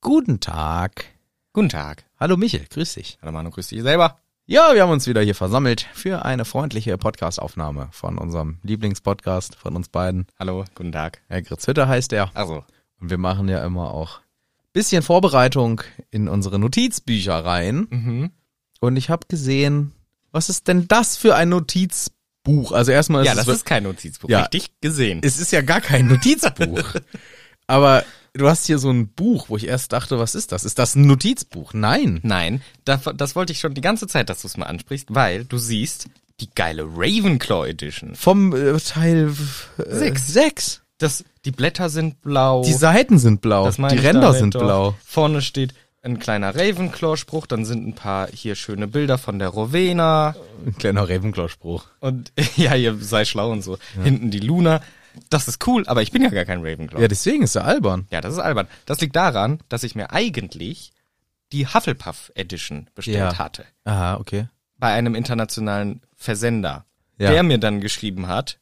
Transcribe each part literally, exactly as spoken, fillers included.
Guten Tag. Guten Tag. Hallo Michel, grüß dich. Hallo Manu, grüß dich selber. Ja, wir haben uns wieder hier versammelt für eine freundliche Podcast-Aufnahme von unserem Lieblingspodcast von uns beiden. Hallo, guten Tag. Herr Gritzhütter heißt er. Also. Und wir machen ja immer auch bisschen Vorbereitung in unsere Notizbücher rein. Mhm. Und ich habe gesehen, was ist denn das für ein Notizbuch? Also erstmal ist Ja, es das ist kein Notizbuch. Ja. Richtig gesehen. Es ist ja gar kein Notizbuch. Aber du hast hier so ein Buch, wo ich erst dachte, was ist das? Ist das ein Notizbuch? Nein. Nein, das, das wollte ich schon die ganze Zeit, dass du es mal ansprichst, weil du siehst die geile Ravenclaw Edition. Vom äh, Teil äh, Sechs. sechs. Das, die Blätter sind blau. Die Seiten sind blau, Das meine die ich Ränder damit sind doch. blau. Vorne steht ein kleiner Ravenclaw-Spruch, dann sind ein paar hier schöne Bilder von der Rowena. Ein kleiner Ravenclaw-Spruch. Und ja, hier sei schlau und so. Ja. Hinten die Luna. Das ist cool, aber ich bin ja gar kein Ravenclaw. Ja, deswegen ist er albern. Ja, das ist albern. Das liegt daran, dass ich mir eigentlich die Hufflepuff Edition bestellt Ja. hatte. Aha, okay. Bei einem internationalen Versender. Ja. Der mir dann geschrieben hat,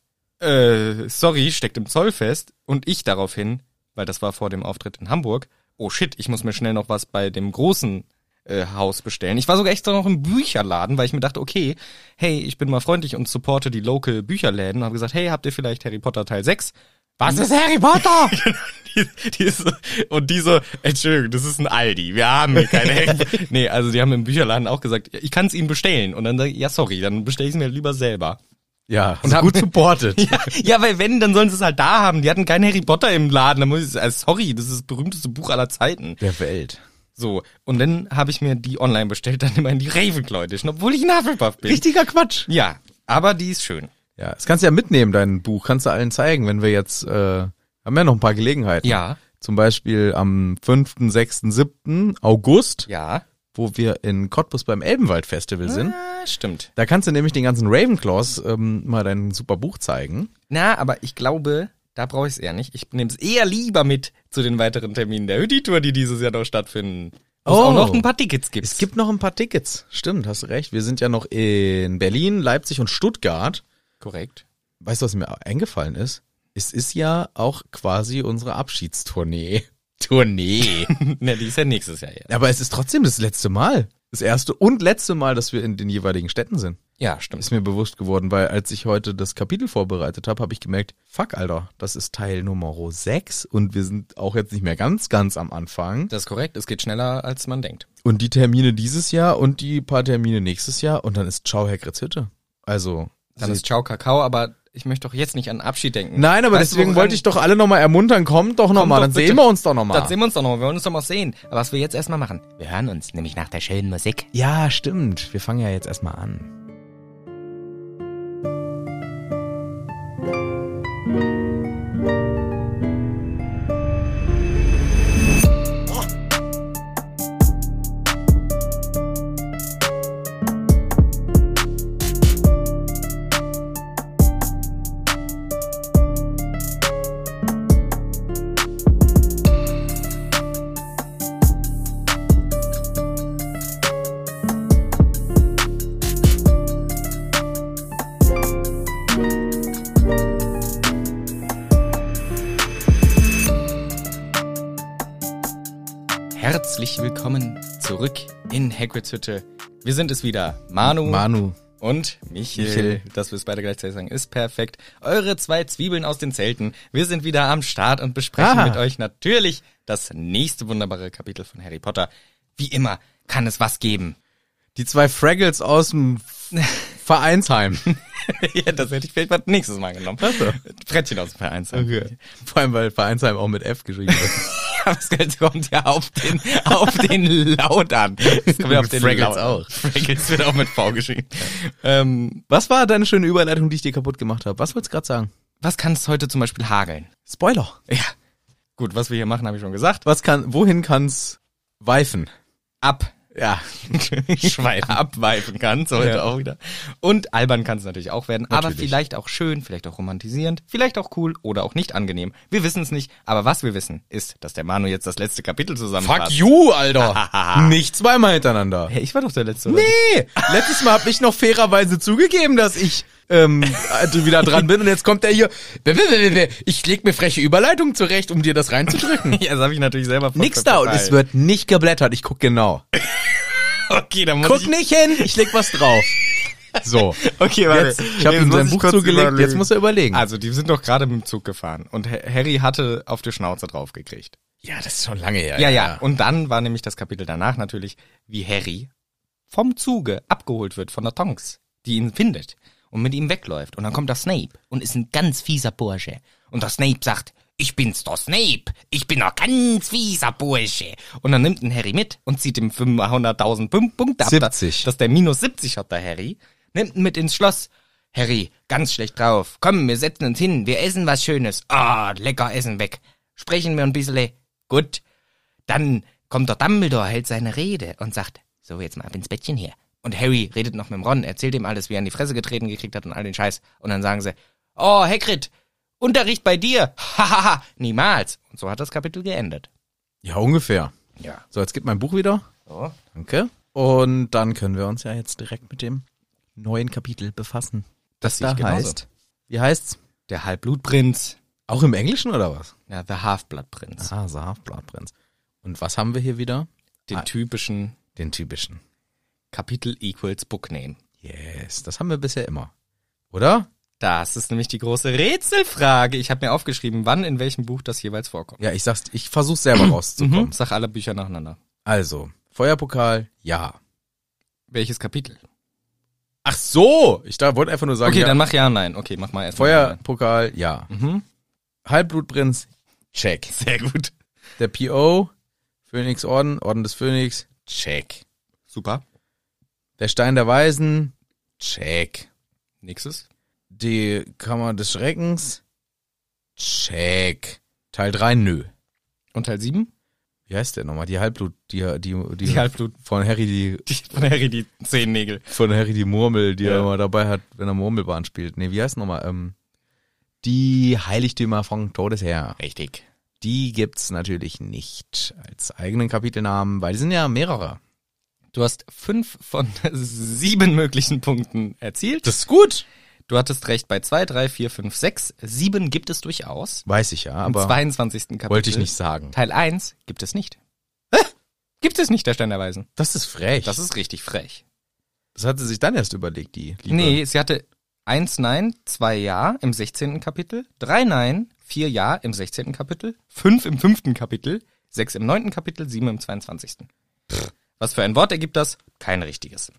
äh, sorry, steckt im Zoll fest. Und ich daraufhin, weil das war vor dem Auftritt in Hamburg, oh shit, ich muss mir schnell noch was bei dem großen äh, Haus bestellen. Ich war sogar extra noch im Bücherladen, weil ich mir dachte, okay, hey, ich bin mal freundlich und supporte die local Bücherläden. Und habe gesagt, hey, habt ihr vielleicht Harry Potter Teil sechs? Was ist Harry Potter? die, die ist so, und die so, Entschuldigung, das ist ein Aldi, wir haben hier keine Harry Nee, also die haben im Bücherladen auch gesagt, ich kann es ihnen bestellen. Und dann sage ich, ja sorry, dann bestelle ich es mir lieber selber. Ja, Und so haben- gut supported. Ja, ja, weil wenn, dann sollen sie es halt da haben. Die hatten kein Harry Potter im Laden. Dann muss ich, also sorry, das ist das berühmteste Buch aller Zeiten. Der Welt. So, und dann habe ich mir die online bestellt, dann immerhin die Ravenclaw Edition, obwohl ich ein Hufflepuff bin. Richtiger Quatsch. Ja, aber die ist schön. Ja, das kannst du ja mitnehmen, dein Buch. Kannst du allen zeigen, wenn wir jetzt, äh, haben ja noch ein paar Gelegenheiten. Ja, Zum Beispiel am fünften, sechsten, siebten August, ja. wo wir in Cottbus beim Elbenwald-Festival sind. Ah, stimmt. Da kannst du nämlich den ganzen Ravenclaws ähm, mal dein super Buch zeigen. Na, aber ich glaube, da brauche ich es eher nicht. Ich nehme es eher lieber mit zu den weiteren Terminen der Hütti-Tour, die dieses Jahr noch stattfinden. Wo es Oh. auch noch ein paar Tickets gibt. Es gibt noch ein paar Tickets. Stimmt, hast du recht. Wir sind ja noch in Berlin, Leipzig und Stuttgart. Korrekt. Weißt du, was mir eingefallen ist? Es ist ja auch quasi unsere Abschiedstournee. Tournee. Na, die ist ja nächstes Jahr. Ja, Aber es ist trotzdem das letzte Mal. Das erste und letzte Mal, dass wir in den jeweiligen Städten sind. ja stimmt. Ist mir bewusst geworden, weil als ich heute das Kapitel vorbereitet habe, habe ich gemerkt, fuck, Alter, das ist Teil Nummer sechs und wir sind auch jetzt nicht mehr ganz, ganz am Anfang. Das ist korrekt. Es geht schneller, als man denkt. Und die Termine dieses Jahr und die paar Termine nächstes Jahr und dann ist Ciao, Herr Gritzhütte. Also, Dann sie- ist Ciao Kakao, aber ich möchte doch jetzt nicht an Abschied denken. Nein, aber Weißt du, deswegen woran- wollte ich doch alle nochmal ermuntern, kommt doch nochmal, doch dann bitte. sehen wir uns doch nochmal. Dann sehen wir uns doch noch, wir wollen uns doch mal sehen. Aber was wir jetzt erstmal machen, wir hören uns, nämlich nach der schönen Musik. Ja, stimmt. Wir fangen ja jetzt erstmal an. Herzlich willkommen zurück in Hagrids Hütte. Wir sind es wieder, Manu, Manu. und Michel. Michel. Dass wir es beide gleichzeitig sagen, ist perfekt. Eure zwei Zwiebeln aus den Zelten. Wir sind wieder am Start und besprechen Ah. mit euch natürlich das nächste wunderbare Kapitel von Harry Potter. Wie immer kann es was geben. Die zwei Fraggles aus dem Vereinsheim. Ja, das hätte ich vielleicht mal nächstes Mal genommen. Frettchen aus dem Vereinsheim. Okay. Vor allem, weil Vereinsheim auch mit F geschrieben wird. Ja, das Ganze kommt ja auf den, auf den Laut an. Das kommt ja auf den Fraggles Laut an. auch. Fraggles wird auch mit V geschrieben. Ähm, Was war deine schöne Überleitung, die ich dir kaputt gemacht habe? Was wolltest du gerade sagen? was kann es heute zum Beispiel hageln? Spoiler. Ja. Gut, was wir hier machen, habe ich schon gesagt. Was kann, wohin kann's weifen? Ab. Ja. Schweifen. Abweifen kann es heute Ja. auch wieder. Und albern kann es natürlich auch werden, aber Natürlich. vielleicht auch schön, vielleicht auch romantisierend, vielleicht auch cool oder auch nicht angenehm. Wir wissen es nicht, aber was wir wissen, ist, dass der Manu jetzt das letzte Kapitel zusammenfasst. Fuck you, Alter. Nicht zweimal hintereinander. Hey, ich war doch der Letzte, oder? Nee, letztes Mal habe ich noch fairerweise zugegeben, dass ich ähm, du wieder dran bin und jetzt kommt er hier, ich leg mir freche Überleitungen zurecht, um dir das reinzudrücken. Ja, das habe ich natürlich selber Nix da und es wird nicht geblättert, ich guck genau. Okay, dann muss Guck ich... nicht hin, ich leg was drauf. So. Okay, warte. Jetzt, ich habe Jetzt ihm muss sein ich Buch kurz zugelegt, überlegen. jetzt muss er überlegen. Also, die sind doch gerade mit dem Zug gefahren und Ha- Harry hatte auf die Schnauze drauf gekriegt. Ja, das ist schon lange her. Ja, ja. Und dann war nämlich das Kapitel danach natürlich, wie Harry vom Zuge abgeholt wird von der Tonks, die ihn findet und mit ihm wegläuft. Und dann kommt der Snape und ist ein ganz fieser Bursche. Und der Snape sagt, ich bin's, der Snape. Ich bin ein ganz fieser Bursche. Und dann nimmt ein Harry mit und zieht ihm fünfhunderttausend Pun- Punkte ab. siebzig. Dass der minus siebzig hat, der Harry. Nimmt ihn mit ins Schloss. Harry, ganz schlecht drauf. Komm, wir setzen uns hin. Wir essen was Schönes. Ah, lecker Essen weg. Sprechen wir ein bisschen. Gut. Dann kommt der Dumbledore, hält seine Rede und sagt, so, jetzt mal ab ins Bettchen hier. Und Harry redet noch mit dem Ron, erzählt ihm alles, wie er in die Fresse getreten gekriegt hat und all den Scheiß. Und dann sagen sie, oh, Hagrid, Unterricht bei dir. Hahaha, niemals. Und so hat das Kapitel geendet. Ja, ungefähr. Ja. So, jetzt gib mein Buch wieder. So. Danke. Und dann können wir uns ja jetzt direkt mit dem neuen Kapitel befassen. Das da sehe ich genauso. heißt, wie heißt's? Der Halbblutprinz. Auch im Englischen oder was? Ja, The Half-Blood-Prinz. Ah, so Half-Blood-Prinz. Und was haben wir hier wieder? Den Ah. typischen Den typischen. Kapitel equals Bookname. Yes, das haben wir bisher immer. Oder? Das ist nämlich die große Rätselfrage. Ich habe mir aufgeschrieben, wann in welchem Buch das jeweils vorkommt. Ja, ich sag's, ich versuch's selber rauszukommen. Mhm. Sag alle Bücher nacheinander. Also, Feuerpokal, ja. Welches Kapitel? Ach so, ich da wollte einfach nur sagen, Okay, ja. dann mach ja, nein. Okay, mach mal erst mal. Feuerpokal, ja. Mhm. Halbblutprinz, check. Sehr gut. Der P O, Phönix Orden, Orden des Phönix, check. Super. Der Stein der Weisen, check. Nächstes. Die Kammer des Schreckens, check. Teil drei, nö. Und Teil sieben? Wie heißt der nochmal? Die Halbblut, die, die, die, Die Halbblut. von Harry, die, Die, von Harry die Zehennägel. von Harry die Murmel, die Ja. er immer dabei hat, wenn er Murmelbahn spielt. Nee, wie heißt nochmal? Ähm, die Heiligtümer von Todesher. Richtig. Die gibt's natürlich nicht als eigenen Kapitelnamen, weil die sind ja mehrere. Du hast fünf von sieben möglichen Punkten erzielt. Das ist gut. Du hattest recht bei zwei, drei, vier, fünf, sechs. Sieben gibt es durchaus. Weiß ich ja, Im aber zweiundzwanzigsten Kapitel. wollte ich nicht sagen. Teil eins gibt es nicht. Gibt es nicht, der Stein der Weisen. Das ist frech. Das ist richtig frech. Das hat sie sich dann erst überlegt, die Liebe. Nee, sie hatte eins Nein, zwei Ja im sechzehnten Kapitel, drei Nein, vier Ja im sechzehnten Kapitel, fünf im fünften Kapitel, sechs im neunten Kapitel, sieben im zweiundzwanzigsten Pff. Was für ein Wort ergibt das? Kein richtiges.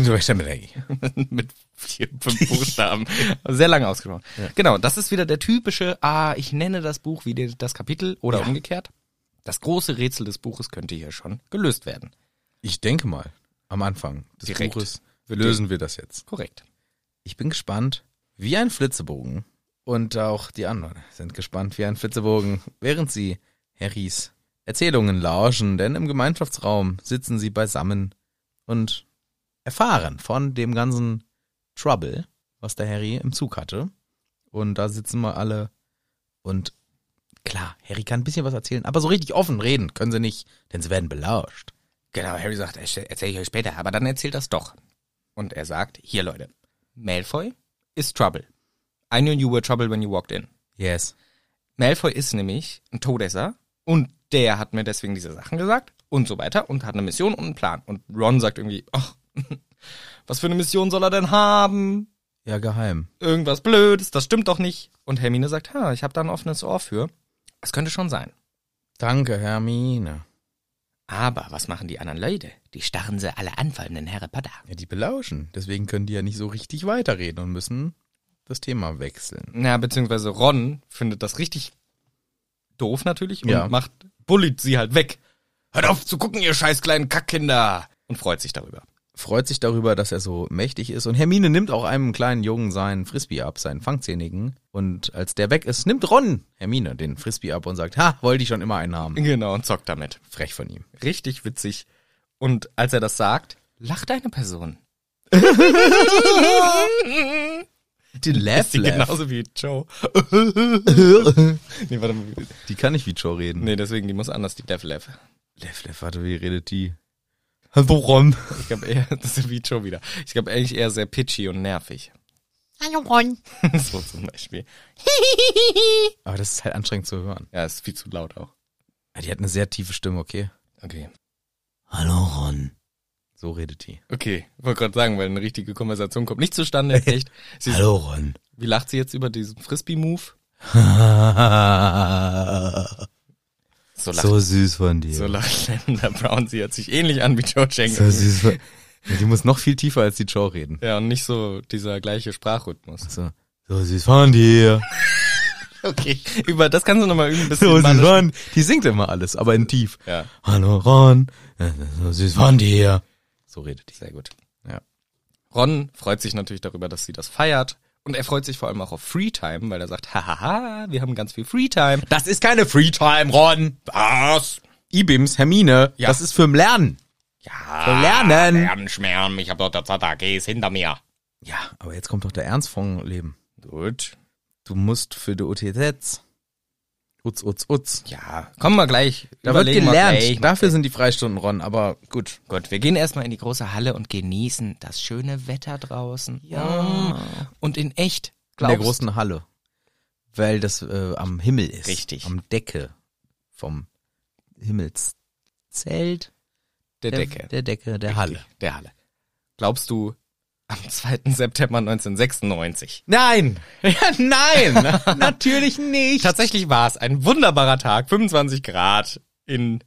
Mit vier, fünf Buchstaben. Sehr lange ausgesprochen. Ja. Genau, das ist wieder der typische, ah, ich nenne das Buch wie die- das Kapitel oder Ja. umgekehrt. Das große Rätsel des Buches könnte hier schon gelöst werden. Ich denke mal, am Anfang des Direkt. Buches Wird lösen wir das jetzt. Korrekt. Ich bin gespannt, wie ein Flitzebogen. Und auch die anderen sind gespannt wie ein Flitzebogen, während sie Harrys Erzählungen lauschen, denn im Gemeinschaftsraum sitzen sie beisammen und erfahren von dem ganzen Trouble, was der Harry im Zug hatte. Und da sitzen wir alle und klar, Harry kann ein bisschen was erzählen, aber so richtig offen reden können sie nicht, denn sie werden belauscht. Genau, Harry sagt, erzähle ich euch später, aber dann erzählt das doch. Und er sagt, hier Leute, Malfoy ist Trouble. I knew you were trouble when you walked in. Yes. Malfoy ist nämlich ein Todesser und der hat mir deswegen diese Sachen gesagt und so weiter und hat eine Mission und einen Plan. Und Ron sagt irgendwie, ach, was für eine Mission soll er denn haben? Ja, geheim. Irgendwas Blödes, das stimmt doch nicht. Und Hermine sagt, ha, ich habe da ein offenes Ohr für. Es könnte schon sein. Danke, Hermine. Aber was machen die anderen Leute? Die starren sie alle an, vor allem den Harry Potter. Ja, die belauschen. Deswegen können die ja nicht so richtig weiterreden und müssen das Thema wechseln. Ja, beziehungsweise Ron findet das richtig doof natürlich und Ja. macht, bullied sie halt weg. Hört auf zu gucken, ihr scheiß kleinen Kackkinder. Und freut sich darüber. Freut sich darüber, dass er so mächtig ist. Und Hermine nimmt auch einem kleinen Jungen seinen Frisbee ab, seinen Fangzähnigen. Und als der weg ist, nimmt Ron Hermine den Frisbee ab und sagt, ha, wollte ich schon immer einen haben. Genau, und zockt damit. Frech von ihm. Richtig witzig. Und als er das sagt, lacht eine Person. Die Laugh Ist die Laugh. genauso wie Joe. nee, warte mal. Die kann nicht wie Joe reden. Nee, deswegen, die muss anders, die Laugh Laugh. Laugh Laugh, warte, wie redet die? Warum? Ich glaube eher, das ist wie Joe wieder. Ich glaube eigentlich eher sehr pitchy und nervig. Hallo Ron. So zum Beispiel. Aber das ist halt anstrengend zu hören. Ja, ist viel zu laut auch. Ja, die hat eine sehr tiefe Stimme, okay? Okay. Hallo Ron. So redet die. Okay, wollte gerade sagen, weil eine richtige Konversation kommt nicht zustande. Echt. Sie ist, Hallo Ron. wie lacht sie jetzt über diesen Frisbee-Move? So lacht, So süß von dir. so lacht Linda Brown. Sie hört sich ähnlich an wie Joe Jenkins. So süß von ja, die muss noch viel tiefer als die Joe reden. Ja, und nicht so dieser gleiche Sprachrhythmus. So, so süß von dir. Okay, über das kannst du nochmal üben, bis So du süß von Die singt immer alles, aber in tief. Ja, Hallo Ron. So süß von dir. So redet die. sehr gut. Ja. Ron freut sich natürlich darüber, dass sie das feiert. Und er freut sich vor allem auch auf Freetime, weil er sagt, hahaha, wir haben ganz viel Freetime. Das ist keine Freetime, Ron. Was? I-Bims, Hermine. Ja. Das ist fürm Lernen. Ja, Für Lernen. Lernen, Schmerzen, ich hab doch das A Gs hinter mir. Ja, aber jetzt kommt doch der Ernst vom Leben. Gut. Du musst für die U T Zs. Utz, utz, utz. Ja, kommen wir gleich. Da wird Überlegen wir gelernt. gleich. Dafür sind die Freistunden, Ron. Aber gut. Gut, wir gehen erstmal in die große Halle und genießen das schöne Wetter draußen. Ja. Und in echt, In der glaubst großen Halle. Weil das äh, am Himmel ist. Richtig. Am Decke vom Himmelszelt. der Decke. Der Decke der Halle. Der Halle. Glaubst du, am zweiten September neunzehnhundertsechsundneunzig? Nein! Ja, nein! Natürlich nicht! Tatsächlich war es ein wunderbarer Tag, fünfundzwanzig Grad in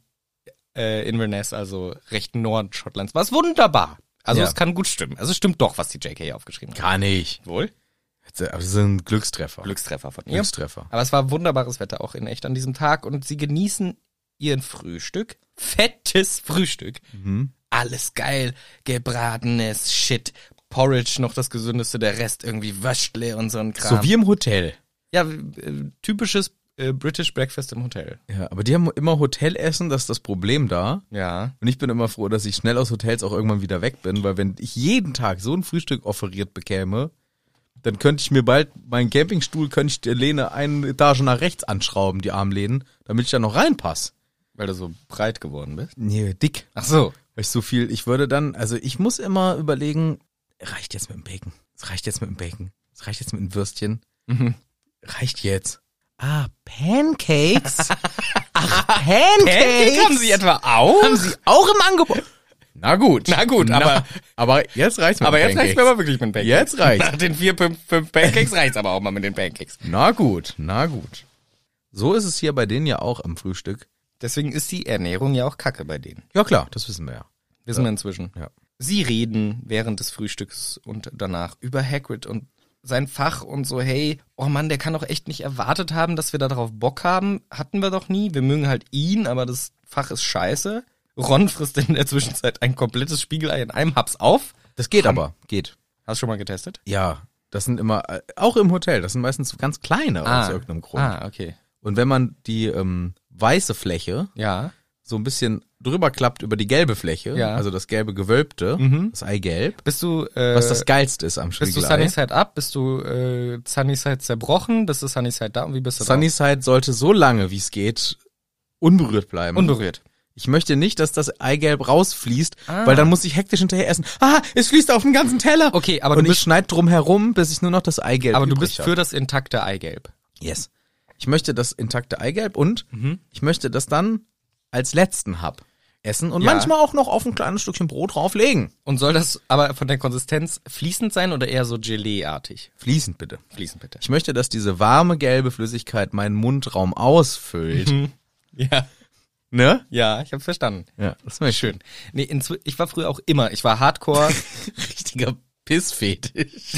äh, Inverness, also recht Nord Schottlands. War es wunderbar. Also Ja. es kann gut stimmen. Also es stimmt doch, was die J K aufgeschrieben hat. Gar nicht. Wohl? Aber das ist ein Glückstreffer. Glückstreffer von ihr. Glückstreffer. Aber es war wunderbares Wetter auch in echt an diesem Tag und sie genießen ihren Frühstück. Fettes Frühstück. Mhm. Alles geil. Gebratenes Shit. Porridge noch das gesündeste, der Rest irgendwie Würstle und so ein Kram. So wie im Hotel. Ja, äh, typisches äh, British Breakfast im Hotel. Ja, aber die haben immer Hotelessen, das ist das Problem da. Ja. Und ich bin immer froh, dass ich schnell aus Hotels auch irgendwann wieder weg bin, weil wenn ich jeden Tag so ein Frühstück offeriert bekäme, dann könnte ich mir bald meinen Campingstuhl, könnte ich der Lehne eine Etage nach rechts anschrauben, die Armlehnen, damit ich da noch reinpasse. Weil du so breit geworden bist. Nee, dick. Ach so. Weil ich so viel, ich würde dann, also ich muss immer überlegen, reicht jetzt mit dem Bacon? Es reicht jetzt mit dem Bacon. Es reicht jetzt mit dem Würstchen. Mhm. Reicht jetzt. Ah, Pancakes? Ach, Pancakes? Pancake haben sie etwa auch? Haben sie auch im Angebot? Na gut. Na gut, aber- aber jetzt reicht's mit Aber den jetzt reicht's Pancakes. mir aber wirklich mit den Pancakes. Jetzt reicht's. Nach den vier, fünf, fünf Pancakes reicht's aber auch mal mit den Pancakes. Na gut, na gut. So ist es hier bei denen ja auch am Frühstück. Deswegen ist die Ernährung ja auch kacke bei denen. Ja klar, das wissen wir ja. Wissen wir inzwischen. Ja. Sie reden während des Frühstücks und danach über Hagrid und sein Fach und so, hey, oh Mann, der kann doch echt nicht erwartet haben, dass wir da drauf Bock haben. Hatten wir doch nie. Wir mögen halt ihn, aber das Fach ist scheiße. Ron frisst in der Zwischenzeit ein komplettes Spiegelei in einem Haps auf. Das geht aber, geht. Hast du schon mal getestet? Ja, das sind immer, äh, auch im Hotel, das sind meistens so ganz kleine aus irgendeinem Grund. Ah, okay. Und wenn man die ähm, weiße Fläche Ja. so ein bisschen drüber klappt über die gelbe Fläche, Ja. also das gelbe Gewölbte, Mhm. das Eigelb, Bist du, äh, was das geilste ist am bist du Spiegelei. Sunnyside up? Bist du äh, Sunnyside zerbrochen? Bist du Sunnyside down? Wie bist du Sunnyside sollte so lange, wie es geht, unberührt bleiben. drauf? Unberührt. Ich möchte nicht, dass das Eigelb rausfließt, Ah. weil dann muss ich hektisch hinterher essen. Ah, es fließt auf den ganzen Teller. Okay, aber Und du ich bist, schneide drum herum, bis ich nur noch das Eigelb aber du übrig bist hab. für das intakte Eigelb. Yes. Ich möchte das intakte Eigelb und Mhm. ich möchte das dann als letzten Hub essen und Ja. manchmal auch noch auf ein kleines Stückchen Brot drauflegen. Und soll das aber von der Konsistenz fließend sein oder eher so Gelee-artig? Fließend bitte. Fließend bitte. Ich möchte, dass diese warme gelbe Flüssigkeit meinen Mundraum ausfüllt. Ja. Ne? Ja, ich hab's verstanden. Ja, das wäre schön. Nee, inzw- ich war früher auch immer, ich war Hardcore. Richtiger Pissfetisch.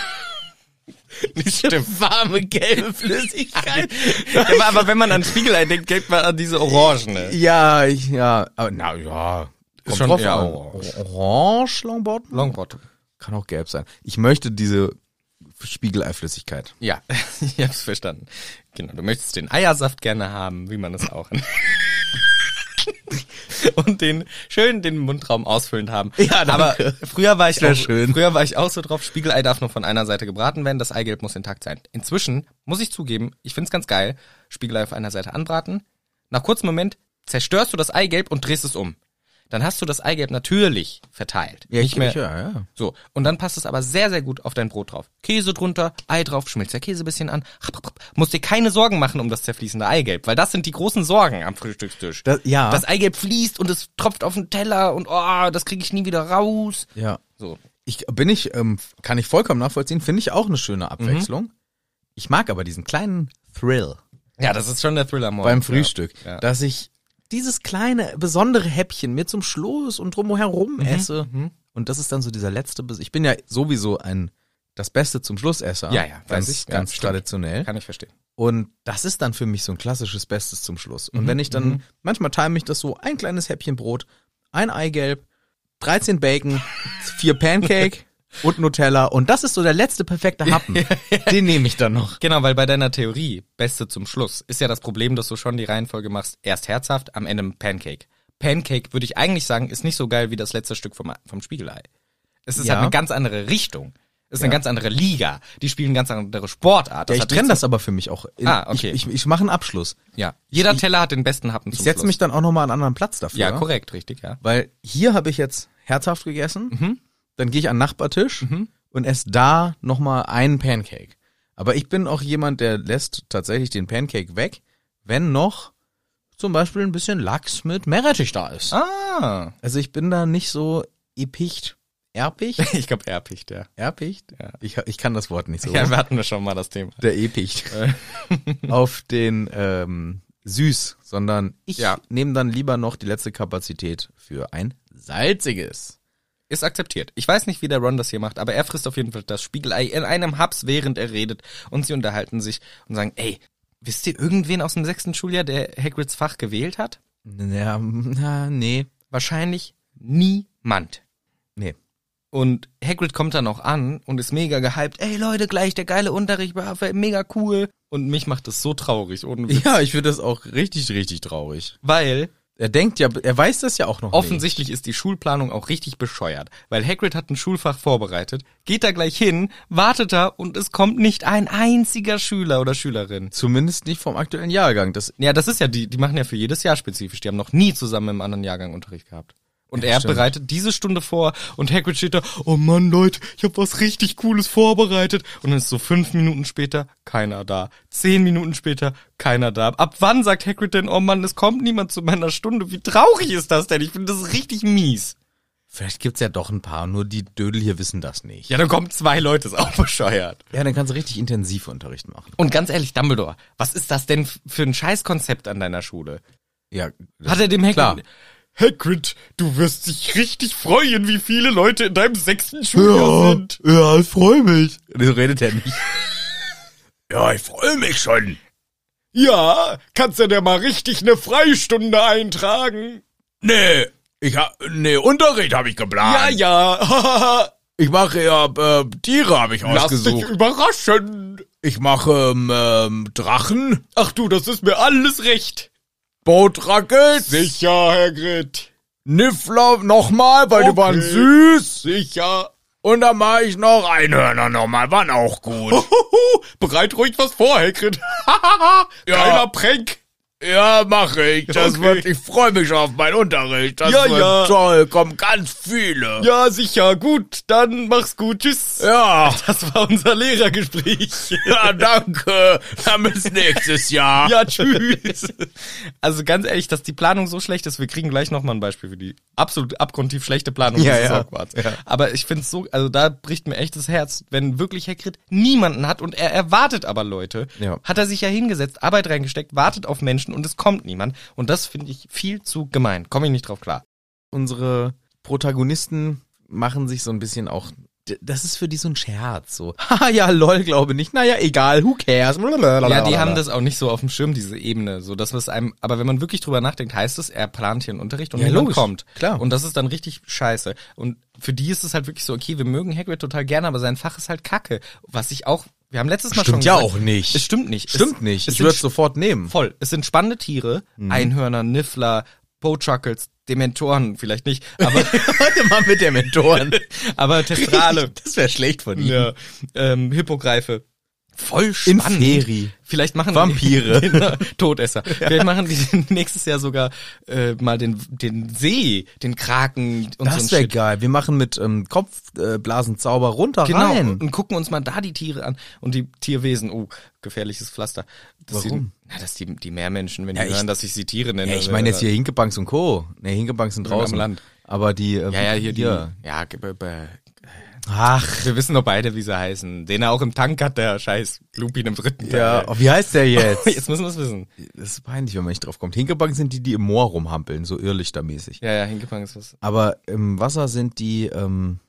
Nicht stimmt. Warme gelbe Flüssigkeit. Ja, aber, aber wenn man an Spiegelei denkt, denkt man an diese Orangene. Ja, ich, ja, aber na ja. Kommt schon drauf eher an. orange. Orange Longbottom? Longbottom. Kann auch gelb sein. Ich möchte diese Spiegeleiflüssigkeit. Ja, ich hab's verstanden. Genau, du möchtest den Eiersaft gerne haben, wie man es auch. Und den schön den Mundraum ausfüllend haben. Ja, danke. Aber früher war ich Sehr auch, schön. früher war ich auch so drauf, Spiegelei darf nur von einer Seite gebraten werden, das Eigelb muss intakt sein. Inzwischen muss ich zugeben, ich find's ganz geil, Spiegelei auf einer Seite anbraten. Nach kurzem Moment zerstörst du das Eigelb und drehst es um. dann hast du das Eigelb natürlich verteilt. Ja, nicht ich, mehr. ich, ja, ja. So. Und dann passt es aber sehr, sehr gut auf dein Brot drauf. Käse drunter, Ei drauf, schmilzt der Käse ein bisschen an. Musst dir keine Sorgen machen um das zerfließende Eigelb, weil das sind die großen Sorgen am Frühstückstisch. Das, ja. Das Eigelb fließt und es tropft auf den Teller und oh, das kriege ich nie wieder raus. Ja. So. Ich bin ich, ähm, kann ich vollkommen nachvollziehen, finde ich auch eine schöne Abwechslung. Mhm. Ich mag aber diesen kleinen Thrill Ja, das ist schon der Thriller morgen. beim Frühstück, Ja. Ja. dass ich dieses kleine, besondere Häppchen mir zum Schluss und drumherum esse. mhm. Und das ist dann so dieser letzte, Biss. Ich bin ja sowieso ein, das Beste zum Schlussesser. Ja, ja, ganz, weiß ich. ganz Ja, stimmt. traditionell. Kann ich verstehen. Und das ist dann für mich so ein klassisches Bestes zum Schluss. Und Mhm, wenn ich dann, mhm. manchmal time ich das so, ein kleines Häppchen Brot, ein Eigelb, dreizehn Bacon, vier Pancake und Nutella. Und das ist so der letzte perfekte Happen. Den nehme ich dann noch. Genau, weil bei deiner Theorie, Beste zum Schluss, ist ja das Problem, dass du schon die Reihenfolge machst, erst herzhaft, am Ende ein Pancake. Pancake, würde ich eigentlich sagen, ist nicht so geil wie das letzte Stück vom, vom Spiegelei. Es ist Ja. halt eine ganz andere Richtung. Es ist eine Ja. ganz andere Liga. Die spielen eine ganz andere Sportart. Ja, ich hat trenne nichts das aber für mich auch. In, Ah, okay. Ich, ich, ich mache einen Abschluss. zu- Ja. Jeder Ich- Teller hat den besten Happen Ich zum setze Schluss. mich dann auch nochmal an einen anderen Platz dafür. Ja, korrekt, richtig, ja. Weil hier habe ich jetzt herzhaft gegessen, Mhm. dann gehe ich an den Nachbartisch Mhm. und esse da nochmal einen Pancake. Aber ich bin auch jemand, der lässt tatsächlich den Pancake weg, wenn noch zum Beispiel ein bisschen Lachs mit Meerrettich da ist. Ah. Also ich bin da nicht so epicht. Erpicht? Ich glaube Erpicht, ja. Erpicht? Ja. Ich, ich kann das Wort nicht so. Ja, wir hatten wir schon mal das Thema. Der Epicht. Auf den ähm, süß, sondern ich Ja. nehme dann lieber noch die letzte Kapazität für ein salziges. Ist akzeptiert. Ich weiß nicht, wie der Ron das hier macht, aber er frisst auf jeden Fall das Spiegelei in einem Haps, während er redet. Und sie unterhalten sich und sagen, ey, wisst ihr irgendwen aus dem sechsten Schuljahr, der Hagrids Fach gewählt hat? Ja, na, nee. Wahrscheinlich niemand. Nee. Und Hagrid kommt dann auch an und ist mega gehypt. Ey Leute, gleich der geile Unterricht war mega cool. Und mich macht das so traurig, ohne Witz. Ja, ich finde das auch richtig, richtig traurig. Weil Er denkt ja, er weiß das ja auch noch offensichtlich ist die Schulplanung auch richtig bescheuert. Weil Hagrid hat ein Schulfach vorbereitet, geht da gleich hin, wartet da und es kommt nicht ein einziger Schüler oder Schülerin. nicht. Zumindest nicht vom aktuellen Jahrgang. Das, Ja, das ist ja, die, die machen ja für jedes Jahr spezifisch. Die haben noch nie zusammen im anderen Jahrgang Unterricht gehabt. Und Ja, er stimmt. bereitet diese Stunde vor und Hagrid steht da, oh Mann, Leute, ich habe was richtig Cooles vorbereitet. Und dann ist so fünf Minuten später keiner da. Zehn Minuten später keiner da. Ab wann sagt Hagrid denn, oh Mann, es kommt niemand zu meiner Stunde? Wie traurig ist das denn? Ich finde das richtig mies. vielleicht gibt's ja doch ein paar, nur die Dödel hier wissen das nicht. Ja, dann kommen zwei Leute, ist auch bescheuert. Ja, dann kannst du richtig intensiv Unterricht machen. Und ganz ehrlich, Dumbledore, was ist das denn f- für ein Scheißkonzept an deiner Schule? Ja, das- Hat er dem Hagrid... Klar. Hagrid, du wirst dich richtig freuen, wie viele Leute in deinem sechsten Schuljahr sind. ja, ich freue mich. So redet er nicht. Ja, ich freue mich schon. Ja, kannst du dir mal richtig eine Freistunde eintragen? Nee, ich hab, nee, Unterricht habe ich geplant. Ja, ja. Ich mache ja, äh, Tiere habe ich Lass dich ausgesucht. überraschen. Ich mache, ähm, ähm, Drachen, Ach du, das ist mir alles recht. Boatruckets, Sicher, Hagrid. Niffler nochmal, weil die Okay. waren süß. Sicher. Und dann mache ich noch Einhörner nochmal, waren auch gut. Huhuhu, bereit ruhig was vor, Hagrid. Geiler Prank. Ja, mache ich. Das Okay. wird, ich freue mich schon auf meinen Unterricht. Das Ja, wird ja. toll, kommen ganz viele. Ja, sicher. Gut, dann mach's gut. Tschüss. Ja, Das war unser Lehrergespräch. ja, danke. Dann bis nächstes Jahr. Ja, tschüss. Also ganz ehrlich, dass die Planung so schlecht ist, wir kriegen gleich nochmal ein Beispiel für die absolut abgrundtief schlechte Planung Ja, dieses ja. Hogwarts. Ja. Aber ich find's so, also da bricht mir echt das Herz, wenn wirklich Hagrid niemanden hat und er erwartet aber Leute, Ja. hat er sich ja hingesetzt, Arbeit reingesteckt, wartet auf Menschen und es kommt niemand. Und das finde ich viel zu gemein. Komme ich nicht drauf klar. Unsere Protagonisten machen sich so ein bisschen auch, d- das ist für die so ein Scherz, so, haha, ja, lol, glaube nicht, naja, egal, who cares, Ja, die haben das auch nicht so auf dem Schirm, diese Ebene, so dass was einem, aber wenn man wirklich drüber nachdenkt, heißt es, er plant hier einen Unterricht und Ja, niemand logisch, kommt. klar. Und das ist dann richtig scheiße. Und für die ist es halt wirklich so, okay, wir mögen Hagrid total gerne, aber sein Fach ist halt Kacke. Was ich auch, wir haben letztes Mal Stimmt schon ja gesagt, auch nicht. Es stimmt nicht. Stimmt es, nicht, Es ich sind würde es sofort nehmen. voll. Es sind spannende Tiere, Einhörner, Niffler, Boatruckets, Dementoren, vielleicht nicht, aber, Heute mal mit der Mentoren. aber Testrale. Das wäre schlecht von ihm. Ja, ähm, Hippogreife. Voll spannend. Inferi. Vielleicht machen Vampire. Die, genau, Todesser. Ja. Vielleicht machen die nächstes Jahr sogar äh, mal den den See, den Kraken und Das so ein wäre geil. Wir machen mit ähm, Kopfblasenzauber runter Genau, rein. und, und gucken uns mal da die Tiere an und die Tierwesen. Oh, gefährliches Pflaster. Das Warum? Die, na, dass die, die Meermenschen, wenn Ja, die ich- hören, dass ich sie Tiere nenne. Ja, ich meine jetzt hier Hinkebanks und Co. Ne, Hinkebanks sind draußen. am Land. Aber die... Äh, Ja, ja, hier hier. die. Ja, ge- be- be- Ach, wir wissen doch beide, wie sie heißen. Den er auch im Tank hat, der scheiß Lupin im dritten ja. Teil. Oh, wie heißt der jetzt? Jetzt müssen wir es wissen. Das ist peinlich, wenn man nicht drauf kommt. Hinkebank sind die, die im Moor rumhampeln, so irrlichtermäßig. Ja, ja, hingefangen ist was. Aber im Wasser sind die... Ähm,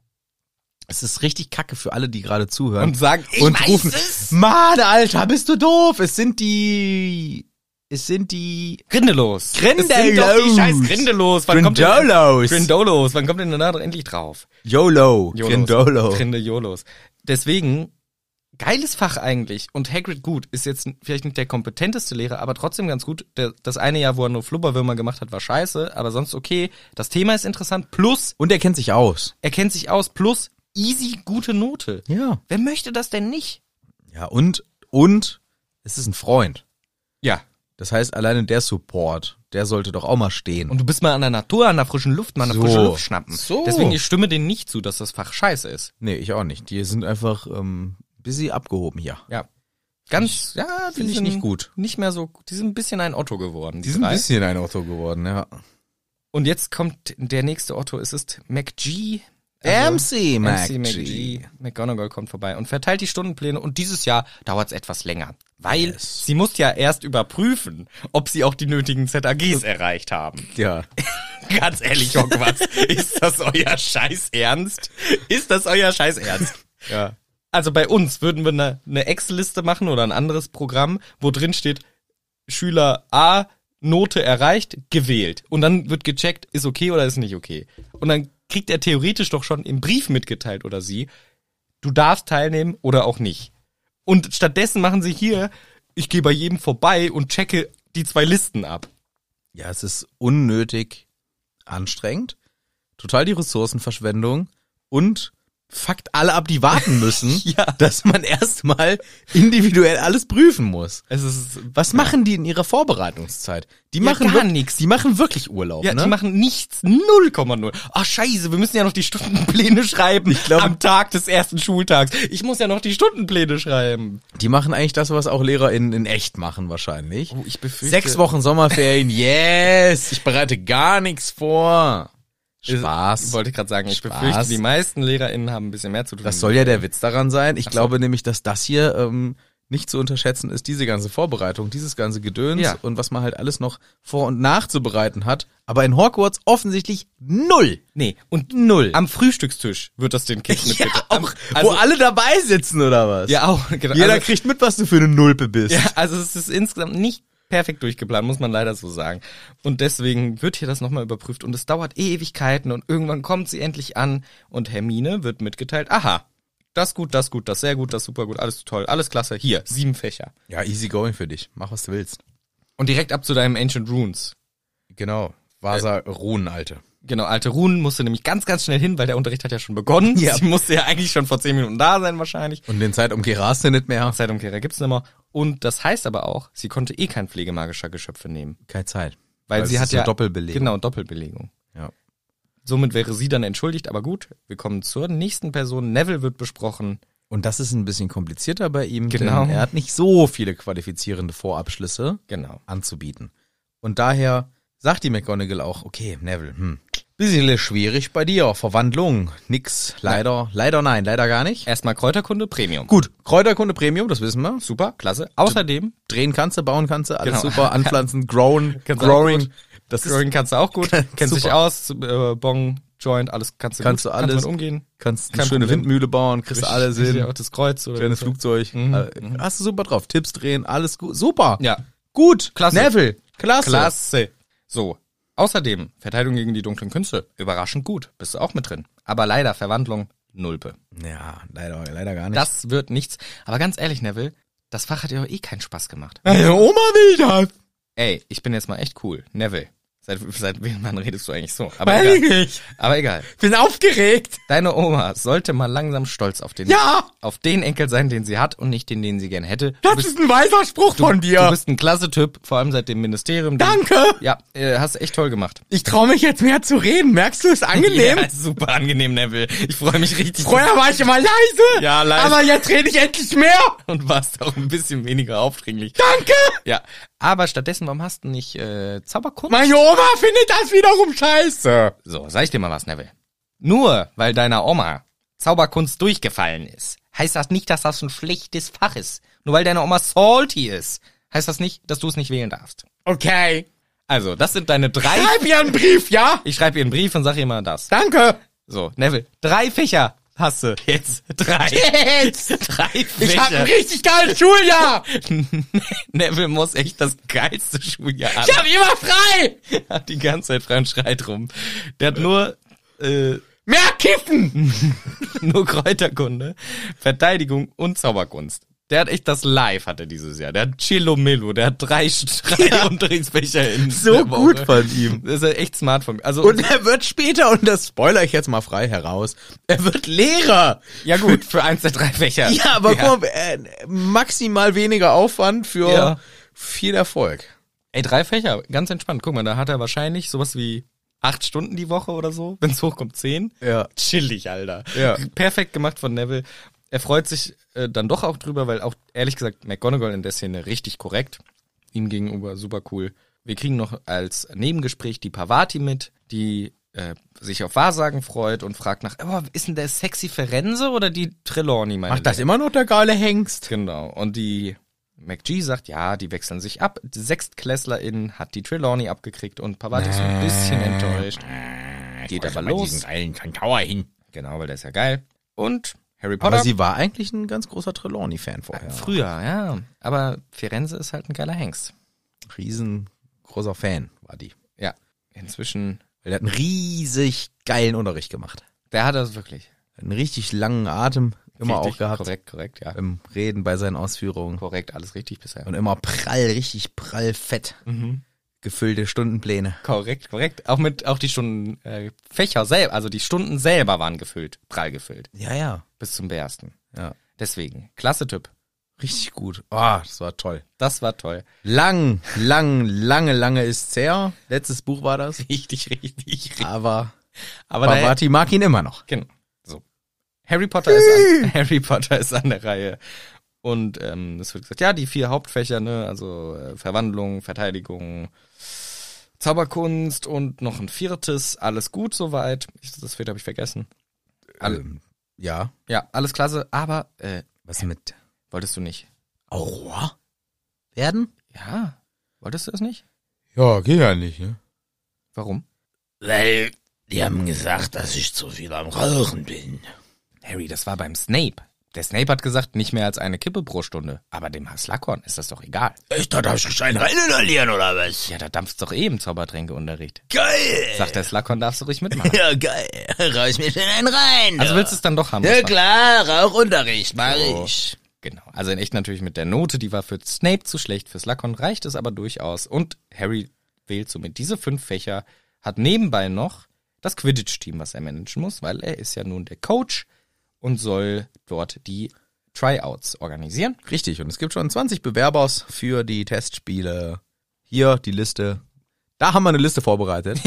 es ist richtig kacke für alle, die gerade zuhören. Und sagen, ich und weiß rufen, es. Mann, Alter, bist du doof? Es sind die... Es sind die... Grindelos. Grindelos. Es sind doch die scheiß Grindelos. Wann kommt denn- Grindolos. Grindolos. Wann kommt denn da noch endlich drauf? YOLO. Yolos. Grindolo. Grindejolos. Deswegen, geiles Fach eigentlich. Und Hagrid, gut, ist jetzt vielleicht nicht der kompetenteste Lehrer, aber trotzdem ganz gut. Der, das eine Jahr, wo er nur Flubberwürmer gemacht hat, war scheiße, aber sonst okay. Das Thema ist interessant. Plus, Und er kennt sich aus. er kennt sich aus. Plus, easy, gute Note. Ja. Wer möchte das denn nicht? Ja, und, und, es ist ein Freund. Ja. Das heißt, alleine der Support, der sollte doch auch mal stehen. Und du bist mal an der Natur, an der frischen Luft, mal eine So. frische Luft schnappen. So. Deswegen, ich stimme denen nicht zu, dass das Fach scheiße ist. Nee, ich auch nicht. Die sind einfach ähm, busy abgehoben hier. Ja. Ganz, ja, die Finde ich sind nicht gut. Nicht mehr so, die sind ein bisschen ein Otto geworden. Die sind ein drei. bisschen ein Otto geworden, ja. Und jetzt kommt der nächste Otto, es ist McG. M C McG. McG. McGonagall kommt vorbei und verteilt die Stundenpläne und dieses Jahr dauert es etwas länger. Weil Yes. sie muss ja erst überprüfen, ob sie auch die nötigen Z A Gs erreicht haben. Ja. Ganz ehrlich, Hogwarts, ist das euer Scheiß Ernst? Ist das euer Scheiß Ernst? Ja. Also bei uns würden wir eine, eine Excel-Liste machen oder ein anderes Programm, wo drin steht, Schüler A, Note erreicht, gewählt. Und dann wird gecheckt, ist okay oder ist nicht okay. Und dann kriegt er theoretisch doch schon im Brief mitgeteilt oder sie, du darfst teilnehmen oder auch nicht. Und stattdessen machen sie hier, ich gehe bei jedem vorbei und checke die zwei Listen ab. Ja, es ist unnötig anstrengend, total die Ressourcenverschwendung und fuckt alle ab, die warten müssen, Ja. dass man erstmal individuell alles prüfen muss. Es ist, Was machen die in ihrer Vorbereitungszeit? Die Ja, machen gar wirk- nix. Die machen wirklich Urlaub, ja, ne? die machen nichts, null Komma null. Ach scheiße, wir müssen ja noch die Stundenpläne schreiben Ich glaube- am Tag des ersten Schultags. Ich muss ja noch die Stundenpläne schreiben. Die machen eigentlich das, was auch Lehrer in, in echt machen wahrscheinlich. Oh, ich befürchte- Sechs Wochen Sommerferien, yes! Ich bereite gar nichts vor. Spaß. Wollte ich gerade sagen, ich Spaß. befürchte, die meisten LehrerInnen haben ein bisschen mehr zu tun. Das soll ja der Witz daran sein. Ich Ach so. glaube nämlich, dass das hier ähm, nicht zu unterschätzen ist, diese ganze Vorbereitung, dieses ganze Gedöns Ja. und was man halt alles noch vor- und nachzubereiten hat. Aber in Hogwarts offensichtlich null. Nee, und Null. am Frühstückstisch wird das den Kids ja, mitgeteilt. auch, Also- wo alle dabei sitzen, oder was? Ja, auch. Genau. Jeder also, kriegt mit, was du für eine Nulpe bist. ja, also es ist insgesamt nicht perfekt durchgeplant, muss man leider so sagen. Und deswegen wird hier das nochmal überprüft und es dauert Ewigkeiten und irgendwann kommt sie endlich an und Hermine wird mitgeteilt, aha, das gut, das gut, das sehr gut, das super gut, alles toll, alles klasse, hier, sieben Fächer. Ja, easy going für dich. Mach, was du willst. Und direkt ab zu deinem Ancient Runes. Genau. Vasa Runen, Alte. Genau, alte Runen musste nämlich ganz, ganz schnell hin, weil der Unterricht hat ja schon begonnen. Ja. Sie musste ja eigentlich schon vor zehn Minuten da sein wahrscheinlich. Und den Zeitumkehrer hast du nicht mehr. Zeitumkehrer gibt's nicht mehr. Und das heißt aber auch, sie konnte eh kein pflegemagischer Geschöpfe nehmen. Keine Zeit. Weil, Weil sie es hat ist so ja Doppelbelegung. Genau, Doppelbelegung. Ja. Somit wäre sie dann entschuldigt, aber gut, wir kommen zur nächsten Person. Neville wird besprochen. Und das ist ein bisschen komplizierter bei ihm, Genau. denn er hat nicht so viele qualifizierende Vorabschlüsse Genau. anzubieten. Und daher sagt die McGonagall auch, okay, Neville, hm, bisschen schwierig bei dir, Verwandlung, nix, leider, leider nein, leider gar nicht. Erstmal Kräuterkunde, Premium. Gut, Kräuterkunde Premium, das wissen wir. Super, klasse. Außerdem, Drehen kannst du, bauen kannst du, alles Genau. super, anpflanzen, growen, Kannst du auch growing. gut. Das ist, Growing kannst du auch gut. Kennst dich super. aus, äh, Bong, Joint, alles kannst du Kannst gut. du alles. Kannst mit umgehen. kannst eine kein schöne Problem. Windmühle bauen, kriegst du alles Richtig, hin. auch das Kreuz oder Kleines so. Flugzeug. Mhm, Äh, Hast du super drauf. Tipps drehen, alles gut. Super. Ja, Gut. Klasse. Neville. Klasse. klasse. So. Außerdem, Verteidigung gegen die dunklen Künste. Überraschend gut. Bist du auch mit drin. Aber leider, Verwandlung, Nulpe. Ja, leider, leider gar nicht. Das wird nichts. Aber ganz ehrlich, Neville, das Fach hat dir doch eh keinen Spaß gemacht. Meine Oma will das. Ey, ich bin jetzt mal echt cool. Neville, Seit, seit wann redest du eigentlich so? Aber Weiß egal. ich nicht. Aber egal. Bin aufgeregt. Deine Oma sollte mal langsam stolz auf den, Ja. auf den Enkel sein, den sie hat und nicht den, den sie gern hätte. Du Das bist, ist ein weiser Spruch du, von dir. du bist ein klasse Typ, vor allem seit dem Ministerium. Danke. Ja, äh, hast echt toll gemacht. Ich traue mich jetzt mehr zu reden. Merkst du, ist angenehm? Ja, super angenehm, Neville. Ich freue mich richtig. Vorher war ich immer leise. Ja, leise. Aber jetzt rede ich endlich mehr. Und warst auch ein bisschen weniger aufdringlich. Danke. Ja, aber stattdessen, warum hast du nicht äh, Zauberkunst? Meine Oma findet das wiederum scheiße. So, sag ich dir mal was, Neville. Nur weil deiner Oma Zauberkunst durchgefallen ist, heißt das nicht, dass das ein schlechtes Fach ist. Nur weil deine Oma salty ist, heißt das nicht, dass du es nicht wählen darfst. Okay. Also, das sind deine drei... Schreib ihr einen Brief, ja? Ich schreibe ihr einen Brief und sag ihr mal das. Danke. So, Neville, drei Fächer hast du jetzt. Drei. Jetzt. Drei Ich hab ein Fächer. richtig geiles Schuljahr. Neville muss echt das geilste Schuljahr haben. Ich hab immer frei. Hat die ganze Zeit frei und schreit rum. Der hat nur... Äh, Mehr kiffen. nur Kräuterkunde, Verteidigung und Zauberkunst. Der hat echt das Live, hat er dieses Jahr. Der hat Chillo Millo, der hat drei, drei Ja. Unterrichtsfächer in So der Woche. gut von ihm. Das ist echt smart von ihm. Also, Und er wird später, und das spoiler ich jetzt mal frei heraus, er wird Lehrer. ja gut, für eins der drei Fächer. Ja, aber guck mal, äh, maximal weniger Aufwand für Ja. viel Erfolg. Ey, drei Fächer, ganz entspannt. Guck mal, da hat er wahrscheinlich sowas wie acht Stunden die Woche oder so, wenn es hochkommt, zehn. Ja. Chillig, Alter. Ja. Perfekt gemacht von Neville. Er freut sich äh, dann doch auch drüber, weil auch, ehrlich gesagt, McGonagall in der Szene richtig korrekt. Ihm gegenüber super cool. Wir kriegen noch als Nebengespräch die Pavati mit, die äh, sich auf Wahrsagen freut und fragt nach, oh, ist denn der sexy Ferenze oder die Trelawney, meine Macht das Liebe? immer noch der geile Hengst? Genau. Und die McG sagt, ja, die wechseln sich ab. Die Sechstklässlerin hat die Trelawney abgekriegt und Pavati ist ein bisschen enttäuscht. Geht aber los. geilen Tower hin. Genau, weil der ist ja geil. Und Harry Potter. Aber sie war eigentlich ein ganz großer Trelawney-Fan vorher. Früher, ja. Aber Firenze ist halt ein geiler Hengst. Riesengroßer Fan war die. Ja. Inzwischen, Weil der hat einen riesig geilen Unterricht gemacht. der hat das wirklich. Einen richtig langen Atem immer Richtig, auch gehabt. Korrekt, korrekt, ja. Im Reden bei seinen Ausführungen. Korrekt, alles richtig bisher. Und immer prall, richtig prall fett. Mhm. Gefüllte Stundenpläne. Korrekt, korrekt. Auch mit, auch die Stunden, äh, Fächer selber, also die Stunden selber waren gefüllt, prall gefüllt. Ja, ja. Bis zum Bersten. Ja. Deswegen, klasse Typ. Richtig gut. Ah, das war toll. Das war toll. Lang, lang, lange, lange ist's her. Letztes Buch war das. Richtig, richtig, richtig. Aber Aber daher, Pavati mag ihn immer noch. genau. So. Harry Potter ist an, Harry Potter ist an der Reihe. Und ähm, es wird gesagt, ja, die vier Hauptfächer, ne, also äh, Verwandlung, Verteidigung, Zauberkunst und noch ein viertes, alles gut soweit. Ich, das vierte habe ich vergessen. Alle, Ähm, ja. ja, alles klasse, aber äh, Was mit wolltest du nicht? Aurora werden? Ja, wolltest du das nicht? Ja, geht ja nicht, ne? Warum? Weil die haben gesagt, dass ich zu viel am Rauchen bin. Harry, das war beim Snape. Der Snape hat gesagt, nicht mehr als eine Kippe pro Stunde. Aber dem Slughorn ist das doch egal. Echt, da darf ich einen rein inhalieren, oder was? Ja, da dampft's doch eh im Zaubertränkeunterricht. Geil! Sagt der Slughorn, darfst du ruhig mitmachen. Ja, geil. Reiß mir schon einen rein. Also du. willst du es dann doch haben? Ja das Fach? klar, Rauchunterricht mach So. ich. Genau. Also in echt natürlich mit der Note, die war für Snape zu schlecht. Für Slughorn reicht es aber durchaus. Und Harry wählt somit diese fünf Fächer, hat nebenbei noch das Quidditch-Team, was er managen muss, weil er ist ja nun der Coach und soll dort die Tryouts organisieren. Richtig, und es gibt schon zwanzig Bewerbers für die Testspiele. Hier die Liste. Da haben wir eine Liste vorbereitet.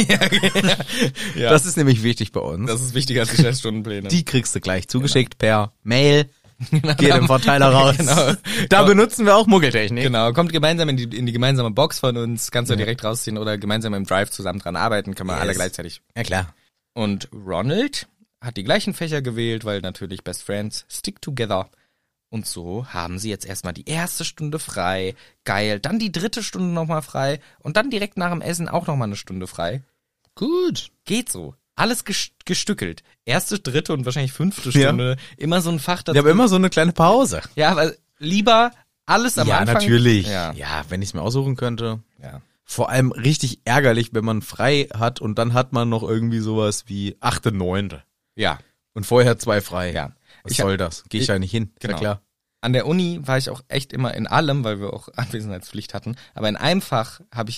Ja. Das ist nämlich wichtig bei uns. Das ist wichtiger als die Teststundenpläne. Die kriegst du gleich zugeschickt per Mail. Geht im Verteiler raus. Genau. Da benutzen wir auch Muggeltechnik. Genau, kommt gemeinsam in die, in die gemeinsame Box von uns, kannst du Ja. direkt rausziehen oder gemeinsam im Drive zusammen dran arbeiten, können wir Yes. alle gleichzeitig. Ja klar. Und Ronald hat die gleichen Fächer gewählt, weil natürlich Best Friends stick together. Und so haben sie jetzt erstmal die erste Stunde frei. Geil. Dann die dritte Stunde nochmal frei. Und dann direkt nach dem Essen auch nochmal eine Stunde frei. Gut. Geht so. Alles ges- gestückelt. Erste, dritte und wahrscheinlich fünfte Ja. Stunde. Immer so ein Fach dazu. Wir haben immer so eine kleine Pause. Ja, aber lieber alles am ja, Anfang. natürlich. Ja. Ja, wenn ich es mir aussuchen könnte. Ja. Vor allem richtig ärgerlich, wenn man frei hat und dann hat man noch irgendwie sowas wie achte, neunte. Ja. Und vorher zwei frei. Ja. Was Ich soll das? Geh ich, ich- ja nicht hin. genau. Ist ja klar. An der Uni war ich auch echt immer in allem, weil wir auch Anwesenheitspflicht hatten. Aber in einem Fach habe ich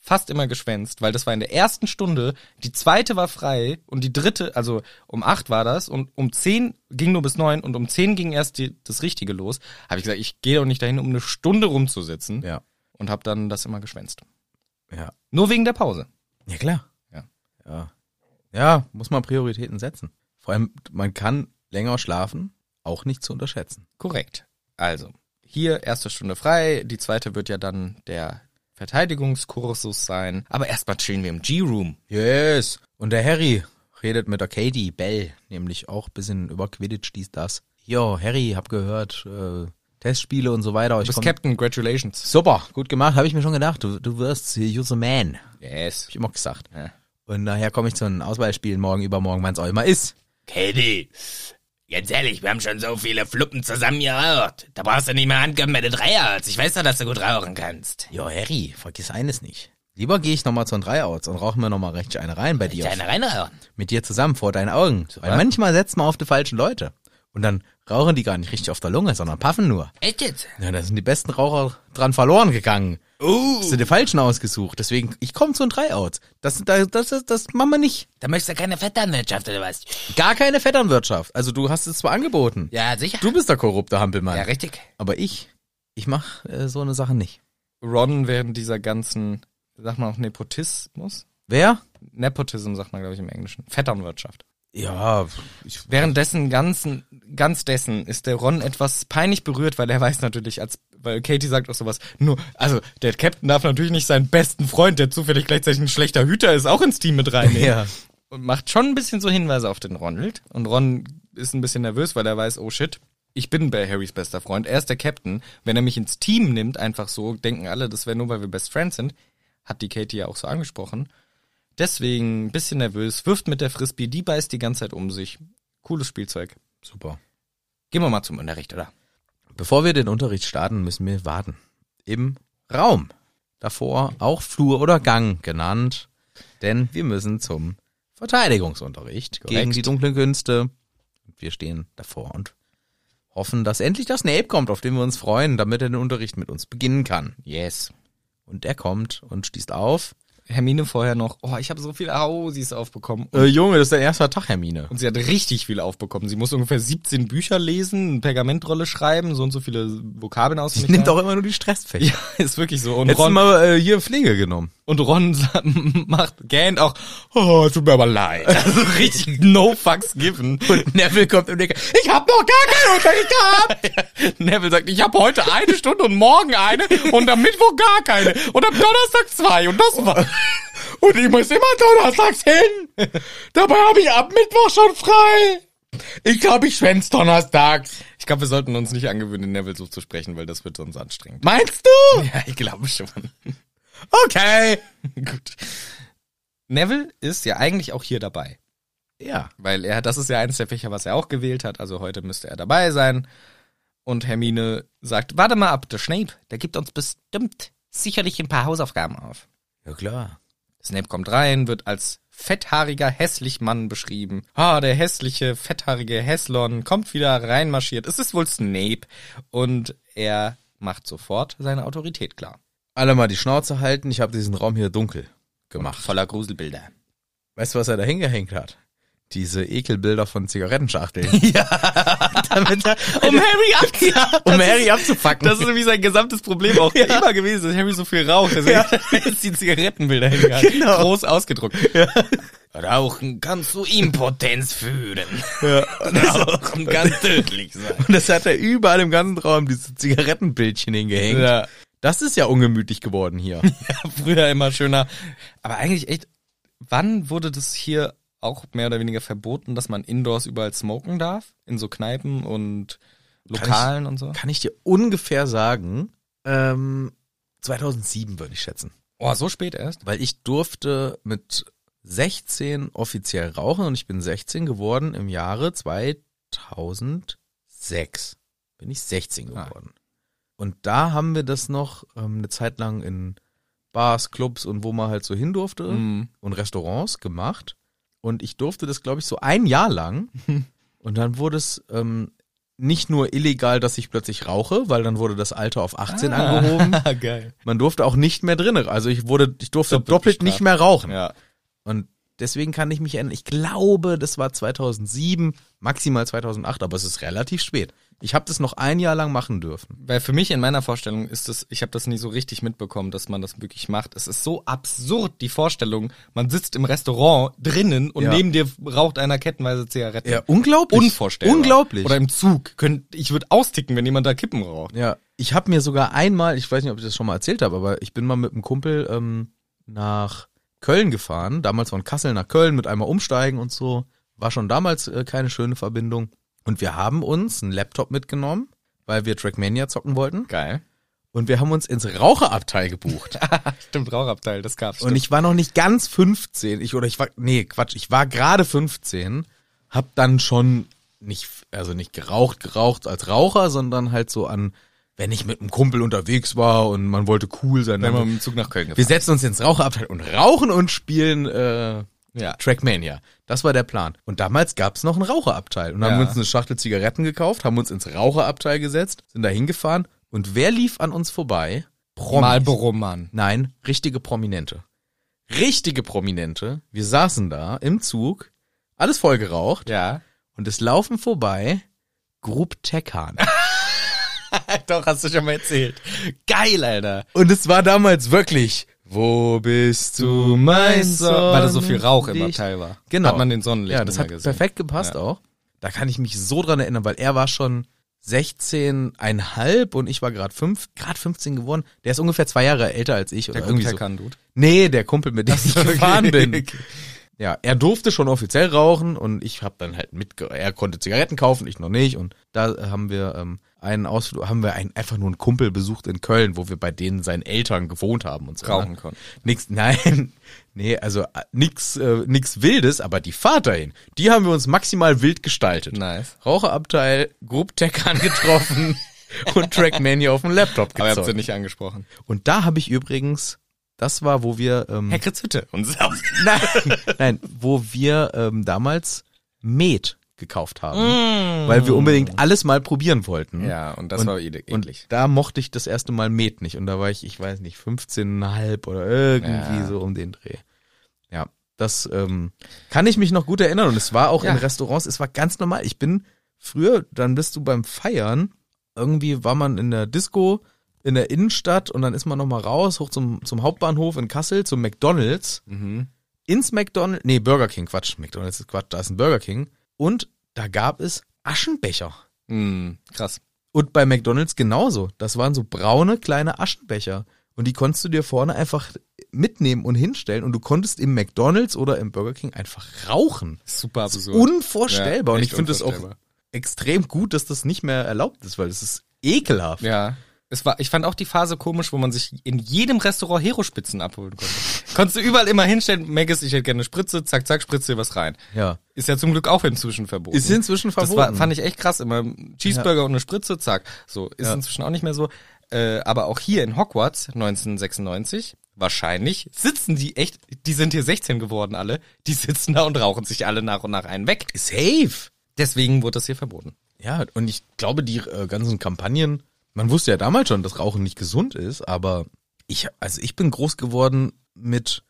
fast immer geschwänzt, weil das war in der ersten Stunde, die zweite war frei und die dritte, also um acht war das und um zehn ging nur bis neun und um zehn ging erst die, das Richtige los. Habe ich gesagt, ich gehe doch nicht dahin, um eine Stunde rumzusitzen. Ja. Und habe dann das immer geschwänzt. Ja. Nur wegen der Pause. Ja, klar. Ja. Ja. Ja, muss man Prioritäten setzen. Vor allem, man kann länger schlafen, auch nicht zu unterschätzen. Korrekt. Also, hier erste Stunde frei, die zweite wird ja dann der Verteidigungskursus sein. Aber erstmal chillen wir im G-Room. Yes. Und der Harry redet mit der Katie Bell, nämlich auch ein bisschen über Quidditch, dies, das. Jo, Harry, hab gehört, äh, Testspiele und so weiter. Du Ich bist komm- Captain, congratulations. Super, gut gemacht, habe ich mir schon gedacht. Du, du wirst you're the man, Yes. hab ich immer gesagt. Ja. Und nachher komme ich zu den Auswahlspielen morgen, übermorgen, wann's auch immer ist. Katie, ganz ehrlich, wir haben schon so viele Fluppen zusammen geraucht. Da brauchst du nicht mehr angeben mit den Dreiouts. Ich weiß doch, dass du gut rauchen kannst. Jo, Harry, vergiss eines nicht. Lieber gehe ich nochmal zu den Dreiouts und rauche mir nochmal richtig eine rein bei dir. Deine reinrauchen. Mit dir zusammen vor deinen Augen. Weil manchmal setzt man auf die falschen Leute. Und dann rauchen die gar nicht richtig auf der Lunge, sondern puffen nur. Echt jetzt? Ja, da sind die besten Raucher dran verloren gegangen. Uh, Hast du die falschen ausgesucht. Deswegen, ich komme zu den Dreiouts. Das, das, das, das, das machen wir nicht. da möchtest du keine Vetternwirtschaft oder was? Gar keine Vetternwirtschaft. Also du hast es zwar angeboten. Ja, sicher. Du bist der korrupte Hampelmann. Ja, richtig. Aber ich, ich mach äh, so eine Sache nicht. Ron während dieser ganzen, sagt man auch Nepotismus? Wer? Nepotism sagt man, glaube ich, im Englischen. Vetternwirtschaft. Ja, ich, Währenddessen ganzen, ganz dessen ist der Ron etwas peinlich berührt, weil er weiß natürlich, als, weil Katie sagt auch sowas, nur, also, der Captain darf natürlich nicht seinen besten Freund, der zufällig gleichzeitig ein schlechter Hüter ist, auch ins Team mit reinnehmen. ja. Und macht schon ein bisschen so Hinweise auf den Ronald. Und Ron ist ein bisschen nervös, weil er weiß, oh shit, ich bin bei Harrys bester Freund, er ist der Captain. Wenn er mich ins Team nimmt, einfach so, denken alle, das wäre nur, weil wir Best Friends sind. Hat die Katie ja auch so angesprochen. Deswegen ein bisschen nervös, wirft mit der Frisbee, die beißt die ganze Zeit um sich. Cooles Spielzeug. Super. Gehen wir mal zum Unterricht, oder? Bevor wir den Unterricht starten, müssen wir warten. Im Raum. Davor auch Flur oder Gang genannt. Denn wir müssen zum Verteidigungsunterricht Korrekt. gegen die dunklen Künste. Und wir stehen davor und hoffen, dass endlich das Snape kommt, auf den wir uns freuen, damit er den Unterricht mit uns beginnen kann. Yes. Und er kommt und schließt auf. Hermine vorher noch, oh, ich habe so viele Hausis aufbekommen. Äh, Junge, das ist dein erster Tag, Hermine. Und sie hat richtig viel aufbekommen. Sie muss ungefähr siebzehn Bücher lesen, eine Pergamentrolle schreiben, so und so viele Vokabeln aus. Sie nimmt auch immer nur die Stressfächer. Ja, ist wirklich so. Und Letztes Ron, Mal äh, hier Pflege genommen. und Ron sa- macht gähnt auch, oh, tut mir aber leid. Also richtig no fucks given. Und Neville kommt und denkt, ich hab noch gar keinen Unterricht gehabt. Neville sagt, ich habe heute eine Stunde und morgen eine und am Mittwoch gar keine und am Donnerstag zwei und das war... Und ich muss immer donnerstags hin. Dabei habe ich ab Mittwoch schon frei. Ich glaube, ich schwänz donnerstags. Ich glaube, wir sollten uns nicht angewöhnen, Neville so zu sprechen, weil das wird sonst anstrengend. Meinst du? Ja, ich glaube schon. Okay. Gut. Neville ist ja eigentlich auch hier dabei. Ja. Weil er, das ist ja eines der Fächer, was er auch gewählt hat, also heute müsste er dabei sein. Und Hermine sagt, warte mal ab, der Snape, der gibt uns bestimmt sicherlich ein paar Hausaufgaben auf. Ja, klar. Snape kommt rein, wird als fetthaariger Hässlichmann beschrieben. Ah, der hässliche, fetthaarige Hässlon kommt wieder reinmarschiert. Es ist wohl Snape. Und er macht sofort seine Autorität klar. Alle mal die Schnauze halten. Ich habe diesen Raum hier dunkel gemacht. Voller Gruselbilder. Weißt du, was er da hingehängt hat? Diese Ekelbilder von Zigarettenschachteln. Ja. Damit er, Um Harry abzufacken. um Harry abzufacken. Das ist irgendwie sein gesamtes Problem auch immer gewesen, dass Harry so viel raucht. Deswegen ist die Zigarettenbilder hingehalten. Genau. Groß ausgedruckt. Rauchen kann zu Impotenz führen. Ja. Rauchen kann tödlich sein. Und das hat er überall im ganzen Raum, diese Zigarettenbildchen hingehängt. Ja. Das ist ja ungemütlich geworden hier. Ja, früher immer schöner. Aber eigentlich echt, wann wurde das hier auch mehr oder weniger verboten, dass man indoors überall smoken darf? In so Kneipen und Lokalen und so? Kann ich dir ungefähr sagen, ähm, zweitausendsieben würde ich schätzen. Oh, so spät erst? Weil ich durfte mit sechzehn offiziell rauchen und ich bin sechzehn geworden im Jahre zweitausendsechs. Bin ich sechzehn geworden. Und da haben wir das noch ähm, eine Zeit lang in Bars, Clubs und wo man halt so hin durfte Mhm. und Restaurants gemacht. Und ich durfte das, glaube ich, so ein Jahr lang. Und dann wurde es ähm, nicht nur illegal, dass ich plötzlich rauche, weil dann wurde das Alter auf achtzehn angehoben. Geil. Man durfte auch nicht mehr drinnen. Also ich wurde, ich durfte Doppelt doppelt, bestraft. nicht mehr rauchen. Ja. Und deswegen kann ich mich erinnern. Ich glaube, das war zweitausendsieben, maximal zweitausendacht, aber es ist relativ spät. Ich habe das noch ein Jahr lang machen dürfen. Weil für mich in meiner Vorstellung ist das, ich habe das nie so richtig mitbekommen, dass man das wirklich macht. Es ist so absurd, die Vorstellung, man sitzt im Restaurant drinnen und Ja. neben dir raucht einer kettenweise Zigaretten. Ja, unglaublich. Unvorstellbar. Unglaublich. Oder im Zug. Könnt, ich würde austicken, wenn jemand da Kippen raucht. Ja, ich habe mir sogar einmal, ich weiß nicht, ob ich das schon mal erzählt habe, aber ich bin mal mit einem Kumpel ähm, nach Köln gefahren, damals von Kassel nach Köln mit einmal umsteigen und so. War schon damals äh, keine schöne Verbindung. Und wir haben uns einen Laptop mitgenommen, weil wir Trackmania zocken wollten. Geil. Und wir haben uns ins Raucherabteil gebucht. Stimmt, Rauchabteil, das gab's. Und ich war noch nicht ganz fünfzehn. Ich, oder ich war, nee, Quatsch, ich war gerade fünfzehn, hab dann schon nicht, also nicht geraucht, geraucht als Raucher, sondern halt so an, wenn ich mit einem Kumpel unterwegs war und man wollte cool sein. wenn dann man mit dem Zug nach Köln wir gefahren setzen uns ins Raucherabteil und rauchen und spielen äh, Ja. Trackmania. Das war der Plan. Und damals gab's noch einen Raucherabteil. Und dann haben Ja. wir uns eine Schachtel Zigaretten gekauft, haben uns ins Raucherabteil gesetzt, sind da hingefahren. Und wer lief an uns vorbei? Promis. Marlboro-Mann. Nein, richtige Prominente. Richtige Prominente. Wir saßen da im Zug, alles voll geraucht. Ja. Und es laufen vorbei Grub Tekkan. Doch, hast du schon mal erzählt. Geil, Alter. Und es war damals wirklich, wo bist du, mein Sonne? Weil da so viel Rauch im Abteil war. Genau. Hat man den Sonnenlicht Ja, das nicht hat mehr gesehen. perfekt gepasst Ja. auch. Da kann ich mich so dran erinnern, weil er war schon sechzehn Komma fünf und ich war gerade fünf, gerade fünfzehn geworden. Der ist ungefähr zwei Jahre älter als ich. Oder Der irgendwie Kumpel so. kann, Dude. Nee, der Kumpel, mit dem ich Okay, gefahren bin. okay. Ja, er durfte schon offiziell rauchen und ich habe dann halt mit, er konnte Zigaretten kaufen, ich noch nicht. Und da haben wir ähm, einen Ausflug, haben wir einen, einfach nur einen Kumpel besucht in Köln, wo wir bei denen seinen Eltern gewohnt haben und so. Rauchen ne? konnten. Nix, nein, nee, also äh, nix, äh, nix Wildes, aber die Fahrt dahin, die haben wir uns maximal wild gestaltet. Nice. Raucherabteil, Group Tech angetroffen und Trackmania auf dem Laptop Aber ihr habt sie gezockt. nicht angesprochen. Und da habe ich übrigens, das war, wo wir, ähm, Heckritz Hütte. Und Sau. nein, nein, wo wir ähm, damals Met gekauft haben, weil wir unbedingt alles mal probieren wollten. Ja, und das und, war eklig. Und da mochte ich das erste Mal Met nicht und da war ich, ich weiß nicht, fünfzehn Komma fünf oder irgendwie Ja. so um den Dreh. Ja, das ähm, kann ich mich noch gut erinnern und es war auch Ja. in Restaurants, es war ganz normal. Ich bin früher, dann bist du beim Feiern, irgendwie war man in der Disco in der Innenstadt und dann ist man nochmal raus, hoch zum, zum Hauptbahnhof in Kassel, zum McDonald's. Mhm. Ins McDonald's, nee, Burger King, Quatsch, McDonald's ist Quatsch, da ist ein Burger King. Und da gab es Aschenbecher. Mhm. Krass. Und bei McDonald's genauso. Das waren so braune kleine Aschenbecher. Und die konntest du dir vorne einfach mitnehmen und hinstellen und du konntest im McDonald's oder im Burger King einfach rauchen. Super Das ist absurd. unvorstellbar. Ja, und echt ich finde es auch unvorstellbar. extrem gut, dass das nicht mehr erlaubt ist, weil es ist ekelhaft. Ja. Es war, ich fand auch die Phase komisch, wo man sich in jedem Restaurant Hero-Spitzen abholen konnte. Konntest du überall immer hinstellen, Maggis, ich hätte gerne eine Spritze, zack, zack, spritze dir was rein. Ja. Ist ja zum Glück auch inzwischen verboten. Ist inzwischen verboten. Das war, fand ich echt krass, immer Cheeseburger und eine Spritze, zack. So, ist Ja. inzwischen auch nicht mehr so. Äh, aber auch hier in Hogwarts neunzehnhundertsechsundneunzig, wahrscheinlich, sitzen die echt, die sind hier sechzehn geworden alle, die sitzen da und rauchen sich alle nach und nach einen weg. Safe. Deswegen wurde das hier verboten. Ja, und ich glaube, die äh, ganzen Kampagnen, man wusste ja damals schon, dass Rauchen nicht gesund ist, aber ich, also ich bin groß geworden mit,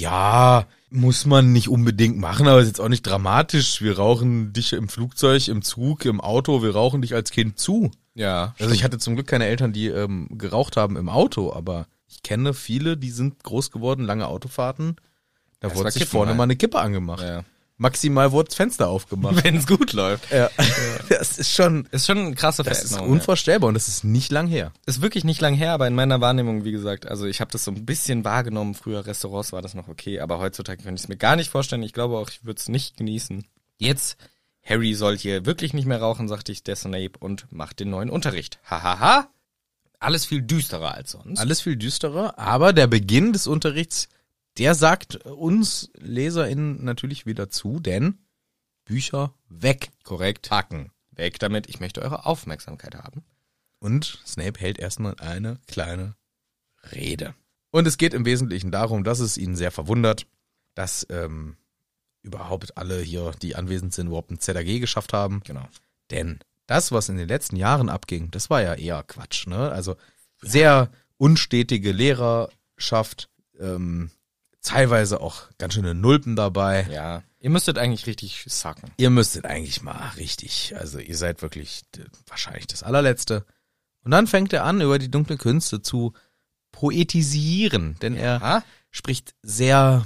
ja, muss man nicht unbedingt machen, aber ist jetzt auch nicht dramatisch. Wir rauchen dich im Flugzeug, im Zug, im Auto, wir rauchen dich als Kind zu. Ja. Also ich hatte zum Glück keine Eltern, die ähm, geraucht haben im Auto, aber ich kenne viele, die sind groß geworden, lange Autofahrten. Da Erst wurde mal sich kippen vorne rein. mal eine Kippe angemacht. Ja. Maximal wurde das Fenster aufgemacht. Wenn es gut läuft. Ja. Das ist schon, Ist schon eine krasse das ist Veränderung. unvorstellbar und das ist nicht lang her. Ist wirklich nicht lang her, aber in meiner Wahrnehmung, wie gesagt, also ich habe das so ein bisschen wahrgenommen. Früher Restaurants war das noch okay, aber heutzutage könnte ich es mir gar nicht vorstellen. Ich glaube auch, ich würde es nicht genießen. Jetzt, Harry soll hier wirklich nicht mehr rauchen, sagte ich der Snape, und macht den neuen Unterricht. Hahaha. Alles viel düsterer als sonst. Alles viel düsterer, aber der Beginn des Unterrichts, der sagt uns LeserInnen natürlich wieder zu, denn Bücher weg. Korrekt. Packen. Weg damit, ich möchte eure Aufmerksamkeit haben. Und Snape hält erstmal eine kleine Rede. Und es geht im Wesentlichen darum, dass es ihn sehr verwundert, dass ähm, überhaupt alle hier, die anwesend sind, überhaupt ein Z A G geschafft haben. Genau. Denn das, was in den letzten Jahren abging, das war ja eher Quatsch, ne? Also sehr unstetige Lehrerschaft, ähm, teilweise auch ganz schöne Nulpen dabei. Ja. Ihr müsstet eigentlich richtig sacken. Ihr müsstet eigentlich mal richtig, also ihr seid wirklich d- wahrscheinlich das allerletzte. Und dann fängt er an, über die dunklen Künste zu poetisieren, denn er Ja. spricht sehr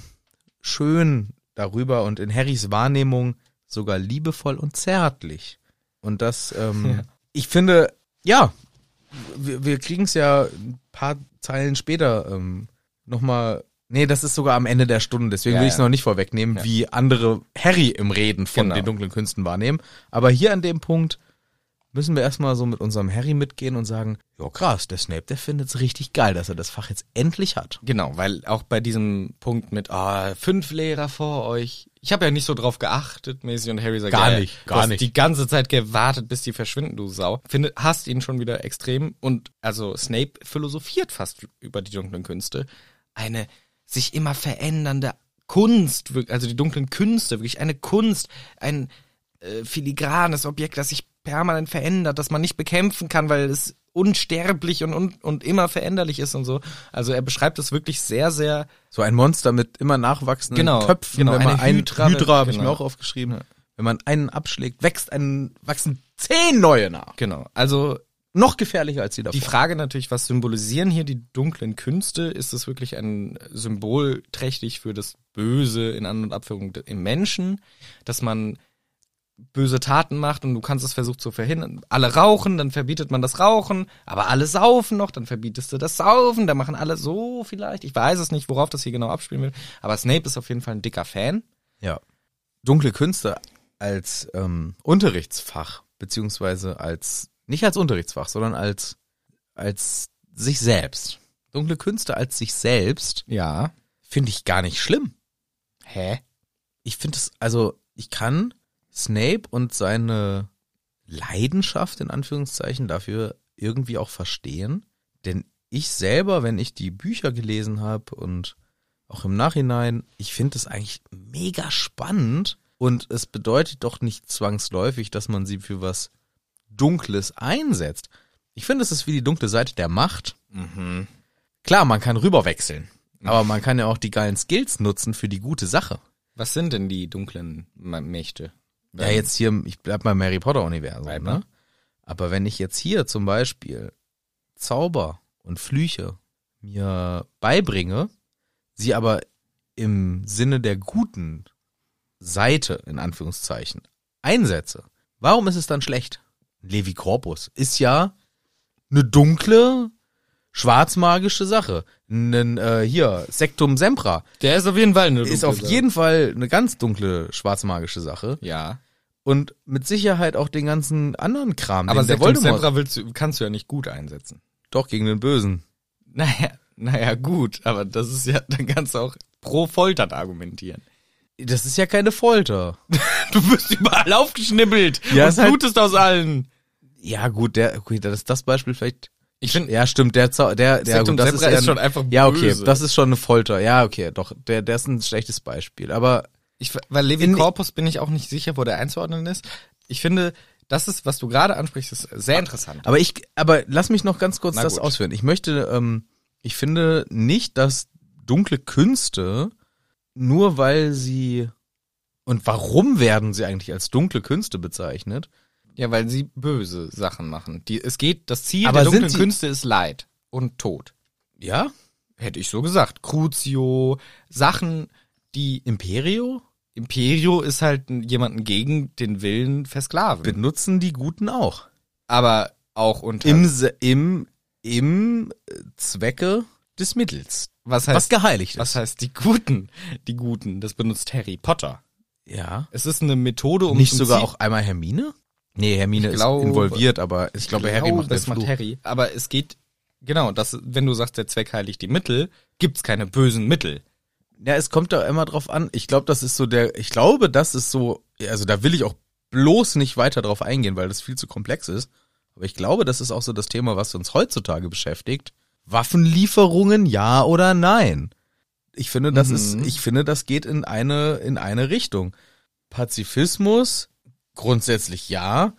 schön darüber und in Harrys Wahrnehmung sogar liebevoll und zärtlich. Und das, ähm, Ja. ich finde, ja, wir, wir kriegen es ja ein paar Zeilen später ähm, nochmal, nee, das ist sogar am Ende der Stunde, deswegen Ja, will ich es ja. noch nicht vorwegnehmen, Ja. wie andere Harry im Reden von Genau. den dunklen Künsten wahrnehmen. Aber hier an dem Punkt müssen wir erstmal so mit unserem Harry mitgehen und sagen, ja krass, der Snape, der findet es richtig geil, dass er das Fach jetzt endlich hat. Genau, weil auch bei diesem Punkt mit ah, fünf Lehrer vor euch, ich habe ja nicht so drauf geachtet, mäßig, und Harry sagt, Gar ja, nicht, du gar hast nicht. die ganze Zeit gewartet, bis die verschwinden, du Sau. Finde, hasst ihn schon wieder extrem und also Snape philosophiert fast über die dunklen Künste. Eine sich immer verändernde Kunst, wirk- also die dunklen Künste, wirklich eine Kunst, ein äh, filigranes Objekt, das sich permanent verändert, das man nicht bekämpfen kann, weil es unsterblich und, und, und immer veränderlich ist und so. Also er beschreibt es wirklich sehr, sehr, So ein Monster mit immer nachwachsenden Genau, Köpfen, genau, wenn man eine einen Hydra, Hydra, Hydra habe ich genau. mir auch aufgeschrieben. Wenn man einen abschlägt, wächst ein, wachsen zehn neue nach. genau. Also Noch gefährlicher als die davor. die Frage natürlich, was symbolisieren hier die dunklen Künste? Ist es wirklich ein Symbol trächtig für das Böse in An- und Abführung de- im Menschen, dass man böse Taten macht und du kannst es versuchen zu verhindern. Alle rauchen, dann verbietet man das Rauchen, aber alle saufen noch, dann verbietest du das Saufen, da machen alle so vielleicht. Ich weiß es nicht, worauf das hier genau abspielen will, aber Snape ist auf jeden Fall ein dicker Fan. Ja. Dunkle Künste als ähm, Unterrichtsfach, beziehungsweise als, nicht als Unterrichtsfach, sondern als, als sich selbst. Dunkle Künste als sich selbst Ja. finde ich gar nicht schlimm. Hä? Ich finde es, also ich kann Snape und seine Leidenschaft in Anführungszeichen dafür irgendwie auch verstehen, denn ich selber, wenn ich die Bücher gelesen habe und auch im Nachhinein, ich finde es eigentlich mega spannend und es bedeutet doch nicht zwangsläufig, dass man sie für was Dunkles einsetzt. Ich finde, es ist wie die dunkle Seite der Macht. Mhm. Klar, man kann rüberwechseln, aber man kann ja auch die geilen Skills nutzen für die gute Sache. Was sind denn die dunklen Ma- Mächte? Ja, jetzt hier, ich bleib beim Harry Potter Universum, Bleib ne? mal. Aber wenn ich jetzt hier zum Beispiel Zauber und Flüche mir beibringe, sie aber im Sinne der guten Seite, in Anführungszeichen, einsetze, warum ist es dann schlecht? Levi Corpus ist ja eine dunkle, schwarzmagische Sache. Ein, äh, hier, Sectum Sempra Der ist auf jeden Fall eine ist dunkle auf Sache. jeden Fall eine ganz dunkle, schwarzmagische Sache. Ja. Und mit Sicherheit auch den ganzen anderen Kram, Aber den der Sectum Voldemort Sempra willst du, kannst du ja nicht gut einsetzen. doch gegen den Bösen. Naja, naja, gut, aber das ist ja, dann kannst du auch pro Foltern argumentieren. Das ist ja keine Folter. Du wirst überall aufgeschnibbelt Ja, und ist halt- blutest aus allen. Ja gut, der, okay, das ist das Beispiel vielleicht. Ich finde, Ja, stimmt, der, Zau- der, der, Sectum gut, das Sempra ist, ja ist ein- schon einfach Ja, okay, böse. das ist schon eine Folter. Ja, okay, doch, der, der ist ein schlechtes Beispiel. Aber ich, weil Levi In- Corpus bin ich auch nicht sicher, wo der einzuordnen ist. Ich finde, das ist, was du gerade ansprichst, ist sehr interessant. Aber ich, aber lass mich noch ganz kurz Na das gut. ausführen. Ich möchte, ähm, ich finde nicht, dass dunkle Künste, nur weil sie, und warum werden sie eigentlich als dunkle Künste bezeichnet? Ja, weil sie böse Sachen machen. Die, es geht, das Ziel Aber der sind dunklen sie- Künste ist Leid und Tod. Ja? Hätte ich so gesagt. Crucio, Sachen, die Imperio? Imperio ist halt n- jemanden gegen den Willen versklaven. Benutzen die Guten auch. Aber auch unter Im, Se- im, im äh, Zwecke des Mittels. was heißt Was geheiligt ist. was heißt die Guten? Die Guten, das benutzt Harry Potter. Ja. Es ist eine Methode, um Nicht zum sogar Ziel- auch einmal Hermine? Nee, Hermine Ich glaube- ist involviert, aber ich glaube, Harry macht den das macht Fluch. Harry. Aber es geht, genau, das, wenn du sagst, der Zweck heiligt die Mittel, gibt's keine bösen Mittel. Ja, es kommt da immer drauf an. Ich glaube, das ist so der, ich glaube, das ist so, also da will ich auch bloß nicht weiter drauf eingehen, weil das viel zu komplex ist. Aber ich glaube, das ist auch so das Thema, was uns heutzutage beschäftigt. Waffenlieferungen, ja oder nein? Ich finde, das Mhm. ist, ich finde, das geht in eine, in eine Richtung. Pazifismus, grundsätzlich ja.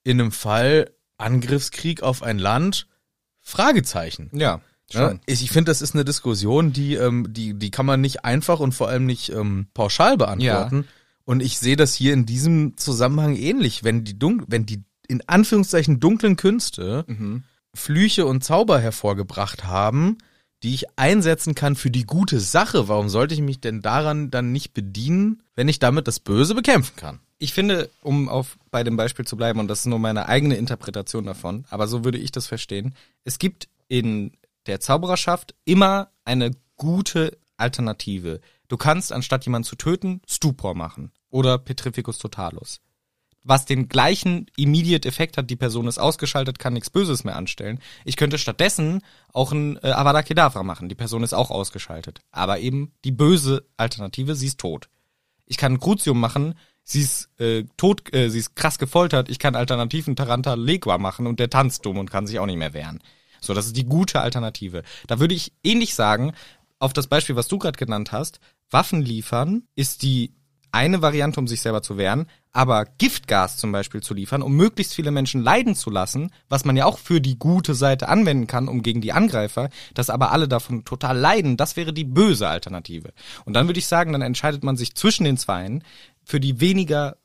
in einem Fall Angriffskrieg auf ein Land? Fragezeichen. Ja, schon. Ja, ich finde, das ist eine Diskussion, die, ähm, die, die kann man nicht einfach und vor allem nicht ähm, pauschal beantworten. Ja. Und ich sehe das hier in diesem Zusammenhang ähnlich. Wenn die dun- wenn die in Anführungszeichen dunklen Künste mhm. Flüche und Zauber hervorgebracht haben, die ich einsetzen kann für die gute Sache, warum sollte ich mich denn daran dann nicht bedienen, wenn ich damit das Böse bekämpfen kann? Ich finde, um auf bei dem Beispiel zu bleiben, und das ist nur meine eigene Interpretation davon, aber so würde ich das verstehen, es gibt in der Zaubererschaft immer eine gute Alternative. Du kannst, anstatt jemanden zu töten, Stupor machen oder Petrificus Totalus. Was den gleichen Immediate-Effekt hat, die Person ist ausgeschaltet, kann nichts Böses mehr anstellen. Ich könnte stattdessen auch ein äh, Avada Kedavra machen, die Person ist auch ausgeschaltet. Aber eben die böse Alternative, sie ist tot. Ich kann ein Crucium machen, sie ist äh, tot, äh, sie ist krass gefoltert, ich kann alternativen Taranta Legua machen und der tanzt dumm und kann sich auch nicht mehr wehren. So, das ist die gute Alternative. Da würde ich ähnlich sagen, auf das Beispiel, was du gerade genannt hast, Waffen liefern ist die eine Variante, um sich selber zu wehren, aber Giftgas zum Beispiel zu liefern, um möglichst viele Menschen leiden zu lassen, was man ja auch für die gute Seite anwenden kann, um gegen die Angreifer, dass aber alle davon total leiden, das wäre die böse Alternative. Und dann würde ich sagen, dann entscheidet man sich zwischen den zweien für die weniger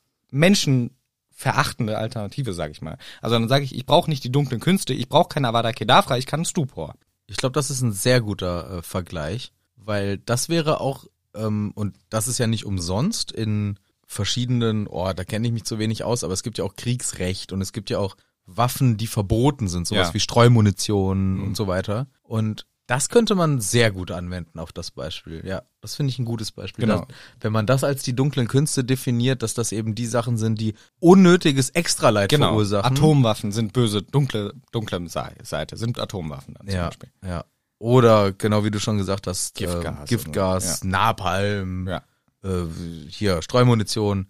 menschenverachtende Alternative, sage ich mal. Also dann sage ich, ich brauche nicht die dunklen Künste, ich brauche keine Avada Kedavra, ich kann Stupor. Ich glaube, das ist ein sehr guter äh, Vergleich, weil das wäre auch Ähm, und das ist ja nicht umsonst in verschiedenen, oh, da kenne ich mich zu wenig aus, aber es gibt ja auch Kriegsrecht und es gibt ja auch Waffen, die verboten sind, sowas ja. wie Streumunition mhm. und so weiter. Und das könnte man sehr gut anwenden auf das Beispiel. Ja, das finde ich ein gutes Beispiel. Genau. Das, wenn man das als die dunklen Künste definiert, dass das eben die Sachen sind, die unnötiges Extraleid genau. verursachen. Atomwaffen sind böse, dunkle, dunkle Seite, sind Atomwaffen dann zum ja, Beispiel. Ja. Oder, genau wie du schon gesagt hast, Giftgas, äh, Giftgas ja. Napalm, ja. äh, hier Streumunition,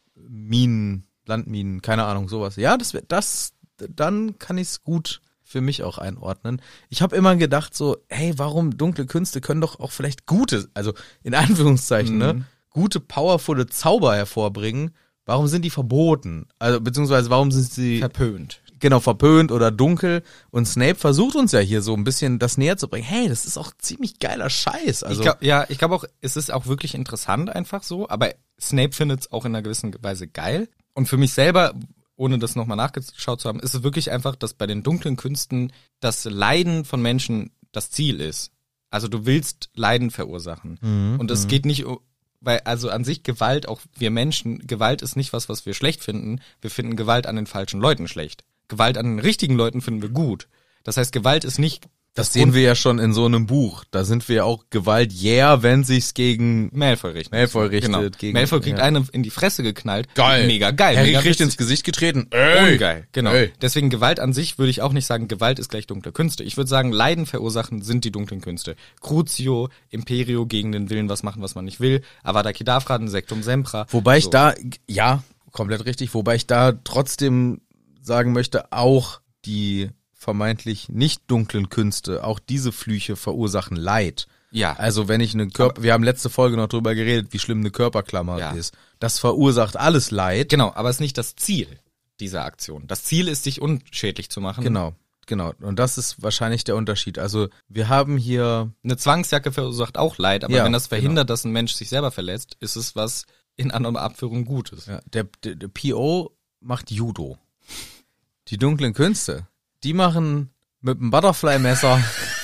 Minen, Landminen, keine Ahnung, sowas. Ja, das das dann kann ich es gut für mich auch einordnen. Ich habe immer gedacht so, hey, warum dunkle Künste können doch auch vielleicht gute, also in Anführungszeichen, mhm. ne, gute, powervolle Zauber hervorbringen. Warum sind die verboten? Also beziehungsweise warum sind sie verpönt? Genau, verpönt oder dunkel. Und Snape versucht uns ja hier so ein bisschen das näher zu bringen. Hey, das ist auch ziemlich geiler Scheiß. Also ich glaub, ja, ich glaube auch, es ist auch wirklich interessant einfach so, aber Snape findet es auch in einer gewissen Weise geil. Und für mich selber, ohne das nochmal nachgeschaut zu haben, ist es wirklich einfach, dass bei den dunklen Künsten das Leiden von Menschen das Ziel ist. Also du willst Leiden verursachen. Mhm, und es geht nicht um, weil also an sich Gewalt, auch wir Menschen, Gewalt ist nicht was, was wir schlecht finden. Wir finden Gewalt an den falschen Leuten schlecht. Gewalt an den richtigen Leuten finden wir gut. Das heißt, Gewalt ist nicht... Das sehen wir ja schon in so einem Buch. Da sind wir ja auch Gewalt, yeah, wenn sich's gegen Malfoy richtet. Malfoy richtet. Genau. Gegen, Malfoy kriegt ja. eine in die Fresse geknallt. Geil. Mega geil. Harry mega kriegt witzig. ins Gesicht getreten. Ey. Ungeil, genau. Ey. Deswegen Gewalt an sich würde ich auch nicht sagen, Gewalt ist gleich dunkle Künste. Ich würde sagen, Leiden verursachen sind die dunklen Künste. Crucio, Imperio, gegen den Willen was machen, was man nicht will. Avada Kedavra, ein Sectum Sempra. Wobei ich so. da, ja, komplett richtig, wobei ich da trotzdem sagen möchte, auch die vermeintlich nicht dunklen Künste, auch diese Flüche verursachen Leid. Ja. Also wenn ich eine Körper, wir haben letzte Folge noch drüber geredet, wie schlimm eine Körperklammer Ja. ist. Das verursacht alles Leid. Genau, aber es ist nicht das Ziel dieser Aktion. Das Ziel ist, dich unschädlich zu machen. Genau, genau. Und das ist wahrscheinlich der Unterschied. Also wir haben hier, Eine Zwangsjacke verursacht auch Leid, aber Ja, wenn das verhindert, genau. dass ein Mensch sich selber verletzt, ist es was in anderer Abführung Gutes. ja, der, der, der P O macht Judo. Die dunklen Künste, die machen mit dem Butterfly-Messer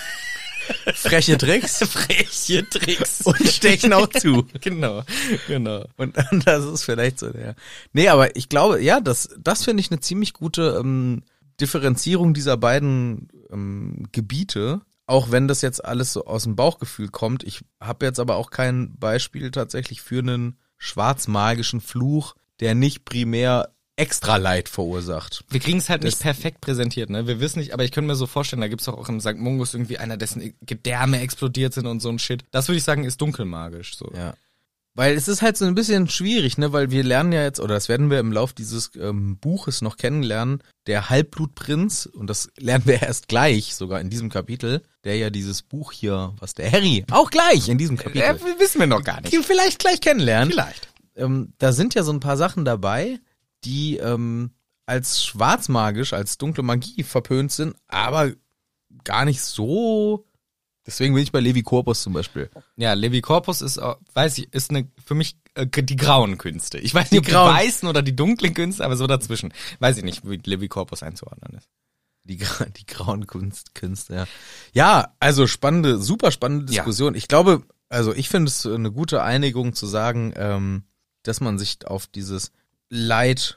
freche Tricks Freche Tricks. und stechen auch zu. Genau, genau. Und das ist vielleicht so der. Nee, aber ich glaube, ja, das, das finde ich eine ziemlich gute ähm, Differenzierung dieser beiden ähm, Gebiete. Auch wenn das jetzt alles so aus dem Bauchgefühl kommt. Ich habe jetzt aber auch kein Beispiel tatsächlich für einen schwarzmagischen Fluch, der nicht primär extra Leid verursacht. Wir kriegen es halt nicht Das- perfekt präsentiert, ne? Wir wissen nicht, aber ich könnte mir so vorstellen, da gibt's doch auch im Sankt Mungus irgendwie einer, dessen Gedärme explodiert sind und so ein Shit. Das würde ich sagen, ist dunkelmagisch, so. Ja. Weil es ist halt so ein bisschen schwierig, ne, weil wir lernen ja jetzt, oder das werden wir im Lauf dieses ähm, Buches noch kennenlernen, der Halbblutprinz, und das lernen wir erst gleich, sogar in diesem Kapitel, der ja dieses Buch hier, was der Harry, auch gleich in diesem Kapitel, Äh, wissen wir noch gar nicht. vielleicht gleich kennenlernen. Vielleicht. Ähm, da sind ja so ein paar Sachen dabei, die ähm, als schwarzmagisch, als dunkle Magie verpönt sind, aber gar nicht so. Deswegen bin ich bei Levi Corpus zum Beispiel. Ja, Levi Corpus ist, auch- weiß ich, ist eine für mich äh, die grauen Künste. Ich weiß nicht, ob die grauen. weißen oder die dunklen Künste, aber so dazwischen. Weiß ich nicht, wie Levi Corpus einzuordnen ist. Die, gra- die grauen Kunst, Künste, ja. Ja, also spannende, super spannende Ja. Diskussion. Ich glaube, also ich finde es eine gute Einigung zu sagen, ähm, dass man sich auf dieses Leid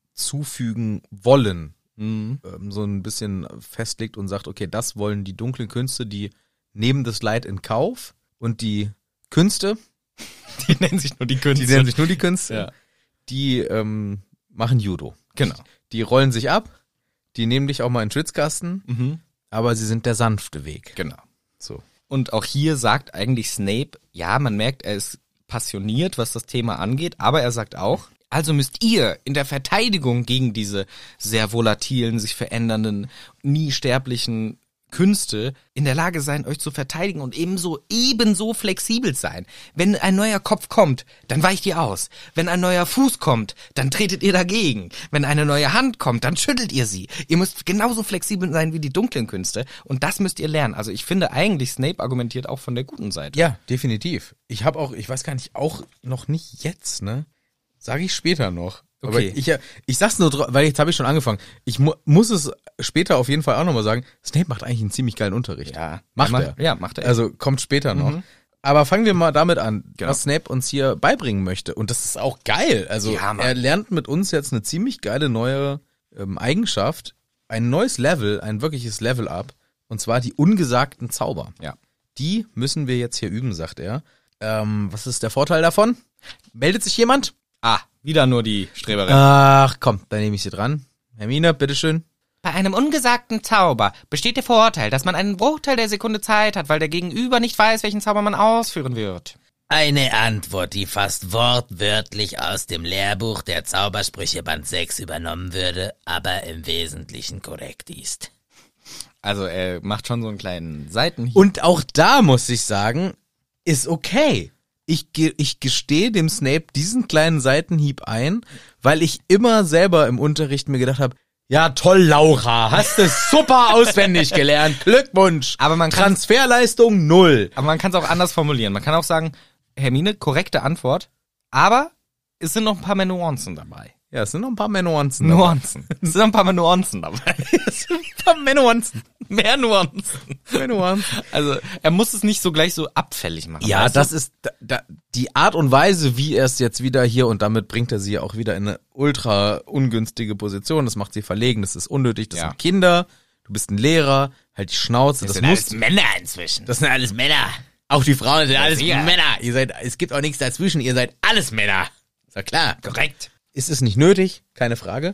zufügen wollen Mhm. ähm, so ein bisschen festlegt und sagt, okay, das wollen die dunklen Künste, die nehmen das Leid in Kauf und die Künste, Die nennen sich nur die Künste. die nennen sich nur die Künste, Ja. die ähm, machen Judo. Genau. Die rollen sich ab, die nehmen dich auch mal in den Schwitzkasten, Mhm. aber sie sind der sanfte Weg. Genau. So. Und auch hier sagt eigentlich Snape, ja, man merkt, er ist passioniert, was das Thema angeht, aber er sagt auch, also müsst ihr in der Verteidigung gegen diese sehr volatilen, sich verändernden, nie sterblichen Künste in der Lage sein, euch zu verteidigen und ebenso, ebenso flexibel sein. Wenn ein neuer Kopf kommt, dann weicht ihr aus. Wenn ein neuer Fuß kommt, dann tretet ihr dagegen. Wenn eine neue Hand kommt, dann schüttelt ihr sie. Ihr müsst genauso flexibel sein wie die dunklen Künste und das müsst ihr lernen. Also ich finde eigentlich, Snape argumentiert auch von der guten Seite. Ja, definitiv. Ich habe auch, ich weiß gar nicht, auch noch nicht jetzt, ne? Sage ich später noch. Aber Okay. ich, ich sag's nur, dra- weil jetzt habe ich schon angefangen. Ich mu muss es später auf jeden Fall auch nochmal sagen, Snape macht eigentlich einen ziemlich geilen Unterricht. Ja, Macht er er. macht- ja, macht er. Also kommt später noch. Aber fangen wir mal damit an, Genau. was Snape uns hier beibringen möchte. Und das ist auch geil. Also Ja, Mann. er lernt mit uns jetzt eine ziemlich geile neue ähm, Eigenschaft, ein neues Level, ein wirkliches Level-Up. Und zwar die ungesagten Zauber. Ja. Die müssen wir jetzt hier üben, sagt er. Ähm, was ist der Vorteil davon? Meldet sich jemand? Ah, wieder nur die Streberin. Ach komm, dann nehme ich sie dran. Hermine, bitteschön. Bei einem ungesagten Zauber besteht der Vorteil, dass man einen Bruchteil der Sekunde Zeit hat, weil der Gegenüber nicht weiß, welchen Zauber man ausführen wird. Eine Antwort, die fast wortwörtlich aus dem Lehrbuch der Zaubersprüche Band sechs übernommen würde, aber im Wesentlichen korrekt ist. Also er macht schon so einen kleinen Seitenhieb. Und auch da muss ich sagen, ist okay. Ich, ge ich gestehe dem Snape diesen kleinen Seitenhieb ein, weil ich immer selber im Unterricht mir gedacht habe, ja toll, Laura, hast du super auswendig gelernt, Glückwunsch. Aber man kann- Transferleistung null. Aber man kann es auch anders formulieren. Man kann auch sagen, Hermine, korrekte Antwort, aber es sind noch ein paar mehr Nuancen dabei. Ja, es sind noch ein paar mehr Nuancen. Nuancen. Es sind noch ein paar mehr Nuancen dabei. Es sind ein paar mehr Nuancen. Mehr Nuancen. Mehr Nuancen. Also er muss es nicht so gleich so abfällig machen. Ja, weißt das du? ist da, da, die Art und Weise, wie er es jetzt wieder hier, und damit bringt er sie auch wieder in eine ultra ungünstige Position. Das macht sie verlegen, das ist unnötig, das Ja. sind Kinder, du bist ein Lehrer, halt die Schnauze, das, Das sind muss, alles Männer inzwischen. das sind alles Männer. auch die Frauen sind alles sicher. Männer. Ihr seid, es gibt auch nichts dazwischen, ihr seid alles Männer. Ist ja klar. Korrekt. Ist es nicht nötig, keine Frage.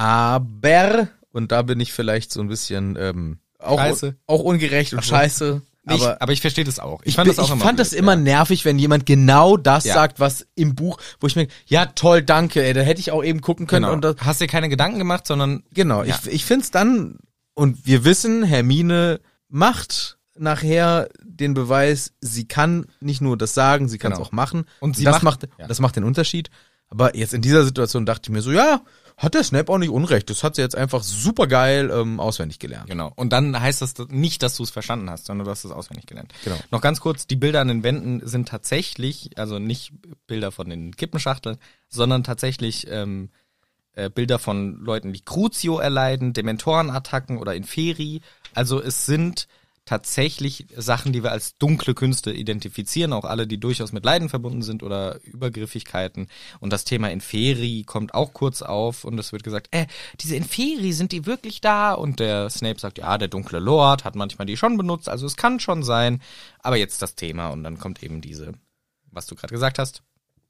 Aber, und da bin ich vielleicht so ein bisschen ähm, auch, Scheiße. auch ungerecht und scheiße. Ich, Aber aber ich verstehe das auch. Ich, fand bin- das auch ich immer fand das blöd, immer ja. nervig, wenn jemand genau das Ja. sagt, was im Buch, wo ich mir, ja toll, danke, ey, da hätte ich auch eben gucken können. Genau. Und das, Hast dir keine Gedanken gemacht, sondern genau, Ja. ich, ich find's dann, und wir wissen, Hermine macht nachher den Beweis, sie kann nicht nur das sagen, sie kann es Genau. auch machen. Und sie das macht- macht, ja. das macht den Unterschied. Aber jetzt in dieser Situation dachte ich mir so, ja, hat der Snape auch nicht unrecht. Das hat sie jetzt einfach super geil ähm, auswendig gelernt. Genau. Und dann heißt das nicht, dass du es verstanden hast, sondern du hast es auswendig gelernt. Genau. Noch ganz kurz, die Bilder an den Wänden sind tatsächlich, also nicht Bilder von den Kippenschachteln, sondern tatsächlich ähm, äh, Bilder von Leuten, die Crucio erleiden, Dementorenattacken oder Inferi. Also es sind tatsächlich Sachen, die wir als dunkle Künste identifizieren, auch alle, die durchaus mit Leiden verbunden sind oder Übergriffigkeiten. Und das Thema Inferi kommt auch kurz auf und es wird gesagt, äh, diese Inferi, sind die wirklich da? Und der Snape sagt, ja, der dunkle Lord hat manchmal die schon benutzt, also es kann schon sein. Aber jetzt das Thema und dann kommt eben diese, was du gerade gesagt hast,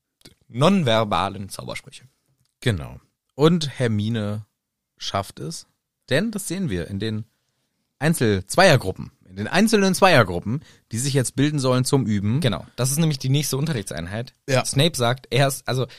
nonverbalen Zaubersprüche. Genau. Und Hermine schafft es, denn das sehen wir in den Einzel-Zweiergruppen, in den einzelnen Zweiergruppen, die sich jetzt bilden sollen zum Üben. Genau, das ist nämlich die nächste Unterrichtseinheit. Ja. Snape sagt, er ist, also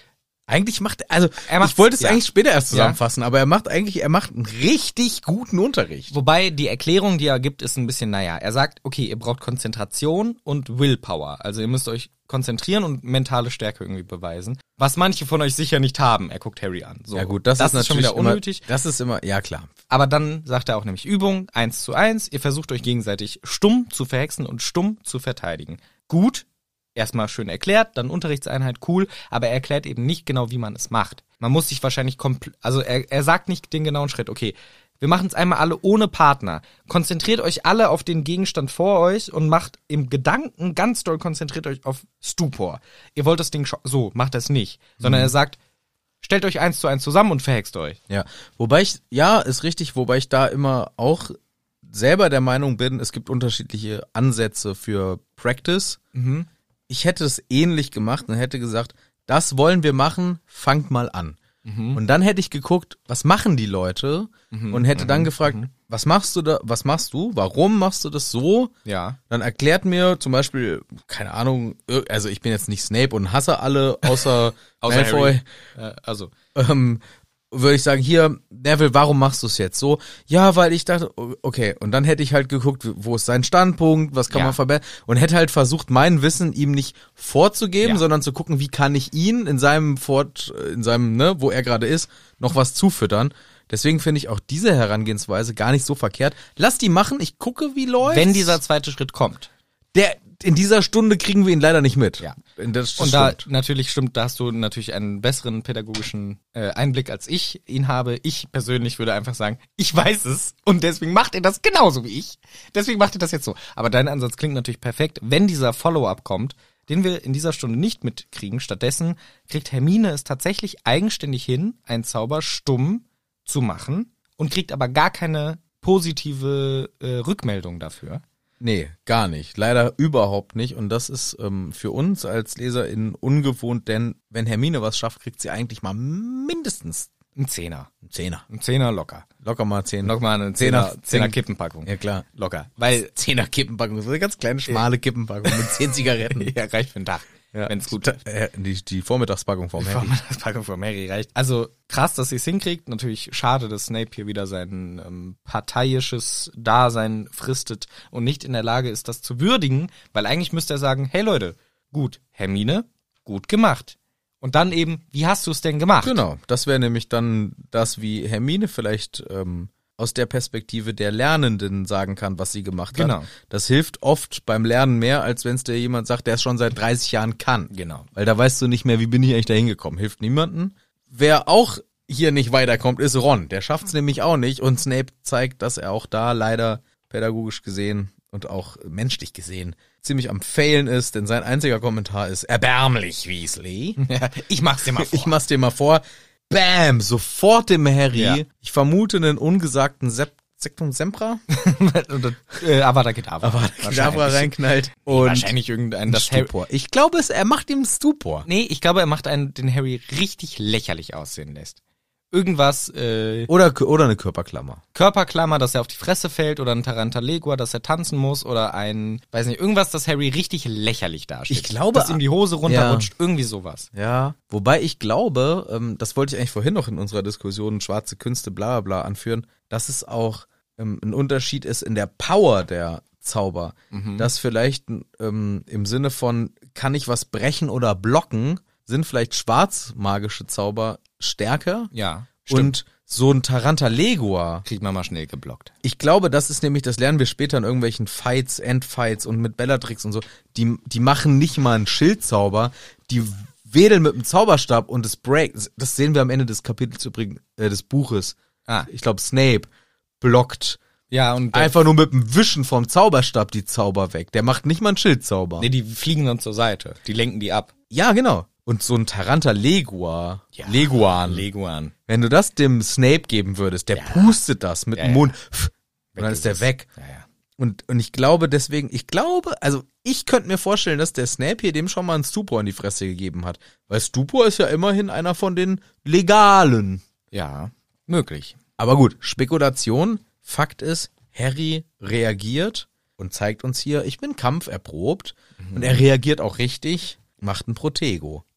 Eigentlich macht, also Er macht's, ich wollte es ja. eigentlich später erst Ja. zusammenfassen, aber er macht eigentlich, er macht einen richtig guten Unterricht. Wobei die Erklärung, die er gibt, ist ein bisschen, naja, er sagt, okay, ihr braucht Konzentration und Willpower. Also ihr müsst euch konzentrieren und mentale Stärke irgendwie beweisen. Was manche von euch sicher nicht haben. Er guckt Harry an. So. Ja gut, das, das ist, ist schon natürlich wieder unnötig. Immer, das ist immer, ja klar. Aber dann sagt er auch nämlich Übung, eins zu eins. Ihr versucht euch gegenseitig stumm zu verhexen und stumm zu verteidigen. Gut. Erstmal schön erklärt, dann Unterrichtseinheit, cool, aber er erklärt eben nicht genau, wie man es macht. Man muss sich wahrscheinlich komplett, also er, er sagt nicht den genauen Schritt, okay, wir machen es einmal alle ohne Partner. Konzentriert euch alle auf den Gegenstand vor euch und macht im Gedanken ganz doll, konzentriert euch auf Stupor. Ihr wollt das Ding, scho- so, macht das nicht. Sondern Mhm. er sagt, stellt euch eins zu eins zusammen und verhext euch. Ja, wobei ich, ja, ist richtig, wobei ich da immer auch selber der Meinung bin, es gibt unterschiedliche Ansätze für Practice. Mhm. Ich hätte es ähnlich gemacht und hätte gesagt, das wollen wir machen, fangt mal an. Mhm. Und dann hätte ich geguckt, was machen die Leute Mhm. und hätte dann Mhm. gefragt, Mhm. was machst du da, was machst du, warum machst du das so? Ja. Dann erklärt mir zum Beispiel, keine Ahnung, ir- also ich bin jetzt nicht Snape und hasse alle, außer, Außer Malfoy. Harry. Äh, also. Ähm, würde ich sagen, hier, Neville, warum machst du es jetzt so? Ja, weil ich dachte, okay, und dann hätte ich halt geguckt, wo ist sein Standpunkt, was kann Ja. man verbessern und hätte halt versucht, mein Wissen ihm nicht vorzugeben, Ja. sondern zu gucken, wie kann ich ihn in seinem Fort, in seinem, ne, wo er gerade ist, noch was zufüttern. Deswegen finde ich auch diese Herangehensweise gar nicht so verkehrt. Lass die machen, ich gucke, wie läuft's. Wenn dieser zweite Schritt kommt. der, in dieser Stunde kriegen wir ihn leider nicht mit. Ja. Das, das Und da stimmt. natürlich stimmt, da hast du natürlich einen besseren pädagogischen äh, Einblick, als ich ihn habe. Ich persönlich würde einfach sagen, ich weiß es und deswegen macht ihr das genauso wie ich. Deswegen macht ihr das jetzt so. Aber dein Ansatz klingt natürlich perfekt. Wenn dieser Follow-up kommt, den wir in dieser Stunde nicht mitkriegen, stattdessen kriegt Hermine es tatsächlich eigenständig hin, einen Zauber stumm zu machen und kriegt aber gar keine positive äh, Rückmeldung dafür. Nee, gar nicht. Leider überhaupt nicht. Und das ist ähm, für uns als LeserInnen ungewohnt, denn wenn Hermine was schafft, kriegt sie eigentlich mal mindestens Ein Zehner. einen Zehner. Ein Zehner locker. Locker mal zehn. Noch mal eine Zehner- Zehner, Zehner zehn- Kippenpackung. Ja klar. Locker. Weil, Zehner Kippenpackung. So eine ganz kleine, schmale Kippenpackung mit zehn Zigaretten. ja, reicht für den Tag. Ja. Wenn's gut Äh, die, die Vormittagspackung vom Harry. Das Packung von Mary reicht. Also krass, dass sie es hinkriegt. Natürlich schade, dass Snape hier wieder sein ähm, parteiisches Dasein fristet und nicht in der Lage ist, das zu würdigen, weil eigentlich müsste er sagen, hey Leute, gut, Hermine, gut gemacht. Und dann eben, wie hast du es denn gemacht? Genau. Das wäre nämlich dann das, wie Hermine vielleicht ähm, aus der Perspektive der Lernenden sagen kann, was sie gemacht Genau. hat. Das hilft oft beim Lernen mehr, als wenn es dir jemand sagt, der es schon seit dreißig Jahren kann. Genau. Weil da weißt du nicht mehr, wie bin ich eigentlich da hingekommen. Hilft niemanden. Wer auch hier nicht weiterkommt, ist Ron. Der schafft's nämlich auch nicht. Und Snape zeigt, dass er auch da leider pädagogisch gesehen und auch menschlich gesehen ziemlich am Failen ist, denn sein einziger Kommentar ist erbärmlich, Weasley. Ich mach's dir mal vor. Ich mach's dir mal vor. Bam! Sofort dem Harry. Ja. Ich vermute einen ungesagten Sep Sektum Sempra. Und, äh, Avada Kedavra. Aber der Kedavra Wahrscheinlich. reinknallt. Und Wahrscheinlich irgendein, das Harry, Stupor. Ich glaube, es, er macht ihm Stupor. nee, ich glaube, er macht einen, den Harry richtig lächerlich aussehen lässt. Irgendwas, äh, Oder, oder eine Körperklammer. Körperklammer, dass er auf die Fresse fällt oder ein Tarantalegua, dass er tanzen muss oder ein, weiß nicht, irgendwas, das Harry richtig lächerlich dasteht. Ich glaube- dass ihm die Hose runterrutscht, irgendwie sowas. Ja. Wobei ich glaube, ähm, das wollte ich eigentlich vorhin noch in unserer Diskussion schwarze Künste bla bla bla anführen, dass es auch ähm, ein Unterschied ist in der Power der Zauber. Mhm. Dass vielleicht ähm, im Sinne von, kann ich was brechen oder blocken, sind vielleicht schwarzmagische Zauber stärker. Ja, stimmt. Und so ein Tarantalegua, Kriegt man mal schnell geblockt. ich glaube, das ist nämlich, das lernen wir später in irgendwelchen Fights, Endfights und mit Bellatrix und so, die, die machen nicht mal einen Schildzauber, die wedeln mit dem Zauberstab und es breakt. Das sehen wir am Ende des Kapitels übrigens, äh, des Buches. Ah, Ich glaube, Snape blockt ja, und einfach nur mit dem Wischen vom Zauberstab die Zauber weg. Der macht nicht mal einen Schildzauber. nee, die fliegen dann zur Seite. Die lenken die ab. Ja, genau. Und so ein Tarantalegua, Ja. Leguan, Leguan. wenn du das dem Snape geben würdest, der pustet das mit Ja, dem ja. Mund pff, und Weg dann ist ist der es. weg. Ja, ja. Und, und ich glaube deswegen, ich glaube, also ich könnte mir vorstellen, dass der Snape hier dem schon mal einen Stupor in die Fresse gegeben hat. Weil Stupor ist ja immerhin einer von den legalen. Ja, möglich. Aber gut, Spekulation. Fakt ist, Harry reagiert und zeigt uns hier, ich bin kampferprobt. Und er reagiert auch richtig, macht ein Protego.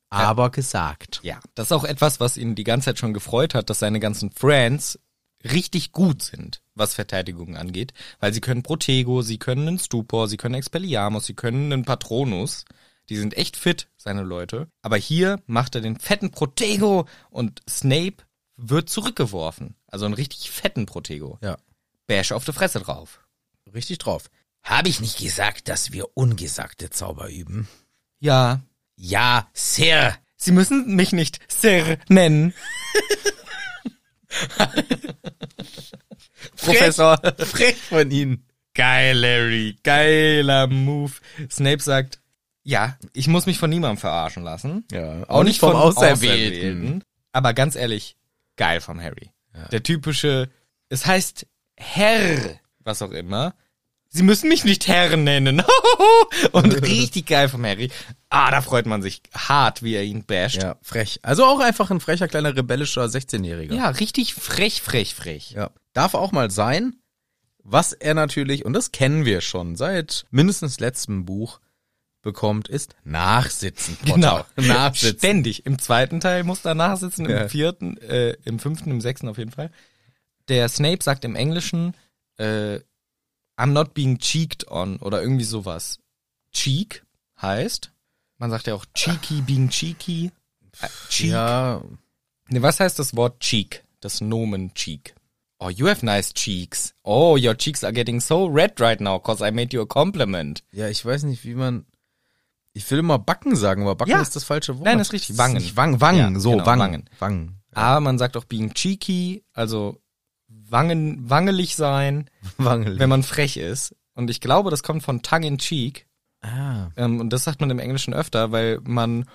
aber gesagt. Ja, das ist auch etwas, was ihn die ganze Zeit schon gefreut hat, dass seine ganzen Friends richtig gut sind, was Verteidigung angeht, weil sie können Protego, sie können einen Stupor, sie können Expelliarmus, sie können einen Patronus. Die sind echt fit, seine Leute. Aber hier macht er den fetten Protego und Snape wird zurückgeworfen. Also einen richtig fetten Protego. Ja. Bash auf die Fresse drauf. Richtig drauf. Habe ich nicht gesagt, dass wir ungesagte Zauber üben? Ja. Ja, Sir. Sie müssen mich nicht Sir nennen. Professor. Frech von Ihnen. Geil, Larry. Geiler Move. Snape sagt, ja, ich muss mich von niemandem verarschen lassen. Ja, auch nicht vom Auserwählten. Aber ganz ehrlich, geil vom Harry. Ja. Der typische, es heißt Herr, was auch immer. Sie müssen mich nicht Herr nennen. Und richtig geil vom Harry. Ah, da freut man sich hart, wie er ihn basht. Ja, frech. Also auch einfach ein frecher, kleiner, rebellischer sechzehnjähriger. Ja, richtig frech, frech, frech. Ja. Darf auch mal sein, was er natürlich, und das kennen wir schon seit mindestens letztem Buch, bekommt, ist Nachsitzen. Potter. Genau. Nachsitzen. Ständig. Im zweiten Teil muss er nachsitzen, im Ja. vierten, äh, im fünften, im sechsten auf jeden Fall. Der Snape sagt im Englischen, äh, I'm not being cheeked on oder irgendwie sowas. Cheek heißt, man sagt ja auch cheeky, being cheeky. Äh, cheek. Ja, Ne, was heißt das Wort cheek? Das Nomen cheek. Oh, you have nice cheeks. Oh, your cheeks are getting so red right now, cause I made you a compliment. ja, ich weiß nicht, wie man, ich will immer Backen sagen, aber Backen Ja. ist das falsche Wort. Nein, das ist richtig. Wangen. Nicht Wangen, Wangen, Ja, so, genau, Wangen. Wangen. Wangen. Aber man sagt auch being cheeky, also wangen, wangelig sein, Wangel. wenn man frech ist. Und ich glaube, das kommt von tongue in cheek. Ah. Ähm, und das sagt man im Englischen öfter, weil man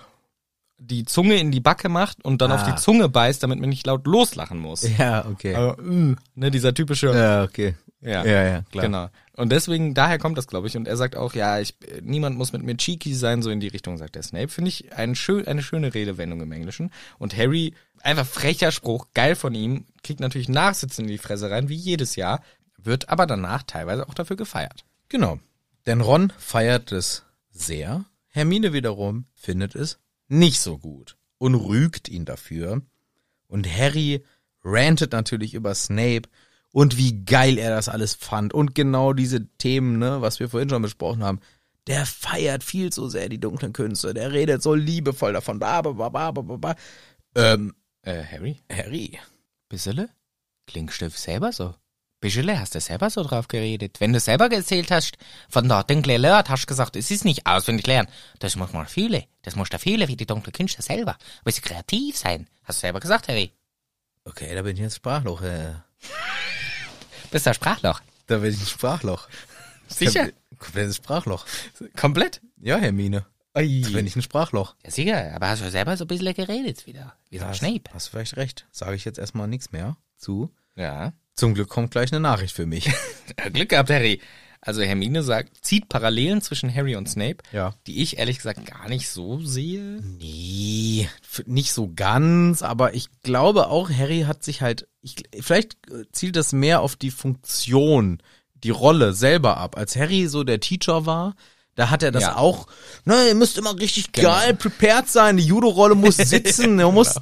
die Zunge in die Backe macht und dann Ah. auf die Zunge beißt, damit man nicht laut loslachen muss. Ja, okay. Also, mm, ne, dieser typische, Ja, okay. ja, Ja, ja, klar. genau. Und deswegen, daher kommt das, glaube ich. Und er sagt auch, ja, ich, niemand muss mit mir cheeky sein, so in die Richtung, sagt der Snape. Finde ich ein schön, eine schöne Redewendung im Englischen. Und Harry, einfach frecher Spruch, geil von ihm, kriegt natürlich Nachsitzen in die Fresse rein, wie jedes Jahr, wird aber danach teilweise auch dafür gefeiert. Genau. Denn Ron feiert es sehr. Hermine wiederum findet es nicht so gut und rügt ihn dafür. Und Harry rantet natürlich über Snape und wie geil er das alles fand. Und genau diese Themen, ne, was wir vorhin schon besprochen haben. Der feiert viel zu sehr die dunklen Künste. Der redet so liebevoll davon. Ba, ba, ba, ba, ba, ba. Ähm, Äh, Harry? Harry. Bissele? Klingst du selber so? Bissele, hast du selber so drauf geredet? Wenn du selber erzählt hast, von der dunklen Lehrt, hast du gesagt, es ist nicht auswendig lernen. Das muss man fühlen. Das muss da fühlen, wie die dunklen Künste selber. Du musst kreativ sein. Hast du selber gesagt, Harry? Okay, da bin ich jetzt Sprachloch. Äh. Bist du ein Sprachloch? Da bin ich ein Sprachloch. Sicher? Komplettes Sprachloch. Komplett? Ja, Hermine. Da bin ich ein Sprachloch. Ja, sicher. Aber hast du selber so ein bisschen geredet wieder. Wie so ein Snape. Hast du vielleicht recht. Sage ich jetzt erstmal nichts mehr zu. Ja. Zum Glück kommt gleich eine Nachricht für mich. Glück gehabt, Harry. Also Hermine sagt, zieht Parallelen zwischen Harry und Snape, Ja. die ich ehrlich gesagt gar nicht so sehe. Nee, f- nicht so ganz, aber ich glaube auch, Harry hat sich halt, ich, vielleicht äh, zielt das mehr auf die Funktion, die Rolle selber ab. Als Harry so der Teacher war, da hat er das Ja. auch, ne, ihr müsst immer richtig Genau. geil prepared sein, die Judo-Rolle muss sitzen, ihr müsst,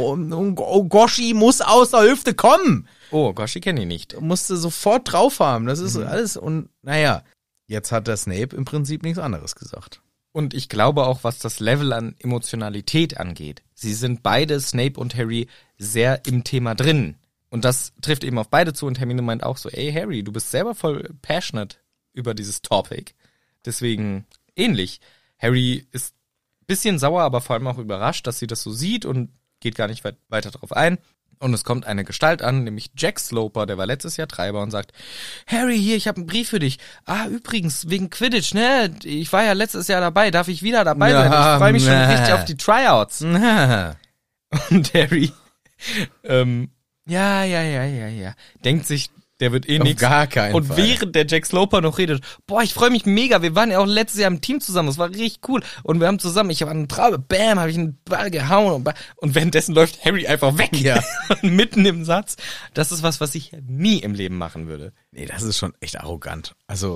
oh, Goshi muss aus der Hüfte kommen. Oh, Goshi kenne ich nicht. Musste sofort drauf haben. Das Mhm. ist alles und naja, jetzt hat der Snape im Prinzip nichts anderes gesagt. Und ich glaube auch, was das Level an Emotionalität angeht. Sie sind beide, Snape und Harry, sehr im Thema drin. Und das trifft eben auf beide zu und Hermine meint auch so, ey Harry, du bist selber voll passionate über dieses Topic. Deswegen ähnlich. Harry ist bisschen sauer, aber vor allem auch überrascht, dass sie das so sieht und geht gar nicht weit, weiter drauf ein. Und es kommt eine Gestalt an, nämlich Jack Sloper, der war letztes Jahr Treiber und sagt, Harry, hier, ich habe einen Brief für dich. Ah, übrigens, wegen Quidditch, ne? Ich war ja letztes Jahr dabei, darf ich wieder dabei Ja, sein? Ich freue mich schon ne. richtig auf die Tryouts. Na, Und Harry, ähm, ja, ja, ja, ja, ja, denkt sich, der wird eh auf nix. gar keinen Und Fall. während der Jack Sloper noch redet, boah, ich freue mich mega, wir waren ja auch letztes Jahr im Team zusammen, das war richtig cool. Und wir haben zusammen, ich habe einen Traube, bam, habe ich einen Ball gehauen. Und, ba- und währenddessen läuft Harry einfach weg. Ja. Und mitten im Satz, das ist was, was ich nie im Leben machen würde. Nee, das ist schon echt arrogant. Also,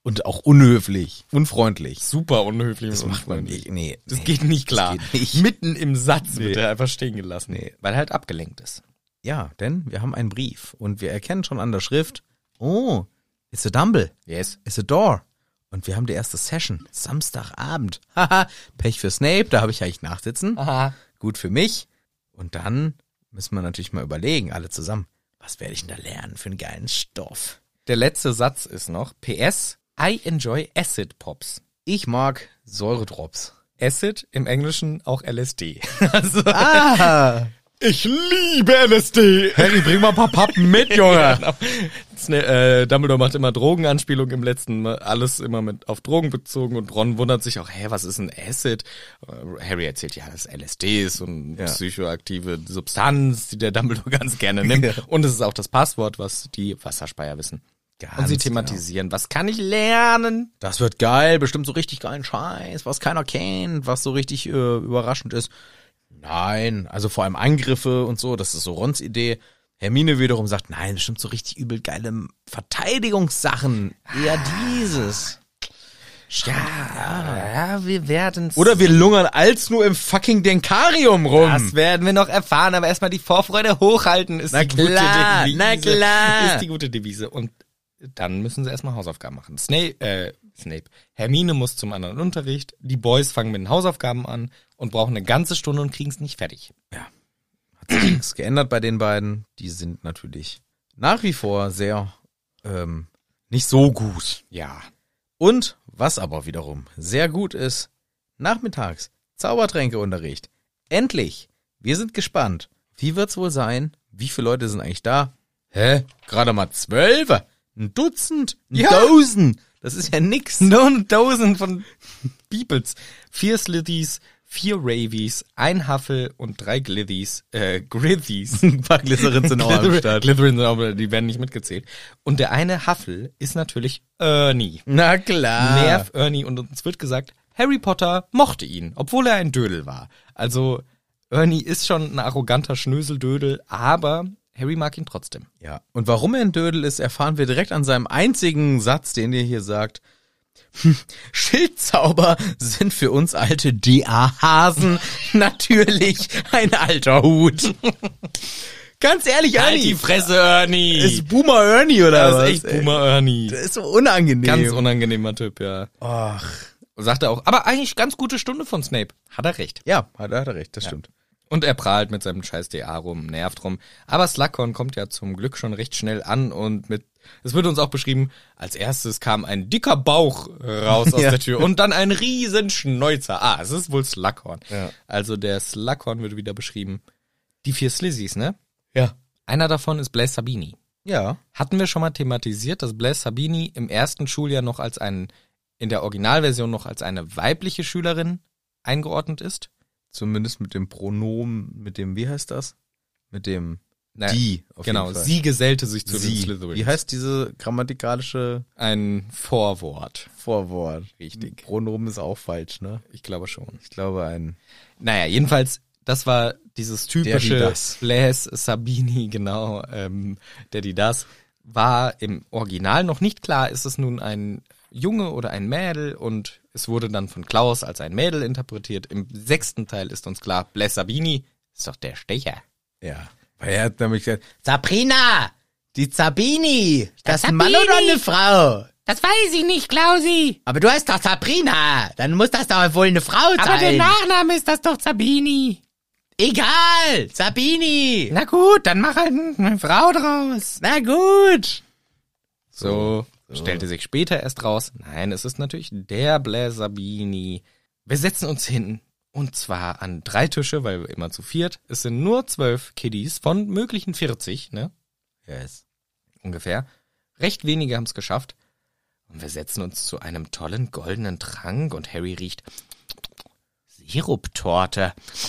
Und auch unhöflich, unfreundlich. Super unhöflich. Das und macht man unfreundlich. nicht. Nee, Das nee, geht nicht klar. Das geht nicht. Mitten im Satz Nee. wird er einfach stehen gelassen. Nee. Weil er halt abgelenkt ist. Ja, denn wir haben einen Brief und wir erkennen schon an der Schrift, oh, it's a Dumble, Yes. it's a door. Und wir haben die erste Session, Samstagabend. Haha, Pech für Snape, da habe ich eigentlich nachsitzen. Aha. Gut für mich. Und dann müssen wir natürlich mal überlegen, alle zusammen, was werde ich denn da lernen für einen geilen Stoff? Der letzte Satz ist noch, P S, I enjoy Acid Pops. Ich mag Säuredrops. Acid im Englischen auch L S D. Also, Ah, ich liebe L S D. Harry, bring mal ein paar Pappen mit, Junge. Genau. Sna- äh, Dumbledore macht immer Drogenanspielung im letzten Mal, alles immer mit auf Drogen bezogen und Ron wundert sich auch, hä, was ist ein Acid? Äh, Harry erzählt ja, dass L S D ist so eine Ja. psychoaktive Substanz, die der Dumbledore ganz gerne nimmt. Ja. Und es ist auch das Passwort, was die Wasserspeier wissen. Ganz Und sie genau. thematisieren, was kann ich lernen? Das wird geil, bestimmt so richtig geilen Scheiß, was keiner kennt, was so richtig äh, überraschend ist. Nein, also vor allem Angriffe und so, das ist so Rons Idee. Hermine wiederum sagt, nein, bestimmt so richtig übel geile Verteidigungssachen. Eher dieses. Ja, ja, wir werden's. Oder wir lungern als nur im fucking Denkarium rum. Das werden wir noch erfahren, aber erstmal die Vorfreude hochhalten ist Na die gute klar, Devise. na klar. Ist die gute Devise. Und dann müssen sie erstmal Hausaufgaben machen. Snape, äh, Snape. Hermine muss zum anderen Unterricht. Die Boys fangen mit den Hausaufgaben an und brauchen eine ganze Stunde und kriegen es nicht fertig. Ja. Hat sich nichts geändert bei den beiden. Die sind natürlich nach wie vor sehr ähm, nicht so gut. Ja. Und was aber wiederum sehr gut ist, nachmittags Zaubertränkeunterricht. Endlich. Wir sind gespannt. Wie wird's wohl sein? Wie viele Leute sind eigentlich da? Hä? Gerade mal zwölf? Ein Dutzend? Ein Ja. Dozen? Das ist ja nix. No Dosen von Peoples. Vier Slithys, vier Ravies, ein Huffle und drei Glithys, äh, Grithies. Ein paar Glycerins sind auch am Start. Slytherin sind aber, die werden nicht mitgezählt. Und der eine Huffle ist natürlich Ernie. Na klar. Nerv Ernie und uns wird gesagt, Harry Potter mochte ihn, obwohl er ein Dödel war. Also Ernie ist schon ein arroganter Schnöseldödel, aber Harry mag ihn trotzdem. Ja. Und warum er ein Dödel ist, erfahren wir direkt an seinem einzigen Satz, den er hier sagt. Schildzauber sind für uns alte D A-Hasen natürlich ein alter Hut. Ganz ehrlich, Halt die Ernie. Fresse, Ernie! Ist Boomer Ernie oder das was? ist echt ey? Boomer Ernie. Das ist so unangenehm. Ganz unangenehmer Typ, ja. Ach. Sagt er auch. Aber eigentlich ganz gute Stunde von Snape. Hat er recht. Ja, hat er, hat er recht, das stimmt. Und er prahlt mit seinem scheiß D A rum, nervt rum. Aber Slughorn kommt ja zum Glück schon recht schnell an und mit, es wird uns auch beschrieben, als erstes kam ein dicker Bauch raus aus Ja. der Tür und dann ein riesen Schnäuzer. Ah, es ist wohl Slughorn. Ja. Also der Slughorn wird wieder beschrieben. Die vier Slizzys, ne? Ja. Einer davon ist Blaise Sabini. Ja. Hatten wir schon mal thematisiert, dass Blaise Sabini im ersten Schuljahr noch als ein, in der Originalversion noch als eine weibliche Schülerin eingeordnet ist? Zumindest mit dem Pronomen, mit dem, wie heißt das? Mit dem Na, die, auf Genau, jeden Fall. sie gesellte sich zu den Sie. Slytherins. Wie heißt diese grammatikalische Ein Vorwort. Vorwort? Richtig. Pronomen ist auch falsch, ne? Ich glaube schon. Ich glaube ein... Naja, jedenfalls, das war dieses Der, die, typische das. Blaise Sabini, genau, ähm, der die das, war im Original noch nicht klar, ist es nun ein Junge oder ein Mädel und es wurde dann von Klaus als ein Mädel interpretiert. Im sechsten Teil ist uns klar, Blaise Sabini ist doch der Stecher. Ja. Weil er hat nämlich gesagt, Sabrina! die Sabini, das ist ein Sabini. Mann oder eine Frau? Das weiß ich nicht, Klausi. Aber du heißt doch Sabrina, dann muss das doch wohl eine Frau sein. Nachname ist das doch Sabini. Egal, Sabini. Na gut, dann mach halt eine Frau draus. Na gut. So, stellte sich später erst raus. Nein, es ist natürlich der Blaise Sabini. Wir setzen uns hin. Und zwar an drei Tische, weil wir immer zu viert. Es sind nur zwölf Kiddies von möglichen vierzig, ne? Yes. Ungefähr. Recht wenige haben es geschafft. Und wir setzen uns zu einem tollen goldenen Trank und Harry riecht Siruptorte,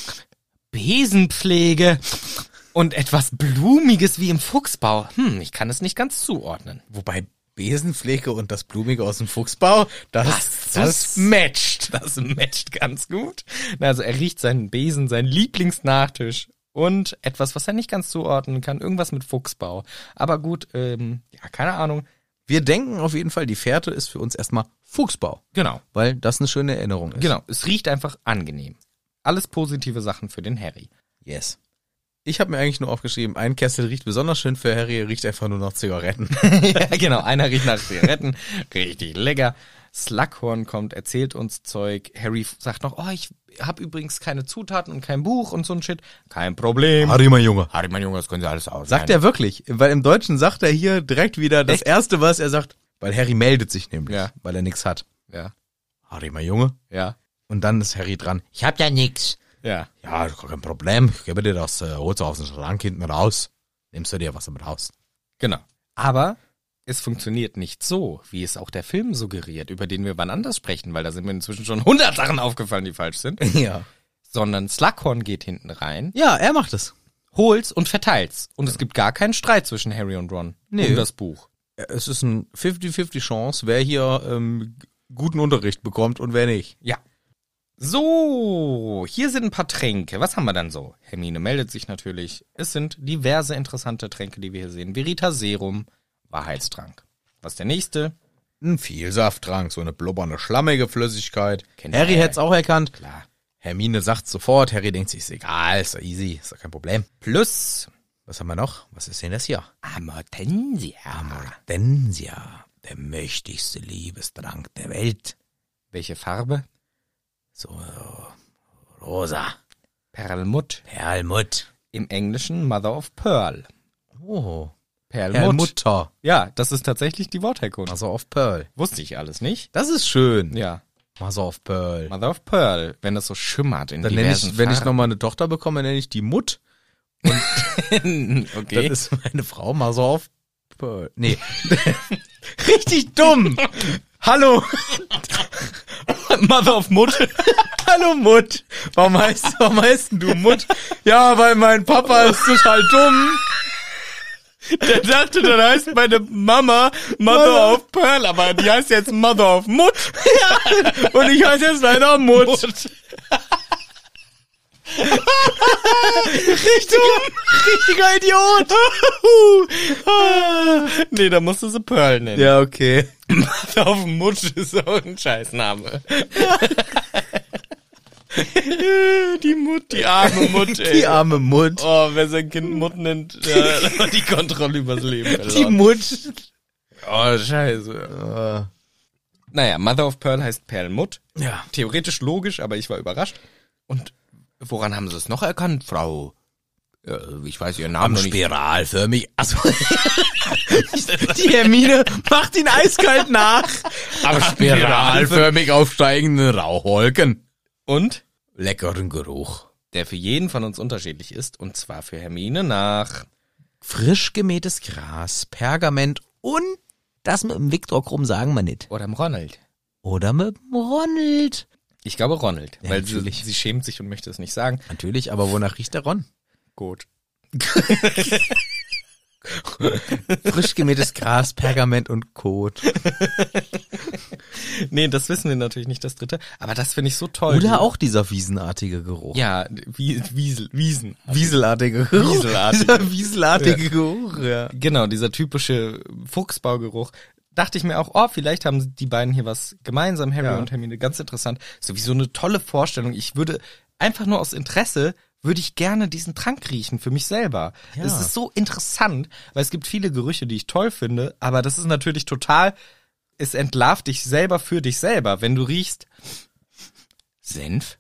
Besenpflege und etwas Blumiges wie im Fuchsbau. Hm, ich kann es nicht ganz zuordnen. Wobei Besenpflege und das Blumige aus dem Fuchsbau, das, Das- das matcht. Das matcht ganz gut. Also er riecht seinen Besen, seinen Lieblingsnachtisch und etwas, was er nicht ganz zuordnen kann. Irgendwas mit Fuchsbau. Aber gut, ähm, ja, keine Ahnung. Wir denken auf jeden Fall, die Fährte ist für uns erstmal Fuchsbau, Genau, weil das eine schöne Erinnerung ist. genau. Es riecht einfach angenehm. Alles positive Sachen für den Harry. Yes. Ich habe mir eigentlich nur aufgeschrieben, ein Kessel riecht besonders schön, für Harry riecht einfach nur noch Zigaretten. Ja, genau. Einer riecht nach Zigaretten. Richtig lecker. Slughorn kommt, erzählt uns Zeug. Harry sagt noch, oh, ich habe übrigens keine Zutaten und kein Buch und so ein Shit. Kein Problem. Harry, mein Junge. Harry, mein Junge, das können Sie alles aus. Sagt er wirklich, weil im Deutschen sagt er hier direkt wieder das Echt? Erste, was er sagt, weil Harry meldet sich nämlich, Ja. weil er nichts hat. Ja, Harry, mein Junge. ja, Und dann ist Harry dran. Ich hab ja nix. ja. Ja, kein Problem, ich gebe dir das, äh, holst du aus dem Schrank hinten raus. Nimmst du dir was mit raus. Genau. Aber es funktioniert nicht so, wie es auch der Film suggeriert, über den wir wann anders sprechen, weil da sind mir inzwischen schon hundert Sachen aufgefallen, die falsch sind. Ja. Sondern Slughorn geht hinten rein, Ja, er macht es. holt's und verteilt's. Und es gibt gar keinen Streit zwischen Harry und Ron Nee. um das Buch. Es ist ein fünfzig fünfzig Chance, wer hier ähm, guten Unterricht bekommt und wer nicht. Ja. So, hier sind ein paar Tränke. Was haben wir dann so? Hermine meldet sich natürlich. Es sind diverse interessante Tränke, die wir hier sehen. Veritaserum, Wahrheitstrank. Was ist der nächste? Ein Vielsafttrank, so eine blubbernde, schlammige Flüssigkeit. Kennt Harry er. hätte es auch erkannt. Klar. Hermine sagt sofort, Harry denkt sich, ist egal, ist doch easy, ist doch kein Problem. Plus Was haben wir noch? Was ist denn das hier? Amortensia. Amortensia, der mächtigste Liebestrank der Welt. Welche Farbe? So, äh, rosa. Perlmutt. Perlmutt. Im Englischen Mother of Pearl. Oh, Perlmutt. Perlmutter. Ja, das ist tatsächlich die Wortherkunft. Mother of Pearl. Wusste ich alles nicht. Das ist schön. Ja, Mother of Pearl. Mother of Pearl, wenn das so schimmert in Dann nenne diversen ich, wenn ich Farben. nochmal eine Tochter bekomme, nenne ich die Mutt. Okay. Das ist meine Frau, Mother of Pearl. Nee. Richtig dumm. Hallo. Mother of Mutt. Hallo Mutt. Warum heißt, warum heißt denn du Mutt? Ja, weil mein Papa ist total dumm. Der dachte, dann heißt meine Mama Mother of Pearl, aber die heißt jetzt Mother of Mutt. Ja. Und ich heiße jetzt leider Mutt. Mutt. Richtig, richtiger Idiot. Nee, da musst du sie Pearl nennen. Ja, okay. Mother of Mutt ist auch ein Scheißname. Die Mutt, die arme Mutt, ey. Die arme Mutt. Oh, wer sein Kind Mutt nennt, ja, der hat die Kontrolle übers Leben verloren. Die Mutt. Oh, scheiße. Äh, Naja, Mother of Pearl heißt Perlmutt. ja. Theoretisch logisch, aber ich war überrascht. Und woran haben sie es noch erkannt, Frau? Äh, ich weiß ihren Namen Am noch nicht. spiralförmig. Achso. Die Hermine macht ihn eiskalt nach. Am spiralförmig aufsteigenden Rauchwolken. Und Leckeren Geruch. der für jeden von uns unterschiedlich ist. Und zwar für Hermine nach... Frisch gemähtes Gras, Pergament und das mit dem Viktor Krumm sagen wir nicht. Oder im Ronald. Oder mit dem Ronald. Ich glaube Ronald, Ja, weil sie, natürlich. sie schämt sich und möchte es nicht sagen. Natürlich, aber wonach riecht der Ron? Gut. Frisch gemähtes Gras, Pergament und Kot. Nee, das wissen wir natürlich nicht, das dritte. Aber das finde ich so toll. Oder auch dieser wiesenartige Geruch. Ja, wie, Wiesel, Wiesen. Wieselartige Geruch. Wieselartige. Dieser wieselartige Geruch, ja. Genau, dieser typische Fuchsbaugeruch. Dachte ich mir auch, oh, vielleicht haben die beiden hier was gemeinsam, Harry Ja. und Hermine, ganz interessant. Sowieso eine tolle Vorstellung. Ich würde einfach nur aus Interesse, würde ich gerne diesen Trank riechen für mich selber. Ja. Es ist so interessant, weil es gibt viele Gerüche, die ich toll finde, aber das ist natürlich total, es entlarvt dich selber für dich selber, wenn du riechst Senf,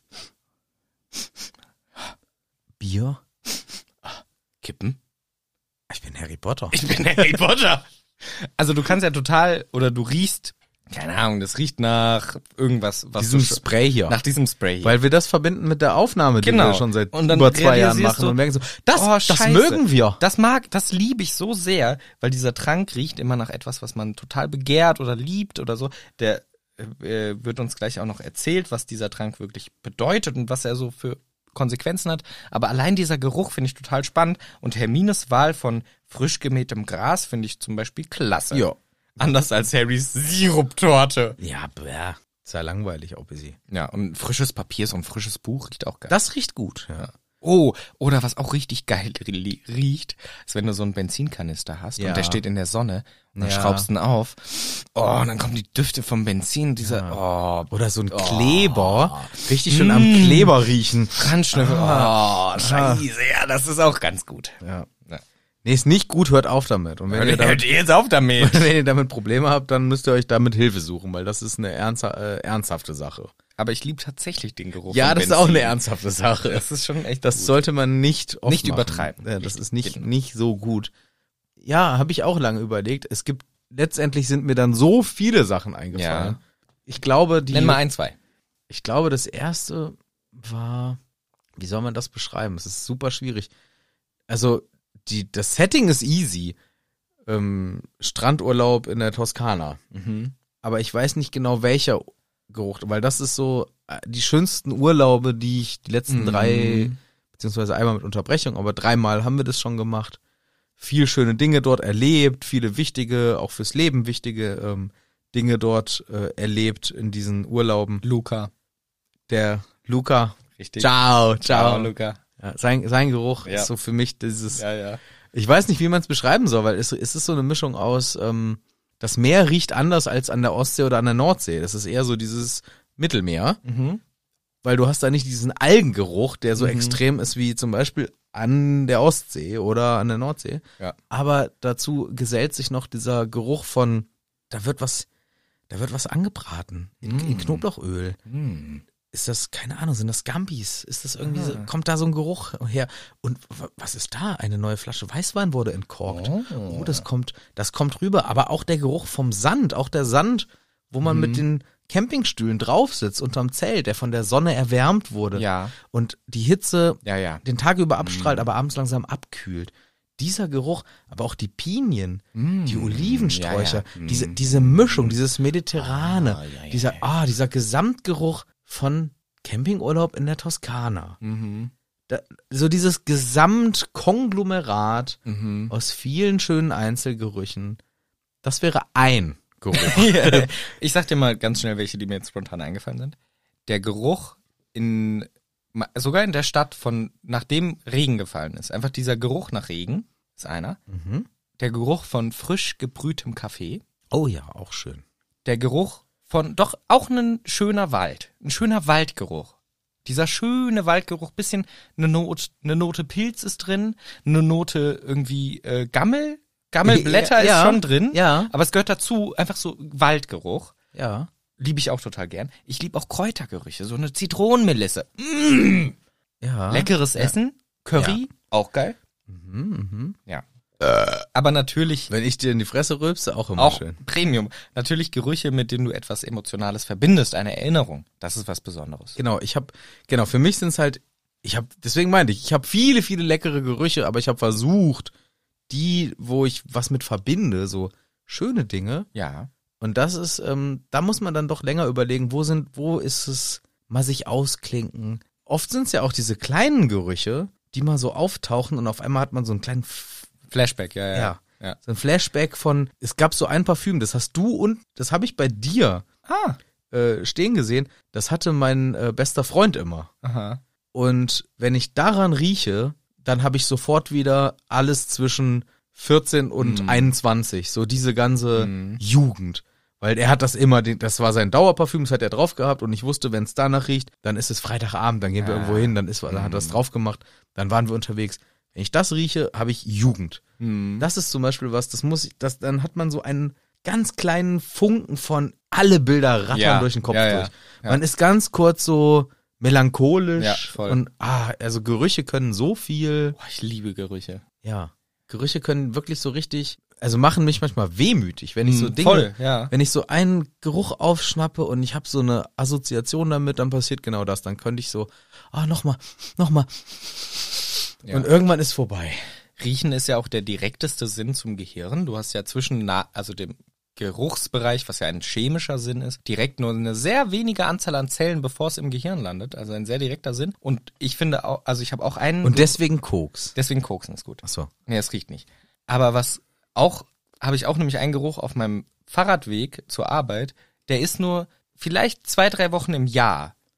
Bier. Kippen. Ich bin Harry Potter. Ich bin Harry Potter. Also du kannst ja total, oder du riechst, keine Ahnung, das riecht nach irgendwas, was Diesem du schon- Spray hier. nach diesem Spray hier. Weil wir das verbinden mit der Aufnahme, die Genau. wir schon seit Und dann über zwei Jahren realisierst machen du, und merken so, das, oh, das Scheiße. mögen wir. Das mag, das liebe ich so sehr, weil dieser Trank riecht immer nach etwas, was man total begehrt oder liebt oder so. Der äh, wird uns gleich auch noch erzählt, was dieser Trank wirklich bedeutet und was er so für Konsequenzen hat. Aber allein dieser Geruch finde ich total spannend. Und Hermines Wahl von frisch gemähtem Gras finde ich zum Beispiel klasse. Ja. Anders als Harrys Siruptorte. Ja, bäh. Ist ja langweilig, auch busy. Ja, und frisches Papier, so ein frisches Buch riecht auch geil. Das riecht gut, ja. Oh, oder was auch richtig geil ri- riecht, ist, wenn du so einen Benzinkanister hast Ja. und der steht in der Sonne und dann Ja. schraubst du ihn auf. Oh, und dann kommen die Düfte vom Benzin, dieser, oh, Oder so ein Kleber. Richtig schön am Kleber riechen. Brandschnüffel. Ah. Oh, scheiße, ja, das ist auch ganz gut. Ja. Ja. Nee, ist nicht gut, hört auf damit. Und wenn ihr, damit, jetzt auf damit. wenn ihr damit Probleme habt, dann müsst ihr euch damit Hilfe suchen, weil das ist eine ernstha- äh, ernsthafte Sache. Aber ich liebe tatsächlich den Geruch Ja, von das ist Benzin. auch eine ernsthafte Sache. Das ist schon echt Das gut. sollte man nicht oft Nicht machen. übertreiben. Ja, das ist nicht, Genau. nicht so gut. Ja, habe ich auch lange überlegt. Es gibt, letztendlich sind mir dann so viele Sachen eingefallen. Ja. Ich glaube, die, Nenn mal ein, zwei. ich glaube, das erste war, wie soll man das beschreiben? Es ist super schwierig. Also, die, das Setting ist easy. Ähm, Strandurlaub in der Toskana. Mhm. Aber ich weiß nicht genau, welcher Geruch, weil das ist so äh, die schönsten Urlaube, die ich die letzten Mhm. drei, beziehungsweise einmal mit Unterbrechung, aber dreimal haben wir das schon gemacht. Viel schöne Dinge dort erlebt, viele wichtige, auch fürs Leben wichtige ähm, Dinge dort äh, erlebt in diesen Urlauben. Luca. Der Luca, Richtig. ciao, ciao. Ciao, Luca. Ja, sein, sein Geruch Ja. ist so für mich dieses, Ja, ja. ich weiß nicht, wie man es beschreiben soll, weil es, es ist so eine Mischung aus, ähm, das Meer riecht anders als an der Ostsee oder an der Nordsee. Das ist eher so dieses Mittelmeer, Mhm. weil du hast da nicht diesen Algengeruch, der so Mhm. extrem ist wie zum Beispiel an der Ostsee oder an der Nordsee. Ja. Aber dazu gesellt sich noch dieser Geruch von, da wird was, da wird was angebraten in, in Mm. Knoblauchöl. Mhm. Ist das, keine Ahnung, sind das Gambis? Ist das irgendwie so, Ah. kommt da so ein Geruch her? Und w- was ist da? Eine neue Flasche Weißwein wurde entkorkt. Oh. Oh, das kommt, das kommt rüber. Aber auch der Geruch vom Sand, auch der Sand, wo man Mhm. mit den Campingstühlen drauf sitzt, unterm Zelt, der von der Sonne erwärmt wurde. Ja, Und die Hitze ja, ja. den Tag über abstrahlt, Mhm. aber abends langsam abkühlt. Dieser Geruch, aber auch die Pinien, Mm. die Olivensträucher, Ja, ja. diese, Mm. diese Mischung, dieses Mediterrane, Ah, ja, ja, dieser, ja. ah, dieser Gesamtgeruch von Campingurlaub in der Toskana. Mhm. Da, so dieses Gesamtkonglomerat Mhm. aus vielen schönen Einzelgerüchen. Das wäre ein Geruch. Ich sag dir mal ganz schnell, welche, die mir jetzt spontan eingefallen sind. Der Geruch in, sogar in der Stadt von, nachdem Regen gefallen ist. Einfach dieser Geruch nach Regen ist einer. Mhm. Der Geruch von frisch gebrühtem Kaffee. Oh ja, auch schön. Der Geruch von, doch auch ein schöner Wald. Ein schöner Waldgeruch. Dieser schöne Waldgeruch, bisschen eine Not, eine Note Pilz ist drin, eine Note irgendwie äh, Gammel, Gammelblätter Ja, ist schon drin, Ja, aber es gehört dazu einfach so Waldgeruch. ja. Liebe ich auch total gern. Ich liebe auch Kräutergerüche, so eine Zitronenmelisse. Ja. Leckeres Essen, Curry, auch geil. Mhm, mhm. Ja. Aber natürlich Wenn ich dir in die Fresse rülpse, auch immer auch schön. Premium. Natürlich Gerüche, mit denen du etwas Emotionales verbindest, eine Erinnerung. Das ist was Besonderes. Genau, ich habe, genau, für mich sind es halt, ich habe, deswegen meinte ich, ich habe viele, viele leckere Gerüche, aber ich habe versucht, die, wo ich was mit verbinde, so schöne Dinge. Ja. Und das ist, ähm, da muss man dann doch länger überlegen, wo sind, wo ist es, mal sich ausklinken. Oft sind es ja auch diese kleinen Gerüche, die mal so auftauchen und auf einmal hat man so einen kleinen, F- Flashback, ja, ja. ja, ja. so ein Flashback von, es gab so ein Parfüm, das hast du und, das habe ich bei dir Ah. äh, stehen gesehen, das hatte mein äh, bester Freund immer. Aha. Und wenn ich daran rieche, dann habe ich sofort wieder alles zwischen vierzehn und Mm. einundzwanzig, so diese ganze Mm. Jugend. Weil er hat das immer, das war sein Dauerparfüm, das hat er drauf gehabt und ich wusste, wenn es danach riecht, dann ist es Freitagabend, dann gehen wir Ah. irgendwo hin, dann ist, dann hat er das Mm. drauf gemacht, dann waren wir unterwegs. Wenn ich das rieche, habe ich Jugend. Hm. Das ist zum Beispiel was, das muss ich, das, dann hat man so einen ganz kleinen Funken von alle Bilder rattern Ja, durch den Kopf ja, ja, durch. ja. Man ist ganz kurz so melancholisch Ja, voll. und ah, also Gerüche können so viel, Boah, ich liebe Gerüche. ja, Gerüche können wirklich so richtig, also machen mich manchmal wehmütig, wenn ich so Hm, Dinge, voll, ja. wenn ich so einen Geruch aufschnappe und ich habe so eine Assoziation damit, dann passiert genau das, dann könnte ich so, ah, nochmal, nochmal Ja. und irgendwann ist vorbei. Riechen ist ja auch der direkteste Sinn zum Gehirn. Du hast ja zwischen, na, also dem Geruchsbereich, was ja ein chemischer Sinn ist, direkt nur eine sehr wenige Anzahl an Zellen, bevor es im Gehirn landet. Also ein sehr direkter Sinn. Und ich finde auch, also ich habe auch einen. Und deswegen Koks. deswegen Koksen ist gut. Ach so. Nee, es riecht nicht. Aber was auch, habe ich auch nämlich einen Geruch auf meinem Fahrradweg zur Arbeit, der ist nur vielleicht zwei, drei Wochen im Jahr.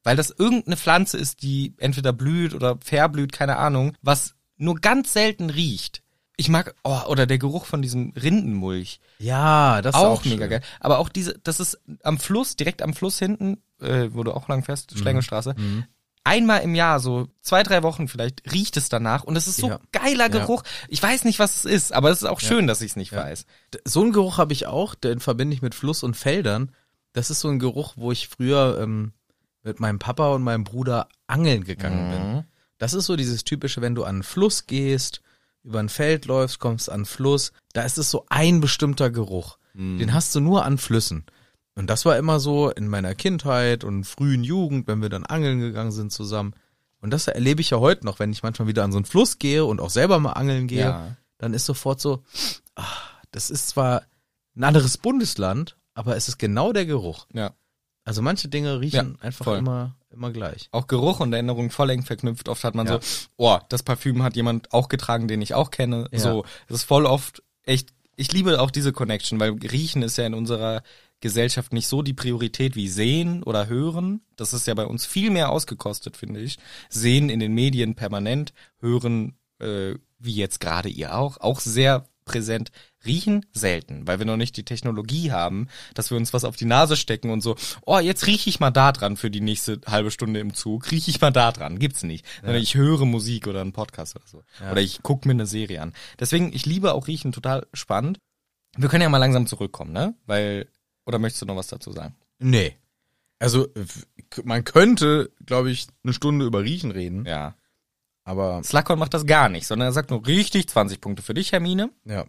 weil das irgendeine Pflanze ist, die entweder blüht oder verblüht, keine Ahnung, was nur ganz selten riecht. Ich mag, oh, oder der Geruch von diesem Rindenmulch. Ja, das ist Auch, auch mega schön. geil. Aber auch diese, das ist am Fluss, direkt am Fluss hinten, äh, wo du auch lang fährst, Schlengelstraße. Mhm. Einmal im Jahr, so zwei, drei Wochen vielleicht, riecht es danach und es ist so Ja. geiler Geruch. Ich weiß nicht, was es ist, aber es ist auch schön, dass ich es nicht Ja. weiß. D- So einen Geruch habe ich auch, den verbinde ich mit Fluss und Feldern. Das ist so ein Geruch, wo ich früher ähm, mit meinem Papa und meinem Bruder angeln gegangen bin. Das ist so dieses typische, wenn du an einen Fluss gehst, über ein Feld läufst, kommst an einen Fluss, da ist es so ein bestimmter Geruch. Den hast du nur an Flüssen. Und das war immer so in meiner Kindheit und frühen Jugend, wenn wir dann angeln gegangen sind zusammen. Und das erlebe ich ja heute noch, wenn ich manchmal wieder an so einen Fluss gehe und auch selber mal angeln gehe, Ja. dann ist sofort so, ach, das ist zwar ein anderes Bundesland, aber es ist genau der Geruch. Ja. Also manche Dinge riechen Ja, einfach voll. immer, immer gleich. Auch Geruch und Erinnerung voll eng verknüpft. Oft hat man Ja. so, oh, das Parfüm hat jemand auch getragen, den ich auch kenne. Ja. So, das ist voll oft echt, ich liebe auch diese Connection, weil Riechen ist ja in unserer Gesellschaft nicht so die Priorität wie Sehen oder Hören. Das ist ja bei uns viel mehr ausgekostet, finde ich. Sehen in den Medien permanent, Hören, äh, wie jetzt gerade ihr auch, auch sehr präsent. Riechen selten, weil wir noch nicht die Technologie haben, dass wir uns was auf die Nase stecken und so, oh, jetzt rieche ich mal da dran für die nächste halbe Stunde im Zug, rieche ich mal da dran, gibt's nicht. Sondern ich höre Musik oder einen Podcast oder so. Ja. Oder ich gucke mir eine Serie an. Deswegen, ich liebe auch Riechen, total spannend. Wir können ja mal langsam zurückkommen, ne? Weil, oder möchtest du noch was dazu sagen? Nee. Also f- man könnte, glaube ich, eine Stunde über Riechen reden, Ja. aber Slakon macht das gar nicht, sondern er sagt nur richtig zwanzig Punkte für dich, Hermine. ja.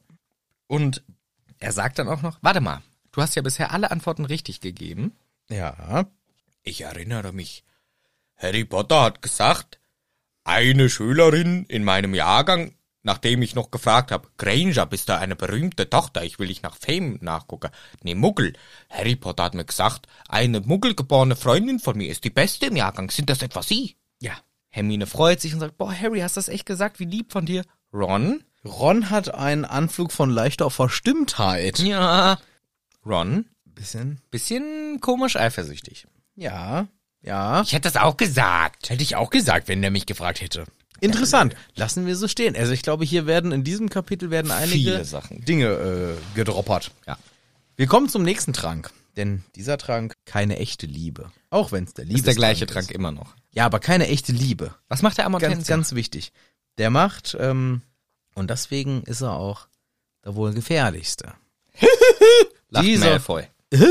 Und er sagt dann auch noch, warte mal, du hast ja bisher alle Antworten richtig gegeben. Ja. Ich erinnere mich. Harry Potter hat gesagt, eine Schülerin in meinem Jahrgang, nachdem ich noch gefragt habe, Granger, bist du eine berühmte Tochter? Ich will dich nach Fame nachgucken. Nee, Muggel. Harry Potter hat mir gesagt, eine muggelgeborene Freundin von mir ist die beste im Jahrgang. Sind das etwa Sie? Ja. Hermine freut sich und sagt, boah, Harry, hast du das echt gesagt? Wie lieb von dir. Ron? Ron hat einen Anflug von leichter Verstimmtheit. Ja. Ron? Bisschen. Bisschen komisch eifersüchtig. Ja. Ja. Ich hätte das auch gesagt. Hätte ich auch gesagt, wenn der mich gefragt hätte. Interessant. Lassen wir so stehen. Also ich glaube, hier werden in diesem Kapitel werden einige Viele Sachen. Dinge äh, gedroppert. Ja. Wir kommen zum nächsten Trank. Denn dieser Trank, keine echte Liebe. Auch wenn es der Liebe Ist der gleiche Trank immer noch. Ja, aber keine echte Liebe. Was macht der Amortensier? Ganz, ganz wichtig. Der macht, ähm, und deswegen ist er auch der wohl gefährlichste. Lacht Dieser- Malfoy.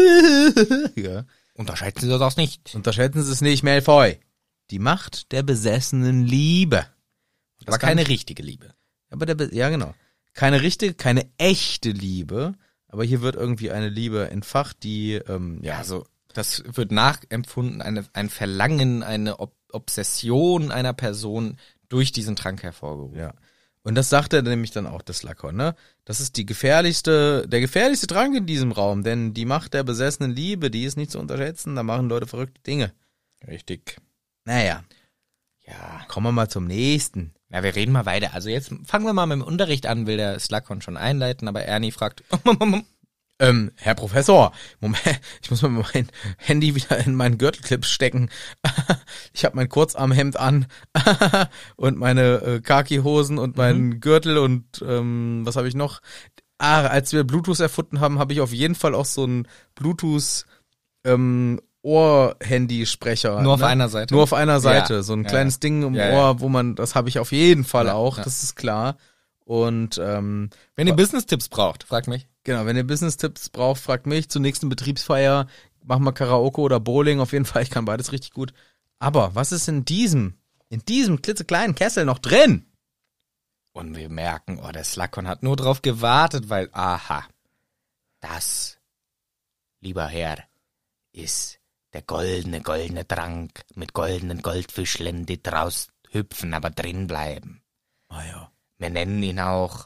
Ja. Unterscheiden Sie das nicht. Unterschätzen Sie es nicht, Malfoy. Die Macht der besessenen Liebe. Das Aber kann- keine richtige Liebe. Aber der, Be- ja genau. Keine richtige, keine echte Liebe. Aber hier wird irgendwie eine Liebe entfacht, die, ähm, ja, Ja, also das wird nachempfunden, eine, ein Verlangen, eine Ob Obsession einer Person durch diesen Trank hervorgerufen. ja. Und das sagt er nämlich dann auch, das Lackhorn, ne? Das ist die gefährlichste, der gefährlichste Trank in diesem Raum, denn die Macht der besessenen Liebe, die ist nicht zu unterschätzen, da machen Leute verrückte Dinge. Richtig. Naja, Ja. kommen wir mal zum nächsten. Na, wir reden mal weiter. Also jetzt fangen wir mal mit dem Unterricht an, will der Slakon schon einleiten, aber Ernie fragt, Ähm, Herr Professor, Moment, ich muss mal mein Handy wieder in meinen Gürtelclips stecken. Ich habe mein Kurzarmhemd an und meine äh, Khaki-Hosen und meinen Gürtel und ähm, was habe ich noch? Ah, als wir Bluetooth erfunden haben, habe ich auf jeden Fall auch so einen Bluetooth ähm, Ohr-Handy-Sprecher. Nur auf ne? einer Seite? Nur auf einer Seite. Ja, So ein ja, kleines ja. Ding im Ja, ja. Ohr, wo man, das habe ich auf jeden Fall Ja, auch, ja. das ist klar. Und ähm, wenn ihr Business-Tipps braucht, fragt mich. genau, wenn ihr Business-Tipps braucht, fragt mich zur nächsten Betriebsfeier. Machen wir Karaoke oder Bowling. Auf jeden Fall, ich kann beides richtig gut. Aber was ist in diesem, in diesem klitzekleinen Kessel noch drin? Und wir merken, oh, der Slakon hat nur drauf gewartet, weil, aha, das, lieber Herr, ist der goldene, goldene Trank mit goldenen Goldfischlen, die draus hüpfen, aber drin bleiben. Ah ja. Wir nennen ihn auch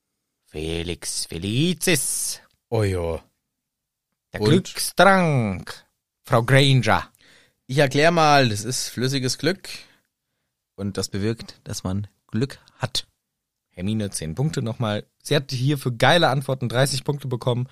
Felix Felicis, Oh ja. der Und? Glückstrank. Frau Granger. Ich erklär mal, das ist flüssiges Glück. Und das bewirkt, dass man Glück hat. Hermine, zehn Punkte nochmal. Sie hat hier für geile Antworten dreißig Punkte bekommen.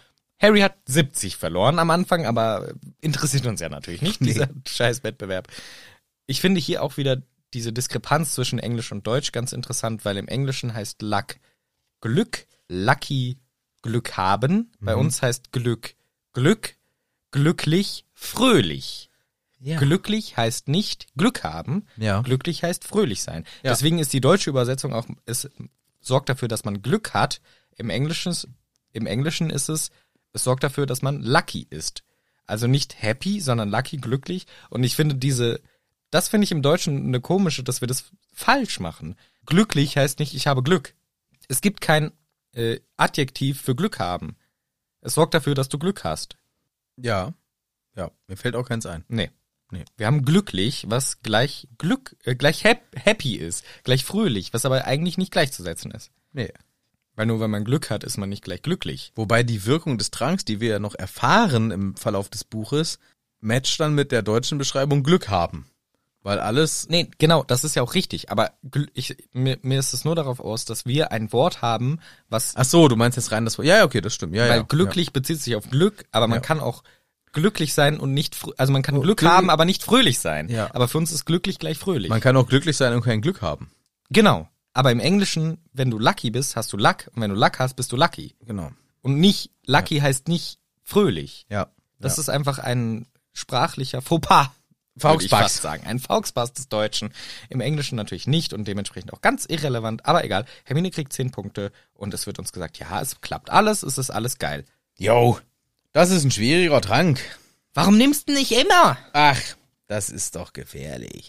Harry hat siebzig verloren am Anfang, aber interessiert uns ja natürlich nicht, Nee. dieser scheiß Wettbewerb. Ich finde hier auch wieder diese Diskrepanz zwischen Englisch und Deutsch ganz interessant, weil im Englischen heißt Luck Glück, Lucky Glück haben. Bei Mhm. uns heißt Glück Glück, glücklich, fröhlich. Ja. Glücklich heißt nicht Glück haben, Ja. glücklich heißt fröhlich sein. Ja. Deswegen ist die deutsche Übersetzung auch, es sorgt dafür, dass man Glück hat. Im Englischen, im Englischen ist es, es sorgt dafür, dass man lucky ist. Also nicht happy, sondern lucky, glücklich. Und ich finde diese, das finde ich im Deutschen eine komische, dass wir das falsch machen. Glücklich heißt nicht, ich habe Glück. Es gibt kein äh, Adjektiv für Glück haben. Es sorgt dafür, dass du Glück hast. Ja. Ja, mir fällt auch keins ein. Nee. Nee. Wir haben glücklich, was gleich Glück, äh, gleich hap happy ist, gleich fröhlich, was aber eigentlich nicht gleichzusetzen ist. Nee. Weil nur wenn man Glück hat, ist man nicht gleich glücklich. Wobei die Wirkung des Tranks, die wir ja noch erfahren im Verlauf des Buches, matcht dann mit der deutschen Beschreibung Glück haben. Weil alles, Nee, genau, das ist ja auch richtig, aber gl- ich, mir, mir ist es nur darauf aus, dass wir ein Wort haben, was, ach so, du meinst jetzt rein das Wort. Ja, ja, okay, das stimmt. Ja, weil ja, glücklich bezieht sich auf Glück, aber man Ja. kann auch glücklich sein und nicht, frö- also man kann Oh, Glück glücklich- haben, aber nicht fröhlich sein. Ja. Aber für uns ist glücklich gleich fröhlich. Man kann auch glücklich sein und kein Glück haben. Genau. Aber im Englischen, wenn du lucky bist, hast du Luck und wenn du Luck hast, bist du lucky. Genau. Und nicht, lucky heißt nicht fröhlich. Ja. Das ja. ist einfach ein sprachlicher Fauxpas. Würde ich Fauxpas. fast sagen. Ein Fauxpas des Deutschen. Im Englischen natürlich nicht und dementsprechend auch ganz irrelevant. Aber egal. Hermine kriegt zehn Punkte und es wird uns gesagt, ja, es klappt alles, es ist alles geil. Jo, das ist ein schwieriger Trank. Warum nimmst du nicht immer? Ach, das ist doch gefährlich.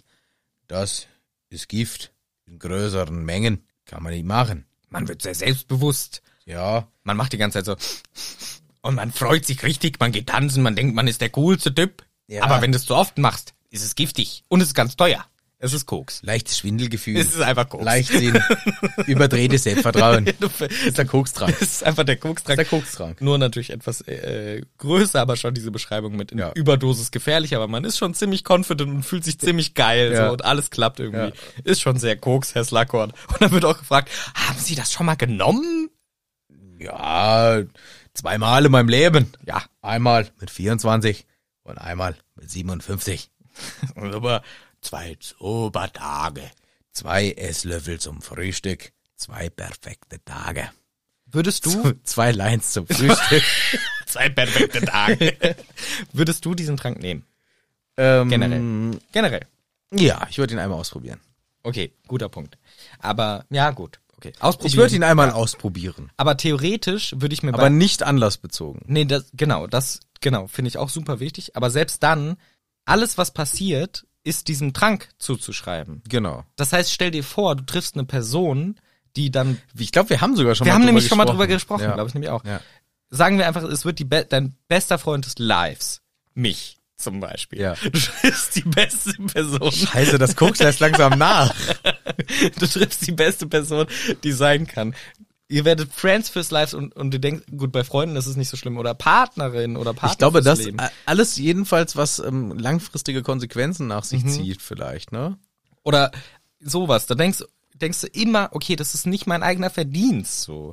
Das ist Gift. In größeren Mengen kann man nicht machen. Man wird sehr selbstbewusst. Ja, Man macht die ganze Zeit so und man freut sich richtig, man geht tanzen, man denkt, man ist der coolste Typ. Ja. Aber wenn du es zu oft machst, ist es giftig und es ist ganz teuer. Es ist Koks. leichtes Schwindelgefühl. Es ist einfach Koks. Leichtsinn, überdrehtes Selbstvertrauen. Das ist der Kokstrank. ist einfach der Kokstrank. Der Kokstrank. Nur natürlich etwas äh, größer, aber schon diese Beschreibung mit in Ja. Überdosis gefährlich, aber man ist schon ziemlich confident und fühlt sich ziemlich geil Ja. so, und alles klappt irgendwie. Ja. Ist schon sehr Koks, Herr Slughorn. Und dann wird auch gefragt, haben Sie das schon mal genommen? Ja, zweimal in meinem Leben. Ja, Einmal mit vierundzwanzig und einmal mit siebenundfünfzig. aber zwei super Tage. Zwei Esslöffel zum Frühstück, zwei perfekte Tage. Würdest du, Z- Zwei Lines zum Frühstück. zwei perfekte Tage, würdest du diesen Trank nehmen? ähm, Generell. Generell. Ja, ich würde ihn einmal ausprobieren. Okay, guter Punkt. Aber, ja gut, okay. Ausprobieren. Ich würde ihn einmal ausprobieren. aber theoretisch würde ich mir Aber nicht anlassbezogen. Nee, das, genau, das, genau, finde ich auch super wichtig. Aber selbst dann, alles, was passiert, ist diesem Trank zuzuschreiben. Genau. Das heißt, stell dir vor, du triffst eine Person, die dann, Ich glaube, wir haben sogar schon wir mal haben drüber nämlich schon mal gesprochen. drüber gesprochen, Ja. glaube ich nämlich auch. Ja. Sagen wir einfach, es wird die be dein bester Freund des Lives. Mich zum Beispiel. Ja. Du triffst die beste Person. Scheiße, das Koks lässt langsam nach. Du triffst die beste Person, die sein kann. Ihr werdet Friends fürs Life und, und du denkst, gut, bei Freunden ist es nicht so schlimm. Oder Partnerin oder Partner Ich glaube, fürs das Leben. äh, alles jedenfalls, was ähm, langfristige Konsequenzen nach sich Mhm. zieht vielleicht, ne? Oder sowas. Da denkst, denkst du immer, okay, das ist nicht mein eigener Verdienst. So.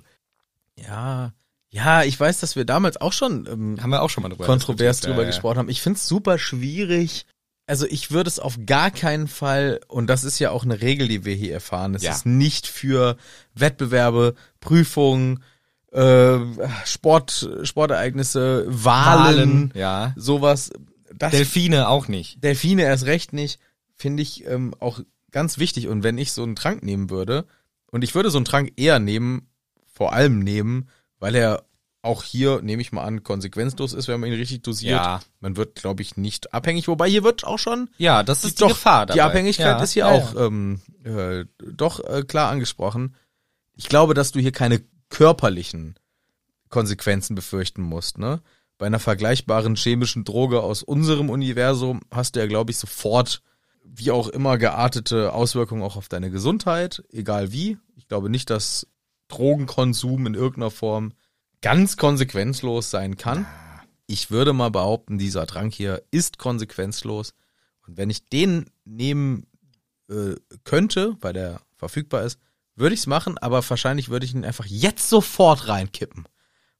Ja, ja, ich weiß, dass wir damals auch schon ähm, Haben wir auch schon mal drüber kontrovers diskutiert, drüber ja, ja. gesprochen haben. Ich find's super schwierig. Also ich würde es auf gar keinen Fall, und das ist ja auch eine Regel, die wir hier erfahren, es Ja. ist nicht für Wettbewerbe, Prüfungen, äh, Sport, Sportereignisse, Wahlen, ja. sowas. Das Delfine auch nicht. Delfine erst recht nicht, finde ich ähm, auch ganz wichtig. Und wenn ich so einen Trank nehmen würde, und ich würde so einen Trank eher nehmen, vor allem nehmen, weil er auch hier, nehme ich mal an, konsequenzlos ist, wenn man ihn richtig dosiert. Ja. Man wird, glaube ich, nicht abhängig, wobei hier wird auch schon Ja, das ist die doch, Gefahr dabei. die Abhängigkeit ja. ist hier ja, auch Ja. Ähm, äh, doch äh, klar angesprochen. Ich glaube, dass du hier keine körperlichen Konsequenzen befürchten musst, ne? Bei einer vergleichbaren chemischen Droge aus unserem Universum hast du ja, glaube ich, sofort wie auch immer geartete Auswirkungen auch auf deine Gesundheit, egal wie. Ich glaube nicht, dass Drogenkonsum in irgendeiner Form ganz konsequenzlos sein kann. Ich würde mal behaupten, dieser Trank hier ist konsequenzlos. Und wenn ich den nehmen äh, könnte, weil der verfügbar ist, würde ich es machen, aber wahrscheinlich würde ich ihn einfach jetzt sofort reinkippen.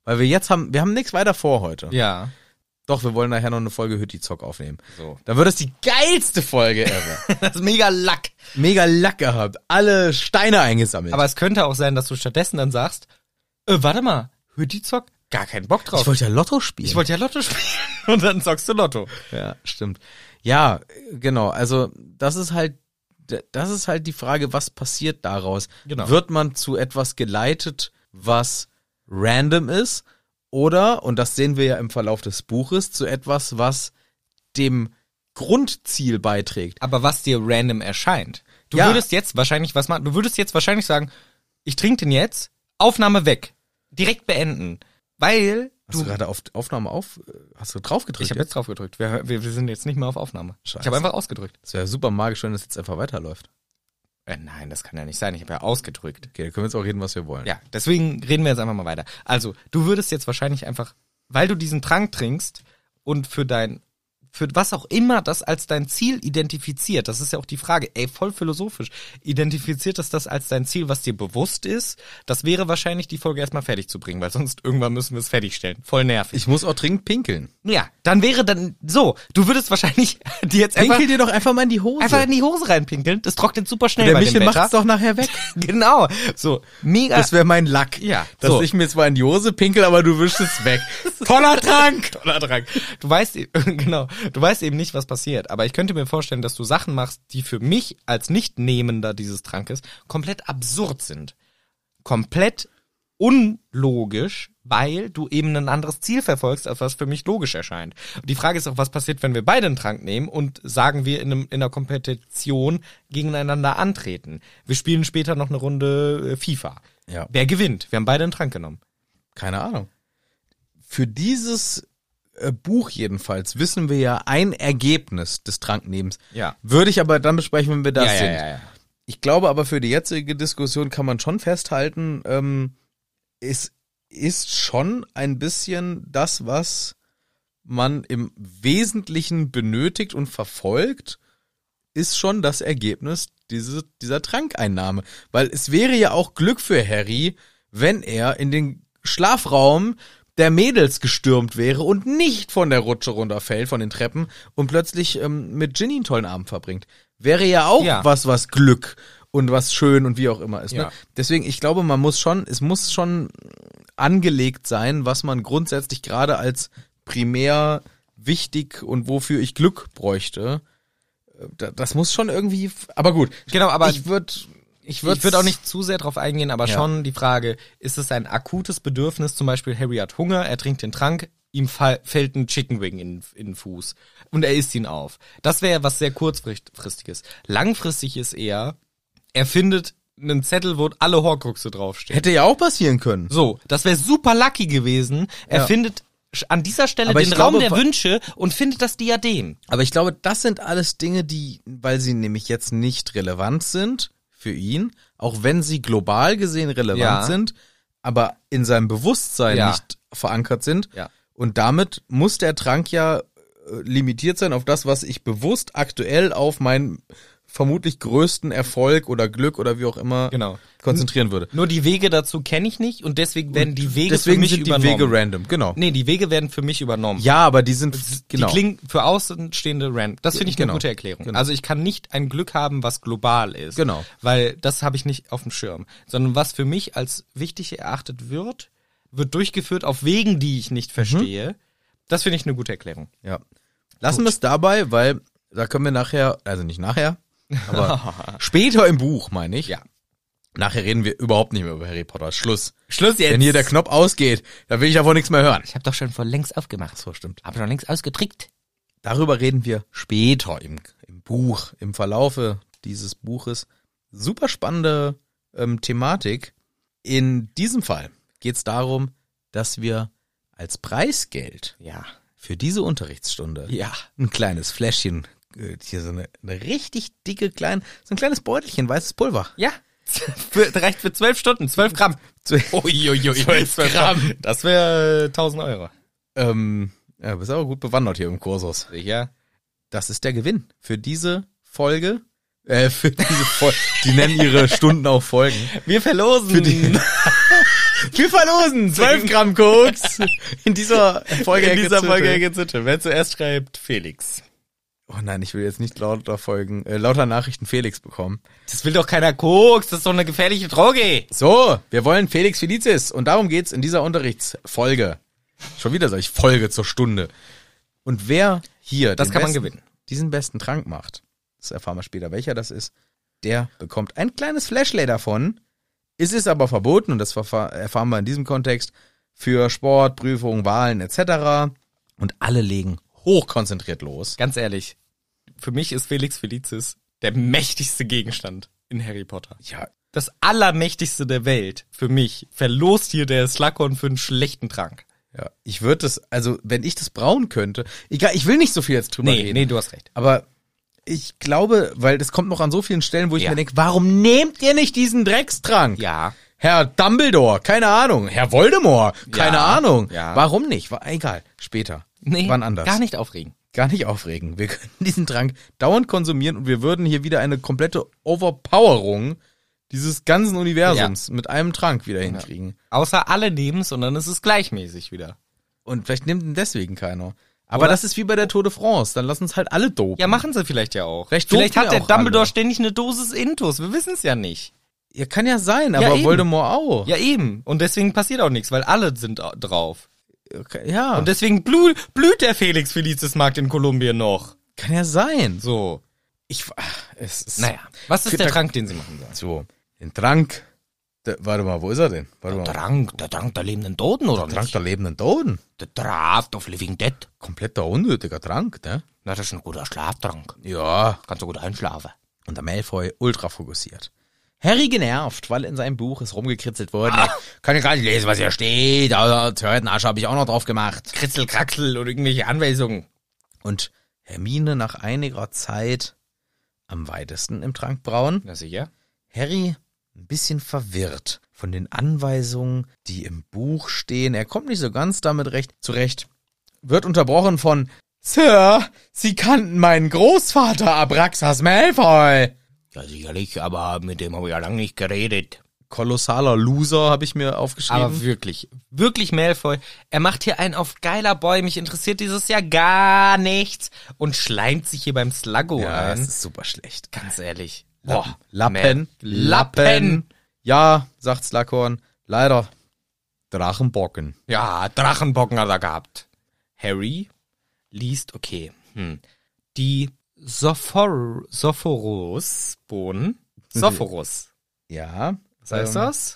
Weil wir jetzt haben, wir haben nichts weiter vor heute. Ja. Doch, wir wollen nachher noch eine Folge Hütti-Zock aufnehmen. So. Dann wird es die geilste Folge ever. Das ist mega Lack. Mega Lack gehabt. Alle Steine eingesammelt. Aber es könnte auch sein, dass du stattdessen dann sagst, äh, warte mal, Hütti-Zock? Gar keinen Bock drauf. ich wollte ja Lotto spielen. Ich wollte ja Lotto spielen. Und dann zockst du Lotto. Ja, stimmt. Ja, genau. Also, das ist halt, das ist halt die Frage, was passiert daraus? Genau. Wird man zu etwas geleitet, was random ist? Oder, und das sehen wir ja im Verlauf des Buches, zu etwas, was dem Grundziel beiträgt. Aber was dir random erscheint. Du Ja. würdest jetzt wahrscheinlich was machen. Du würdest jetzt wahrscheinlich sagen, ich trinke den jetzt, Aufnahme weg. Direkt beenden. Weil Hast du gerade auf Aufnahme auf, hast du drauf gedrückt? Ich habe jetzt drauf gedrückt. Wir, wir, wir sind jetzt nicht mehr auf Aufnahme. Scheiße. Ich habe einfach ausgedrückt. Das wäre super magisch, wenn das jetzt einfach weiterläuft. Äh, nein, das kann ja nicht sein. Ich habe ja ausgedrückt. Okay, dann können wir jetzt auch reden, was wir wollen. Ja, deswegen reden wir jetzt einfach mal weiter. Also, du würdest jetzt wahrscheinlich einfach, weil du diesen Trank trinkst und für dein, für was auch immer das als dein Ziel identifiziert, das ist ja auch die Frage, ey, voll philosophisch, identifiziert es das als dein Ziel, was dir bewusst ist? Das wäre wahrscheinlich die Folge erstmal fertig zu bringen, weil sonst irgendwann müssen wir es fertigstellen. Voll nervig. Ich muss auch dringend pinkeln. Ja, dann wäre dann so, du würdest wahrscheinlich dir jetzt einfach, Pinkel dir doch einfach mal in die Hose. einfach in die Hose reinpinkeln, das trocknet super schnell Der bei Michel dem Wetter. macht's doch nachher weg. Genau, so, mega. Das wäre mein Lack. Ja, Dass so. ich mir zwar in die Hose pinkel, aber du wischst es weg. Toller Trank! Toller Trank. Du weißt, e- genau, du weißt eben nicht, was passiert. Aber ich könnte mir vorstellen, dass du Sachen machst, die für mich als Nichtnehmender dieses Trankes komplett absurd sind. Komplett unlogisch, weil du eben ein anderes Ziel verfolgst, als was für mich logisch erscheint. Und die Frage ist auch, was passiert, wenn wir beide einen Trank nehmen und sagen wir in, einem, in einer Kompetition gegeneinander antreten. Wir spielen später noch eine Runde äh, FIFA. Ja. Wer gewinnt? Wir haben beide einen Trank genommen. Keine Ahnung. Für dieses äh, Buch jedenfalls wissen wir ja ein Ergebnis des Tranknehmens. Ja. Würde ich aber dann besprechen, wenn wir das Ja, ja, sind. ja, ja. Ich glaube aber für die jetzige Diskussion kann man schon festhalten, ähm, es ist schon ein bisschen das, was man im Wesentlichen benötigt und verfolgt, ist schon das Ergebnis diese, dieser Trankeinnahme. Weil es wäre ja auch Glück für Harry, wenn er in den Schlafraum der Mädels gestürmt wäre und nicht von der Rutsche runterfällt, von den Treppen und plötzlich ähm, mit Ginny einen tollen Abend verbringt. Wäre ja auch Ja. was, was Glück und was schön und wie auch immer ist. Ne? Ja. Deswegen, ich glaube, man muss schon, es muss schon angelegt sein, was man grundsätzlich gerade als primär wichtig und wofür ich Glück bräuchte. Da- Das muss schon irgendwie, aber gut. Genau, aber ich würde, ich Ich würde würde auch nicht zu sehr drauf eingehen, aber Ja. schon die Frage, ist es ein akutes Bedürfnis, zum Beispiel Harry hat Hunger, er trinkt den Trank, ihm fall, fällt ein Chicken Wing in, in den Fuß und er isst ihn auf. Das wäre was sehr kurzfristiges. Langfristig ist eher, er findet einen Zettel, wo alle Horcruxe draufstehen. hätte ja auch passieren können. So, das wäre super lucky gewesen. Er Ja. findet sch- an dieser Stelle Aber den ich Raum glaube, der wa- Wünsche und findet das Diadem. Aber ich glaube, das sind alles Dinge, die, weil sie nämlich jetzt nicht relevant sind für ihn, auch wenn sie global gesehen relevant Ja. sind, aber in seinem Bewusstsein Ja. nicht verankert sind. Ja. Und damit muss der Trank ja äh, limitiert sein auf das, was ich bewusst aktuell auf meinen vermutlich größten Erfolg oder Glück oder wie auch immer Genau. konzentrieren würde. Nur die Wege dazu kenne ich nicht und deswegen werden die Wege Deswegen für mich sind die übernommen. Wege random, genau. Nee, die Wege werden für mich übernommen. Ja, aber die sind genau. Die klingen für Außenstehende random. Das finde ich Genau. eine gute Erklärung. Genau. Also ich kann nicht ein Glück haben, was global ist. Genau. Weil das habe ich nicht auf dem Schirm. Sondern was für mich als wichtig erachtet wird, wird durchgeführt auf Wegen, die ich nicht verstehe. Das finde ich eine gute Erklärung. Ja. Lassen wir es dabei, weil da können wir nachher, also nicht nachher, aber später im Buch, meine ich. Ja. Nachher reden wir überhaupt nicht mehr über Harry Potter. Schluss. Schluss jetzt. Wenn hier der Knopf ausgeht, dann will ich davon nichts mehr hören. Ich habe doch schon vor längst aufgemacht. So stimmt. Habe schon längst ausgetrickt. Darüber reden wir später im, im Buch, im Verlaufe dieses Buches. Super spannende ähm, Thematik. In diesem Fall geht es darum, dass wir als Preisgeld Ja. für diese Unterrichtsstunde Ja. ein kleines Fläschchen, äh, hier so eine, eine richtig dicke kleine, so ein kleines Beutelchen, weißes Pulver. Ja. für, reicht für zwölf Stunden, zwölf Gramm. Uiuiui, zwölf Gramm. Das wäre tausend Euro. Ähm, ja, bist aber gut bewandert hier im Kursus. Sicher. Das ist der Gewinn für diese Folge Äh, für diese Folge. Die nennen ihre Stunden auch Folgen. Wir verlosen. Für die Wir verlosen zwölf Gramm Koks in dieser Folge. In dieser Ecke Folge Zitte. Ecke Zitte. Wer zuerst schreibt, Felix. Oh nein, ich will jetzt nicht lauter Folgen, äh, lauter Nachrichten Felix bekommen. Das will doch keiner Koks, das ist doch eine gefährliche Droge. So, wir wollen Felix Felicis und darum geht's in dieser Unterrichtsfolge. Schon wieder solch Folge zur Stunde. Und wer hier Das den kann man besten, gewinnen. diesen besten Trank macht, das erfahren wir später, welcher das ist, der bekommt ein kleines Flashlight davon. Es ist aber verboten, und das erfahren wir in diesem Kontext, für Sport, Prüfungen, Wahlen et cetera. Und alle legen hochkonzentriert los. Ganz ehrlich, für mich ist Felix Felicis der mächtigste Gegenstand in Harry Potter. Ja, Das allermächtigste der Welt, für mich, verlost hier der Slughorn für einen schlechten Trank. ja. Ich würde das, also wenn ich das brauen könnte, egal, ich will nicht so viel jetzt drüber Nee, reden. nee, du hast recht. Aber ich glaube, weil das kommt noch an so vielen Stellen, wo ich Ja. mir denke, warum nehmt ihr nicht diesen Dreckstrank? Ja. Herr Dumbledore, keine Ahnung. Herr Voldemort, keine Ja. Ahnung. Ja. Warum nicht? War egal, später. Nee, Wann anders. gar nicht aufregen. Gar nicht aufregen. Wir können diesen Trank dauernd konsumieren und wir würden hier wieder eine komplette Overpowerung dieses ganzen Universums mit einem Trank wieder hinkriegen. Außer alle neben's und dann ist es gleichmäßig wieder. Und vielleicht nimmt ihn deswegen keiner. Aber Oder? das ist wie bei der Tour de France. Dann lassen uns halt alle dopen. Ja, machen sie vielleicht ja auch. Vielleicht vielleicht dopen hat ja der auch Dumbledore alle. ständig eine Dosis Intus. Wir wissen es ja nicht. Ja, kann ja sein, Ja, aber eben. Voldemort auch. Ja, eben. Und deswegen passiert auch nichts, weil alle sind au- drauf. Okay, ja. Und deswegen blüht, blüht der Felix Felicis Markt in Kolumbien noch. kann ja sein. So. Ich, ach, es ist, Naja. Was ist Für- der da- Trank, den sie machen sollen? So, den Trank. Der, warte mal, wo ist er denn? Warte mal. Trank, der Trank der lebenden Toten, oder Trank der lebenden Toten. Der Draft of Living Dead. Kompletter unnötiger Trank, ne? Na, das ist ein guter Schlaftrank. Ja. Kannst du gut einschlafen. Und der Malfoy ultra fokussiert. Harry genervt, weil in seinem Buch ist rumgekritzelt worden. Ah. Kann ich gar nicht lesen, was hier steht. Aber Törtenasche habe ich auch noch drauf gemacht. Kritzel, Kraxel oder irgendwelche Anweisungen. Und Hermine nach einiger Zeit am weitesten im Trank brauen. Na sicher. Harry ein bisschen verwirrt von den Anweisungen, die im Buch stehen. Er kommt nicht so ganz damit recht zurecht. Wird unterbrochen von Sir, Sie kannten meinen Großvater Abraxas Malfoy. Ja, sicherlich, aber mit dem habe ich ja lange nicht geredet. Kolossaler Loser habe ich mir aufgeschrieben. Aber wirklich, wirklich Malfoy. Er macht hier einen auf geiler Boy. Mich interessiert dieses Jahr gar nichts. Und schleimt sich hier beim Sluggo ja, das ein. ist super schlecht. Ganz ehrlich. Boah, Lappen. Lappen, Lappen. Ja, sagt Slughorn. Leider Drachenbocken. Ja, Drachenbocken hat er gehabt. Harry liest, okay, hm, die Sophor Sophorus-Bohnen. Sophorus. Ja. Was heißt ähm, das?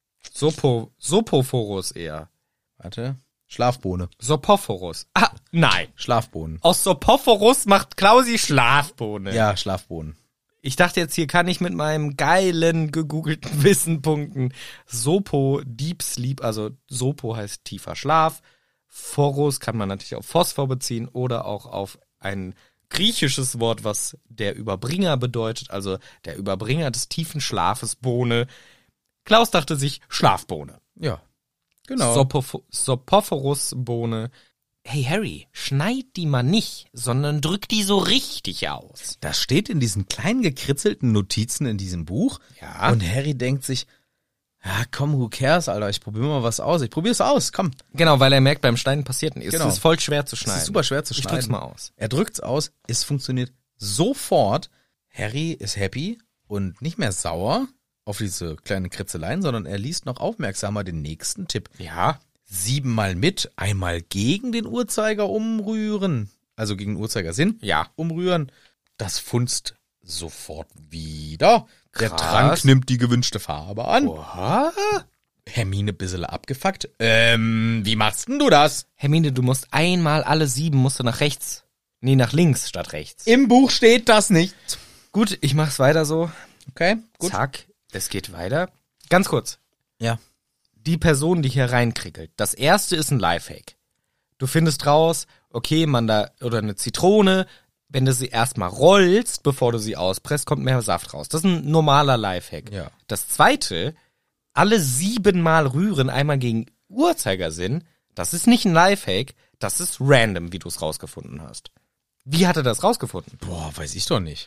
Sopo, Sopophorus eher. Warte. Schlafbohne. Sopophorus. Ah, nein. Schlafbohnen. Aus Sopophorus macht Klausi Schlafbohne. Ja, Schlafbohnen. Ich dachte jetzt, hier kann ich mit meinem geilen, gegoogelten Wissen punkten. Sopo, Deep Sleep, also Sopo heißt tiefer Schlaf. Phorus kann man natürlich auf Phosphor beziehen oder auch auf ein griechisches Wort, was der Überbringer bedeutet, also der Überbringer des tiefen Schlafes, Bohne. Klaus dachte sich, Schlafbohne. Ja. Genau. Sopoph- Sopophorus-Bohne. Hey Harry, schneid die mal nicht, sondern drück die so richtig aus. Das steht in diesen kleinen gekritzelten Notizen in diesem Buch. Ja. Und Harry denkt sich, ja, komm, who cares, Alter, ich probiere mal was aus. Ich probiere es aus, komm. Genau, weil er merkt, beim Schneiden passiert nichts. Genau. Es ist voll schwer zu Es schneiden. ist super schwer zu Ich schneiden. drück's mal aus. Er drückt's aus, es funktioniert sofort. Harry ist happy und nicht mehr sauer auf diese kleinen Kritzeleien, sondern er liest noch aufmerksamer den nächsten Tipp. Ja. Siebenmal mit, einmal gegen den Uhrzeiger umrühren. Also gegen den Uhrzeigersinn. Ja. Umrühren. Das funzt sofort wieder. Der Krass. Trank nimmt die gewünschte Farbe an. Oha. Hermine bissele abgefuckt. Ähm, wie machst denn du das? Hermine, du musst einmal alle sieben, musst du nach rechts. Nee, nach links statt rechts. Im Buch steht das nicht. Gut, ich mach's weiter so. Okay, gut. Zack, es geht weiter. Ganz kurz. Ja. Die Person, die hier reinkriegelt. Das erste ist ein Lifehack. Du findest raus, okay, man da, oder eine Zitrone, wenn du sie erstmal rollst, bevor du sie auspresst, kommt mehr Saft raus. Das ist ein normaler Lifehack. Ja. Das zweite, alle siebenmal rühren, einmal gegen Uhrzeigersinn, das ist nicht ein Lifehack, das ist random, wie du es rausgefunden hast. Wie hat er das rausgefunden? Boah, weiß ich doch nicht.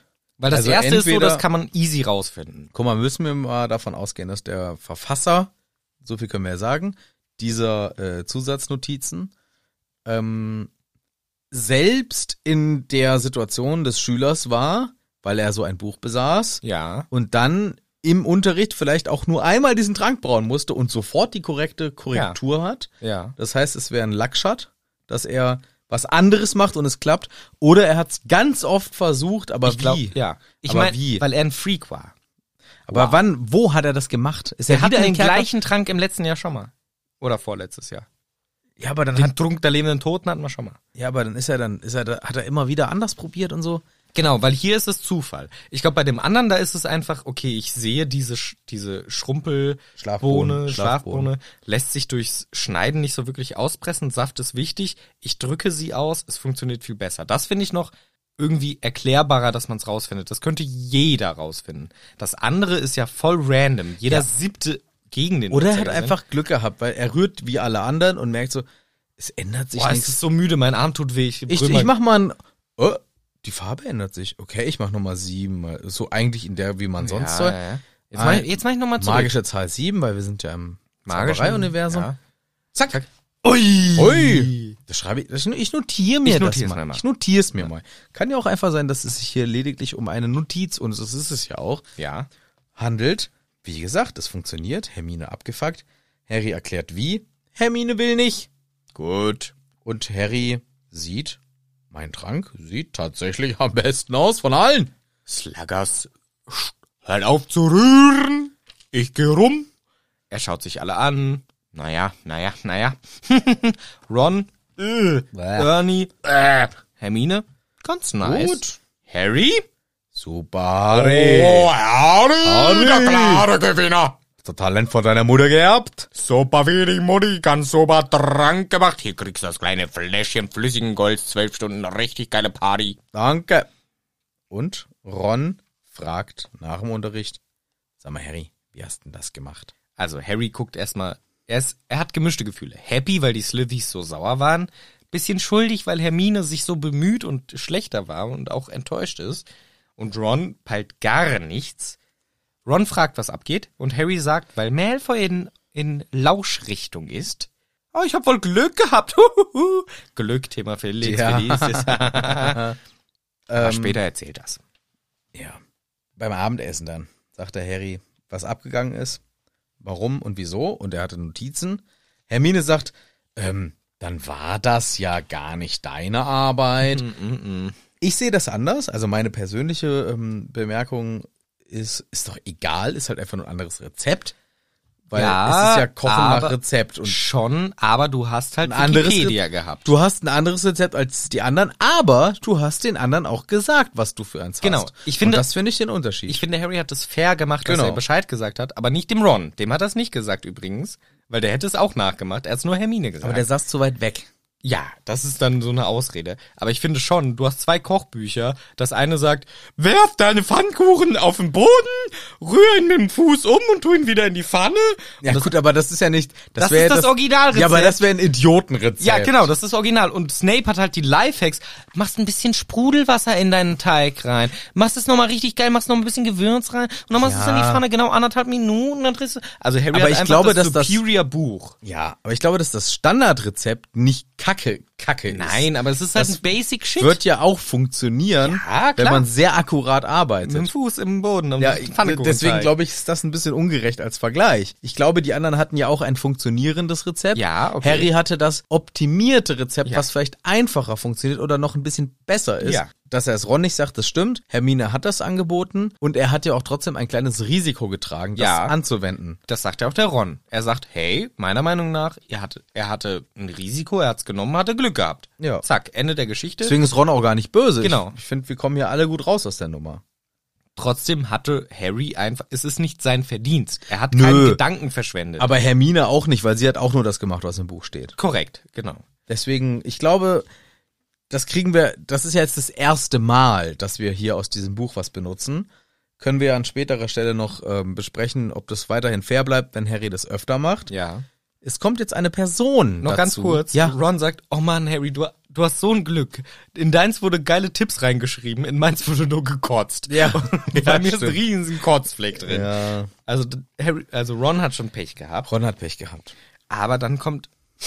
Weil das Also erste ist so, entweder- das kann man easy rausfinden. Guck mal, müssen wir mal davon ausgehen, dass der Verfasser, so viel können wir ja sagen, dieser äh, Zusatznotizen ähm, selbst in der Situation des Schülers war, weil er so ein Buch besaß Ja. und dann im Unterricht vielleicht auch nur einmal diesen Trank brauen musste und sofort die korrekte Korrektur hat. Ja. Das heißt, es wäre ein Luckshot, dass er was anderes macht und es klappt. Oder er hat es ganz oft versucht, aber Ich glaub, wie? ja. Ich Aber meine, wie? weil er ein Freak war. Aber Wow. wann, wo hat er das gemacht? Ist Er er hatte wieder den in Kerker? gleichen Trank im letzten Jahr schon mal. Oder vorletztes Jahr. Ja, aber dann Den hat, Trunk der lebenden Toten hatten wir schon mal. ja, aber dann ist er dann, ist er, da- hat er immer wieder anders probiert und so. Genau, weil hier ist es Zufall. Ich glaube, bei dem anderen, da ist es einfach, okay, ich sehe diese, Sch- diese Schrumpelbohne, Schlafbohnen, Schlafbohne, lässt sich durchs Schneiden nicht so wirklich auspressen. Saft ist wichtig. Ich drücke sie aus, es funktioniert viel besser. Das finde ich noch irgendwie erklärbarer, dass man es rausfindet. Das könnte jeder rausfinden. Das andere ist ja voll random. Jeder Ja. siebte gegen den Oder er hat Uhrzeigersinn. einfach Glück gehabt, weil er rührt wie alle anderen und merkt so, es ändert sich Boah, es nichts. ist so müde, mein Arm tut weh. Ich, Ich, brüll mal- ich mach mal ein, oh, die Farbe ändert sich. Okay, ich mach nochmal sieben. mal- So eigentlich in der, wie man sonst ja, soll. ja, ja. Jetzt Ah, mach ich, jetzt mach ich nochmal zurück. Magische Zahl sieben, weil wir sind ja im Magische- Zauberei-Universum. ja. Zack. Zack. Ui. Ui. Das schreibe ich, das, ich notiere mir Ich notier's das mir mal. mal. Ich notiere es mir mal. Kann ja auch einfach sein, dass es sich hier lediglich um eine Notiz, und das ist es ja auch, Ja. handelt. Wie gesagt, es funktioniert. Hermine abgefuckt. Harry erklärt wie. Hermine will nicht. Gut. Und Harry sieht, mein Trank sieht tatsächlich am besten aus von allen. Sluggers, hört auf zu rühren. Ich geh rum. Er schaut sich alle an. Naja, naja, naja. Ron, äh, Ernie, äh. Hermine, ganz nice. Gut. Harry? Super, Harry. Harry, der klare Gewinner. Das Talent von deiner Mutter geerbt. Super wie die Mutti, ganz super Trank gemacht. Hier kriegst du das kleine Fläschchen flüssigen Golds, zwölf Stunden, richtig geile Party. Danke. Und Ron fragt nach dem Unterricht, sag mal Harry, wie hast denn das gemacht? Also Harry guckt erstmal, er ist, er hat gemischte Gefühle. Happy, weil die Slithys so sauer waren. Bisschen schuldig, weil Hermine sich so bemüht und schlechter war und auch enttäuscht ist. Und Ron peilt gar nichts. Ron fragt, was abgeht. Und Harry sagt, weil Malfoy in, in Lauschrichtung ist. Oh, ich hab wohl Glück gehabt. Huhuhu. Glück, Thema Felix. Ja. Felicis. Aber Ähm, später erzählt das. Ja, beim Abendessen dann sagt der Harry, was abgegangen ist, warum und wieso, und er hatte Notizen. Hermine sagt, ähm, dann war das ja gar nicht deine Arbeit. Mm-mm. Ich sehe das anders, also meine persönliche ähm, Bemerkung ist, ist doch egal, ist halt einfach nur ein anderes Rezept, weil Ja, es ist ja Kochen nach aber Rezept und Schon, aber du hast halt Ein anderes Wikipedia Re- gehabt. du hast ein anderes Rezept als die anderen, aber du hast den anderen auch gesagt, was du für eins Genau. hast. Ich finde- und das finde ich den Unterschied. Ich finde, Harry hat es fair gemacht, dass Genau. er Bescheid gesagt hat, aber nicht dem Ron. Dem hat er es nicht gesagt übrigens, weil der hätte es auch nachgemacht. Er hat es nur Hermine gesagt. aber der saß zu weit weg. ja, das ist dann so eine Ausrede. Aber ich finde schon, du hast zwei Kochbücher. Das eine sagt, werf deine Pfannkuchen auf den Boden, rühr ihn mit dem Fuß um und tu ihn wieder in die Pfanne. Ja Und das, gut, aber das ist ja nicht... Das wär ist das Originalrezept. Ja, aber das wäre ein Idiotenrezept. ja, genau, das ist original. Und Snape hat halt die Lifehacks. Machst ein bisschen Sprudelwasser in deinen Teig rein. Machst es nochmal richtig geil, machst noch ein bisschen Gewürz rein. Und dann machst du es Ja. in die Pfanne, genau anderthalb Minuten. Dann drehst du... Also Harry Aber hat ich einfach glaube, das dass das- Superior Buch. Ja, aber ich glaube, dass das Standardrezept nicht kacke, kacke ist. Nein, aber es ist halt Das ein Basic Shit. Wird ja auch funktionieren, Ja, wenn klar. man sehr akkurat mit dem arbeitet. Fuß im Boden. Und Ja, Pfannkuchen deswegen Teig. glaube ich, ist das ein bisschen ungerecht als Vergleich. Ich glaube, die anderen hatten ja auch ein funktionierendes Rezept. Ja, okay. Harry hatte das optimierte Rezept, Ja. was vielleicht einfacher funktioniert oder noch ein bisschen besser ist. Ja. Dass er es Ron nicht sagt, das stimmt. Hermine hat das angeboten und er hat ja auch trotzdem ein kleines Risiko getragen, das Ja. anzuwenden. Das sagt ja auch der Ron. Er sagt, hey, meiner Meinung nach, er hatte, er hatte ein Risiko, er hat's genommen, hatte Glück gehabt. Ja. Zack, Ende der Geschichte. Deswegen ist Ron auch gar nicht böse. Genau. Ich, ich finde, wir kommen hier alle gut raus aus der Nummer. Trotzdem hatte Harry einfach, es ist nicht sein Verdienst. Er hat Nö. keinen Gedanken verschwendet. Aber Hermine auch nicht, weil sie hat auch nur das gemacht, was im Buch steht. Korrekt, genau. Deswegen, ich glaube, das kriegen wir, das ist ja jetzt das erste Mal, dass wir hier aus diesem Buch was benutzen. Können wir an späterer Stelle noch ähm, besprechen, ob das weiterhin fair bleibt, wenn Harry das öfter macht. Ja. es kommt jetzt eine Person Noch dazu. ganz kurz. Ja. Ron sagt, oh Mann, Harry, du, du hast so ein Glück. In deins wurde geile Tipps reingeschrieben, in meins wurde nur gekotzt. Ja. Bei Ja, mir ist ein stimmt. riesen Kotzfleck drin. Ja. Also d- Harry, also Ron hat schon Pech gehabt. Ron hat Pech gehabt. Aber dann kommt,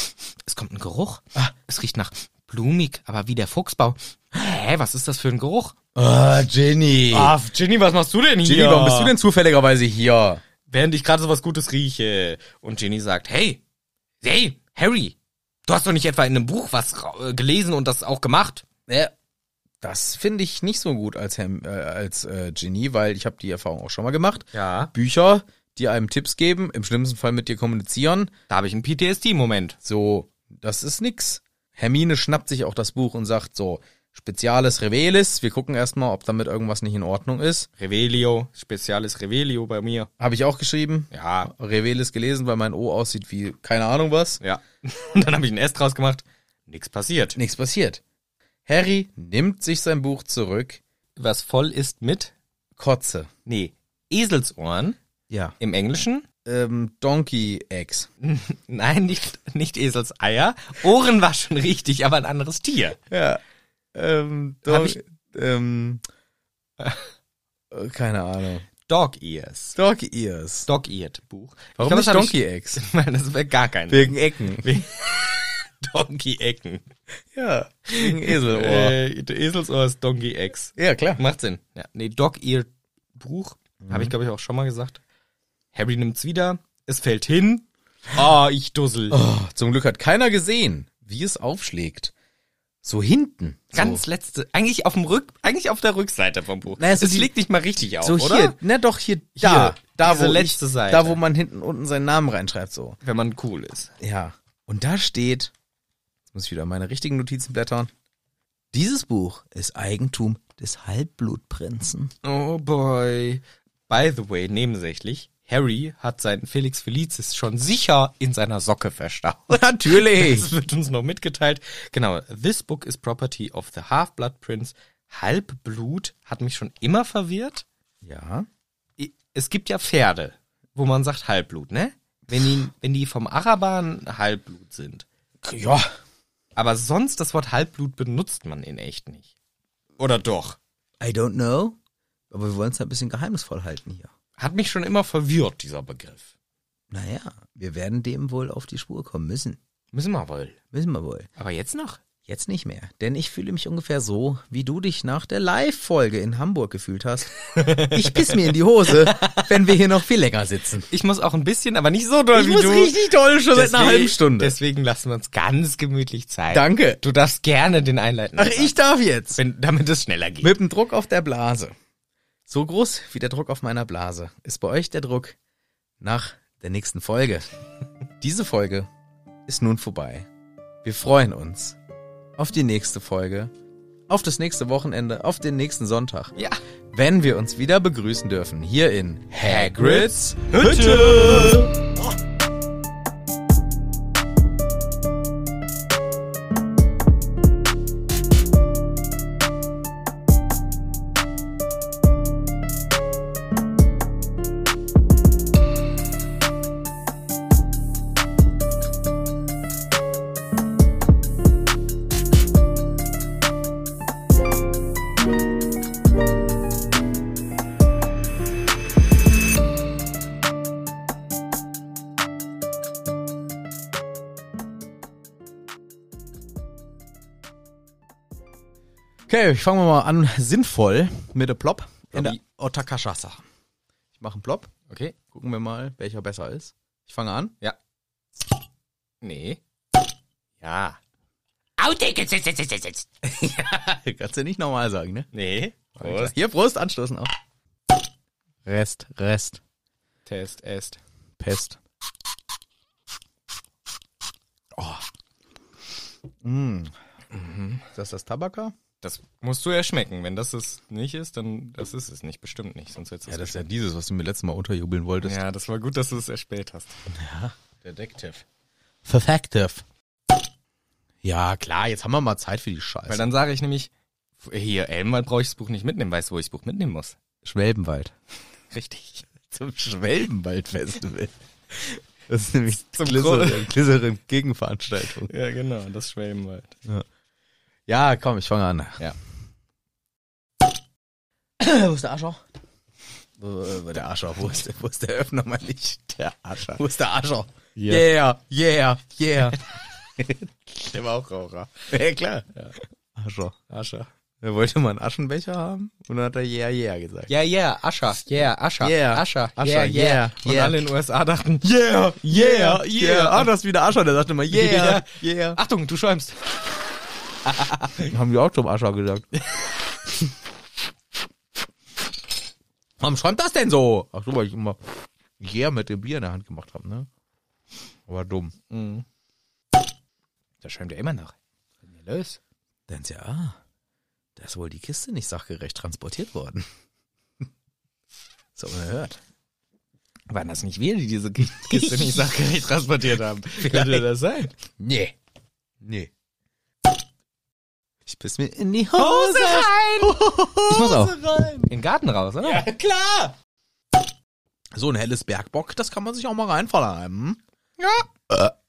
es kommt ein Geruch. Ah, es riecht nach blumig, aber wie der Fuchsbau. Hä, was ist das für ein Geruch? Ah, Ginny. Ah, Ginny, was machst du denn hier? Ginny, warum bist du denn zufälligerweise hier? Während ich gerade so was Gutes rieche. Und Ginny sagt, hey, hey, Harry, du hast doch nicht etwa in einem Buch was ra- äh, gelesen und das auch gemacht? Ja. Das finde ich nicht so gut als, Hem- äh, als äh, Ginny, weil ich habe die Erfahrung auch schon mal gemacht. Ja. Bücher, die einem Tipps geben, im schlimmsten Fall mit dir kommunizieren. Da habe ich einen P T S D-Moment. So, das ist nix. Hermine schnappt sich auch das Buch und sagt so, Speziales Revelis, wir gucken erstmal, ob damit irgendwas nicht in Ordnung ist. Revelio, Speziales Revelio bei mir. Habe ich auch geschrieben. Ja, Revelis gelesen, weil mein O aussieht wie keine Ahnung was. ja. Und dann habe ich ein S draus gemacht. Nix passiert. Nichts passiert. Harry nimmt sich sein Buch zurück. Was voll ist mit, Kotze. nee, Eselsohren Ja. im Englischen. Ähm, Donkey Eggs. Nein, nicht, nicht Eselseier. Ohren war schon richtig, aber ein anderes Tier. Ja. Ähm, Hab Don ich- ähm, äh, keine Ahnung. Dog Ears. Dog Ears. Dog-Eared Buch. Warum glaub, nicht das hab Donkey Eggs? Ich, weil das wäre gar kein. Wegen Ecken. Donkey-Ecken. Ja. Wegen Eselohr. Äh, Eselsohr ist Donkey Eggs. ja, klar. Macht Sinn. Ja, nee, Dog-Eared Buch. Habe ich, glaube ich, auch schon mal gesagt. Harry nimmt's wieder. Es fällt hin. Ah, ich dussel. Oh, zum Glück hat keiner gesehen, wie es aufschlägt. So hinten. Ganz so. letzte, eigentlich auf dem Rück, eigentlich auf der Rückseite vom Buch. Naja, so es die- schlägt nicht mal richtig auf, So oder? hier, ne, doch hier, da, da diese wo letzte ich, Seite. da wo man hinten unten seinen Namen reinschreibt, so. Wenn man cool ist. Ja. Und da steht, jetzt muss ich wieder meine richtigen Notizen blättern. Dieses Buch ist Eigentum des Halbblutprinzen. Oh boy. By the way, nebensächlich, Harry hat seinen Felix Felicis schon sicher in seiner Socke verstaut. Natürlich. Das wird uns noch mitgeteilt. Genau, this book is property of the Half-Blood Prince. Halbblut hat mich schon immer verwirrt. Ja. I- Es gibt ja Pferde, wo man sagt Halbblut, ne? Wenn die, wenn die vom Araban Halbblut sind. Ja. Aber sonst das Wort Halbblut benutzt man in echt nicht. Oder doch? I don't know. Aber wir wollen es ein bisschen geheimnisvoll halten hier. Hat mich schon immer verwirrt, dieser Begriff. Naja, wir werden dem wohl auf die Spur kommen müssen. Müssen wir wohl. Müssen wir wohl. Aber jetzt noch? Jetzt nicht mehr, denn ich fühle mich ungefähr so, wie du dich nach der Live-Folge in Hamburg gefühlt hast. Ich piss mir in die Hose, wenn wir hier noch viel länger sitzen. Ich muss auch ein bisschen, aber nicht so doll Ich wie muss du. richtig toll, schon seit einer halben Stunde. Deswegen lassen wir uns ganz gemütlich Zeit. Danke. Du darfst gerne den einleiten. Ach, ich darf jetzt. Wenn, damit es schneller geht. Mit dem Druck auf der Blase. So groß wie der Druck auf meiner Blase ist bei euch der Druck nach der nächsten Folge. Diese Folge ist nun vorbei. Wir freuen uns auf die nächste Folge, auf das nächste Wochenende, auf den nächsten Sonntag, Ja. wenn wir uns wieder begrüßen dürfen hier in Hagrids Hütte. Okay, ich fange mal an, sinnvoll mit dem Plop in der Ploppi. Otakashasa. Ich mache einen Plop, Okay. gucken wir mal, welcher besser ist. Ich fange an. Ja. Nee. Ja. Outtake, jetzt, jetzt, jetzt, jetzt, jetzt. Kannst du nicht normal sagen, ne? Nee. Prost. Hier, Prost, anstoßen auch. Rest, Rest, Test, Est. Pest. Oh. Mm. Ist das das Tabaka? Das musst du ja schmecken. Wenn das es nicht ist, dann das ist es nicht. Bestimmt nicht. Sonst hättest du Ja, es das ist ja dieses, was du mir letztes Mal unterjubeln wolltest. Ja, das war gut, dass du es erspäht hast. Detective. Perfective. Ja, klar, jetzt haben wir mal Zeit für die Scheiße. Weil dann sage ich nämlich, hier, Elmwald brauche ich das Buch nicht mitnehmen. Weißt du, wo ich das Buch mitnehmen muss? Schwelbenwald. Richtig. Zum Schwelbenwald-Festival. Das ist nämlich Zum Glycerin, Glycerin Gegenveranstaltung. Ja, genau, das Schwelbenwald. Ja, komm, ich fange an. Ja. Wo ist der Ascher? Wo, wo der Ascher? Wo ist der, wo ist der Öffner, mein Licht? Der Ascher. Wo ist der Ascher? Yeah. Yeah, yeah, yeah. Der war auch Raucher. Ja, klar. Ja. Ascher. Ascher. Er wollte mal einen Aschenbecher haben und dann hat er yeah, yeah gesagt. Ja, yeah, Ascher. Yeah, Ascher. Yeah. Ascher. Ascher, Yeah, yeah. yeah. Und alle in den U S A dachten, Yeah, yeah, yeah. Ah, das ist wieder Ascher, der sagte immer yeah, yeah. Achtung, du schäumst. Haben die auch zum Ascher gesagt. Warum schäumt das denn so? Ach so, weil ich immer yeah mit dem Bier in der Hand gemacht habe, ne? Aber dumm. Mhm. Da schäumt er immer noch. Was ist denn hier los? Denn ja, ah, da ist wohl die Kiste nicht sachgerecht transportiert worden. So unerhört. Waren das nicht wir, die diese Kiste nicht sachgerecht transportiert haben? Könnte das sein? Nee. Nee. Ich piss mir in die Hose rein. Ich muss auch. Rein. In den Garten raus, oder? Ja, klar. So ein helles Bergbock, das kann man sich auch mal reinverleiben. Ja. Äh.